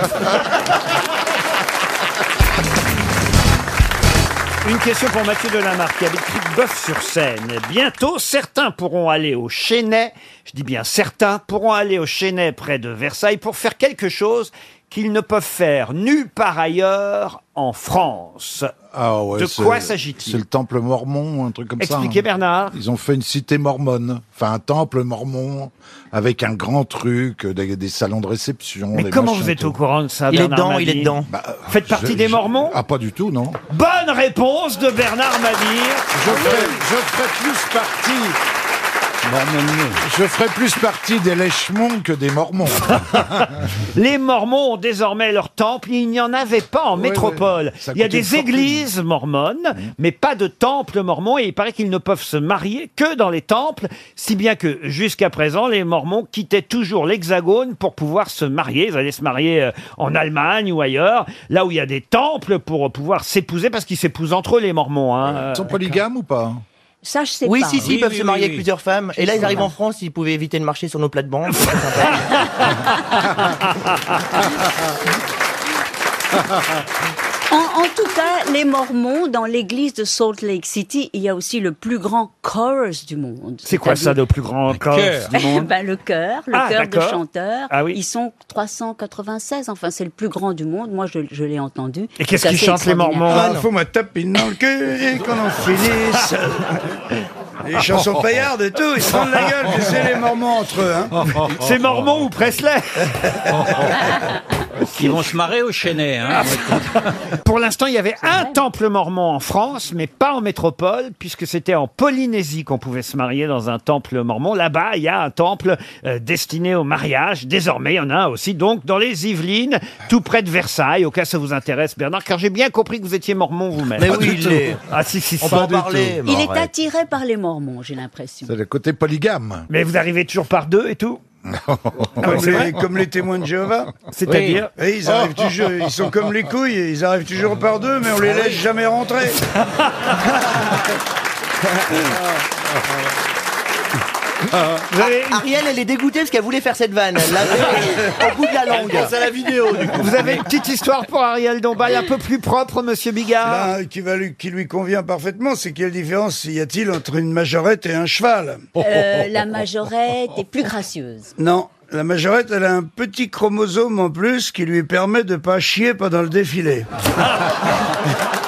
Une question pour Mathieu Delamarre qui habite Boeuf-sur-Seine. Bientôt, certains pourront aller au Chesnay, je dis bien certains, pourront aller au Chesnay près de Versailles pour faire quelque chose qu'ils ne peuvent faire nulle part ailleurs en France. Ah ouais, De c'est- quoi s'agit-il? C'est le temple mormon, un truc comme ça. Expliquez, Bernard. Ils ont fait une cité mormone, enfin un temple mormon, avec un grand truc, des salons de réception. Mais des comment machins, vous êtes tout. au courant de ça, Il est Bernard dedans, Mabille il est dedans. Faites partie des Mormons? Ah, pas du tout, non. Bonne réponse de Bernard Mabille. Je ferais plus partie... Je ferais plus partie des Lèchemons que des Mormons. Les Mormons ont désormais leur temple. Il n'y en avait pas en métropole. Ça Il y a coûtait des une fortune. églises mormones, mais pas de temple mormon. Et il paraît qu'ils ne peuvent se marier que dans les temples, si bien que jusqu'à présent, les Mormons quittaient toujours l'Hexagone pour pouvoir se marier. Ils allaient se marier en Allemagne ou ailleurs, là où il y a des temples pour pouvoir s'épouser, parce qu'ils s'épousent entre eux, les Mormons. Hein. Ils sont polygames ou pas? Ça, je sais Oui, pas. si, ils peuvent se marier avec plusieurs femmes. Et là, ils arrivent en France, ils pouvaient éviter de marcher sur nos plates-bandes. C'est sympa. En tout cas, les Mormons, dans l'église de Salt Lake City, il y a aussi le plus grand chorus du monde. C'est quoi ça, le plus grand chorus du monde? Ben, le chœur de d'accord. chanteurs. Ah oui. Ils sont 396. Enfin, c'est le plus grand du monde. Moi, je l'ai entendu. Et qu'est-ce C'est qu'ils assez chantent, les extraordinaire. Mormons? Il faut me taper dans le cul et qu'on en finisse. Les chansons paillardes et tout, ils se rendent la gueule que c'est les Mormons entre eux. Hein. C'est Mormon ou Presley? Ils vont se marrer au Chênay. Hein. Pour l'instant, il y avait un temple mormon en France, mais pas en métropole, puisque c'était en Polynésie qu'on pouvait se marier dans un temple mormon. Là-bas, il y a un temple destiné au mariage. Désormais, il y en a un aussi, donc, dans les Yvelines, tout près de Versailles, au cas où ça vous intéresse, Bernard, car j'ai bien compris que vous étiez mormon vous-même. Mais oui, il est. Ah si, si, On si. peut en parler. Il est attiré par les Mormons, j'ai l'impression. C'est le côté polygame. Mais vous arrivez toujours par deux et tout? Comme les témoins de Jéhovah. C'est-à-dire? Oui. Et ils arrivent toujours, ils sont comme les couilles, ils arrivent toujours par deux, mais on les laisse jamais rentrer. Ariel, elle est dégoûtée parce qu'elle voulait faire cette vanne. Elle l'avait au bout de la langue. Elle pense à la vidéo, du coup. Vous avez une petite histoire pour Ariel Dombal, un peu plus propre, monsieur Bigard? Qui lui convient parfaitement, c'est quelle différence y a-t-il entre une majorette et un cheval? La majorette est plus gracieuse. Non, la majorette, elle a un petit chromosome en plus qui lui permet de pas chier pendant le défilé.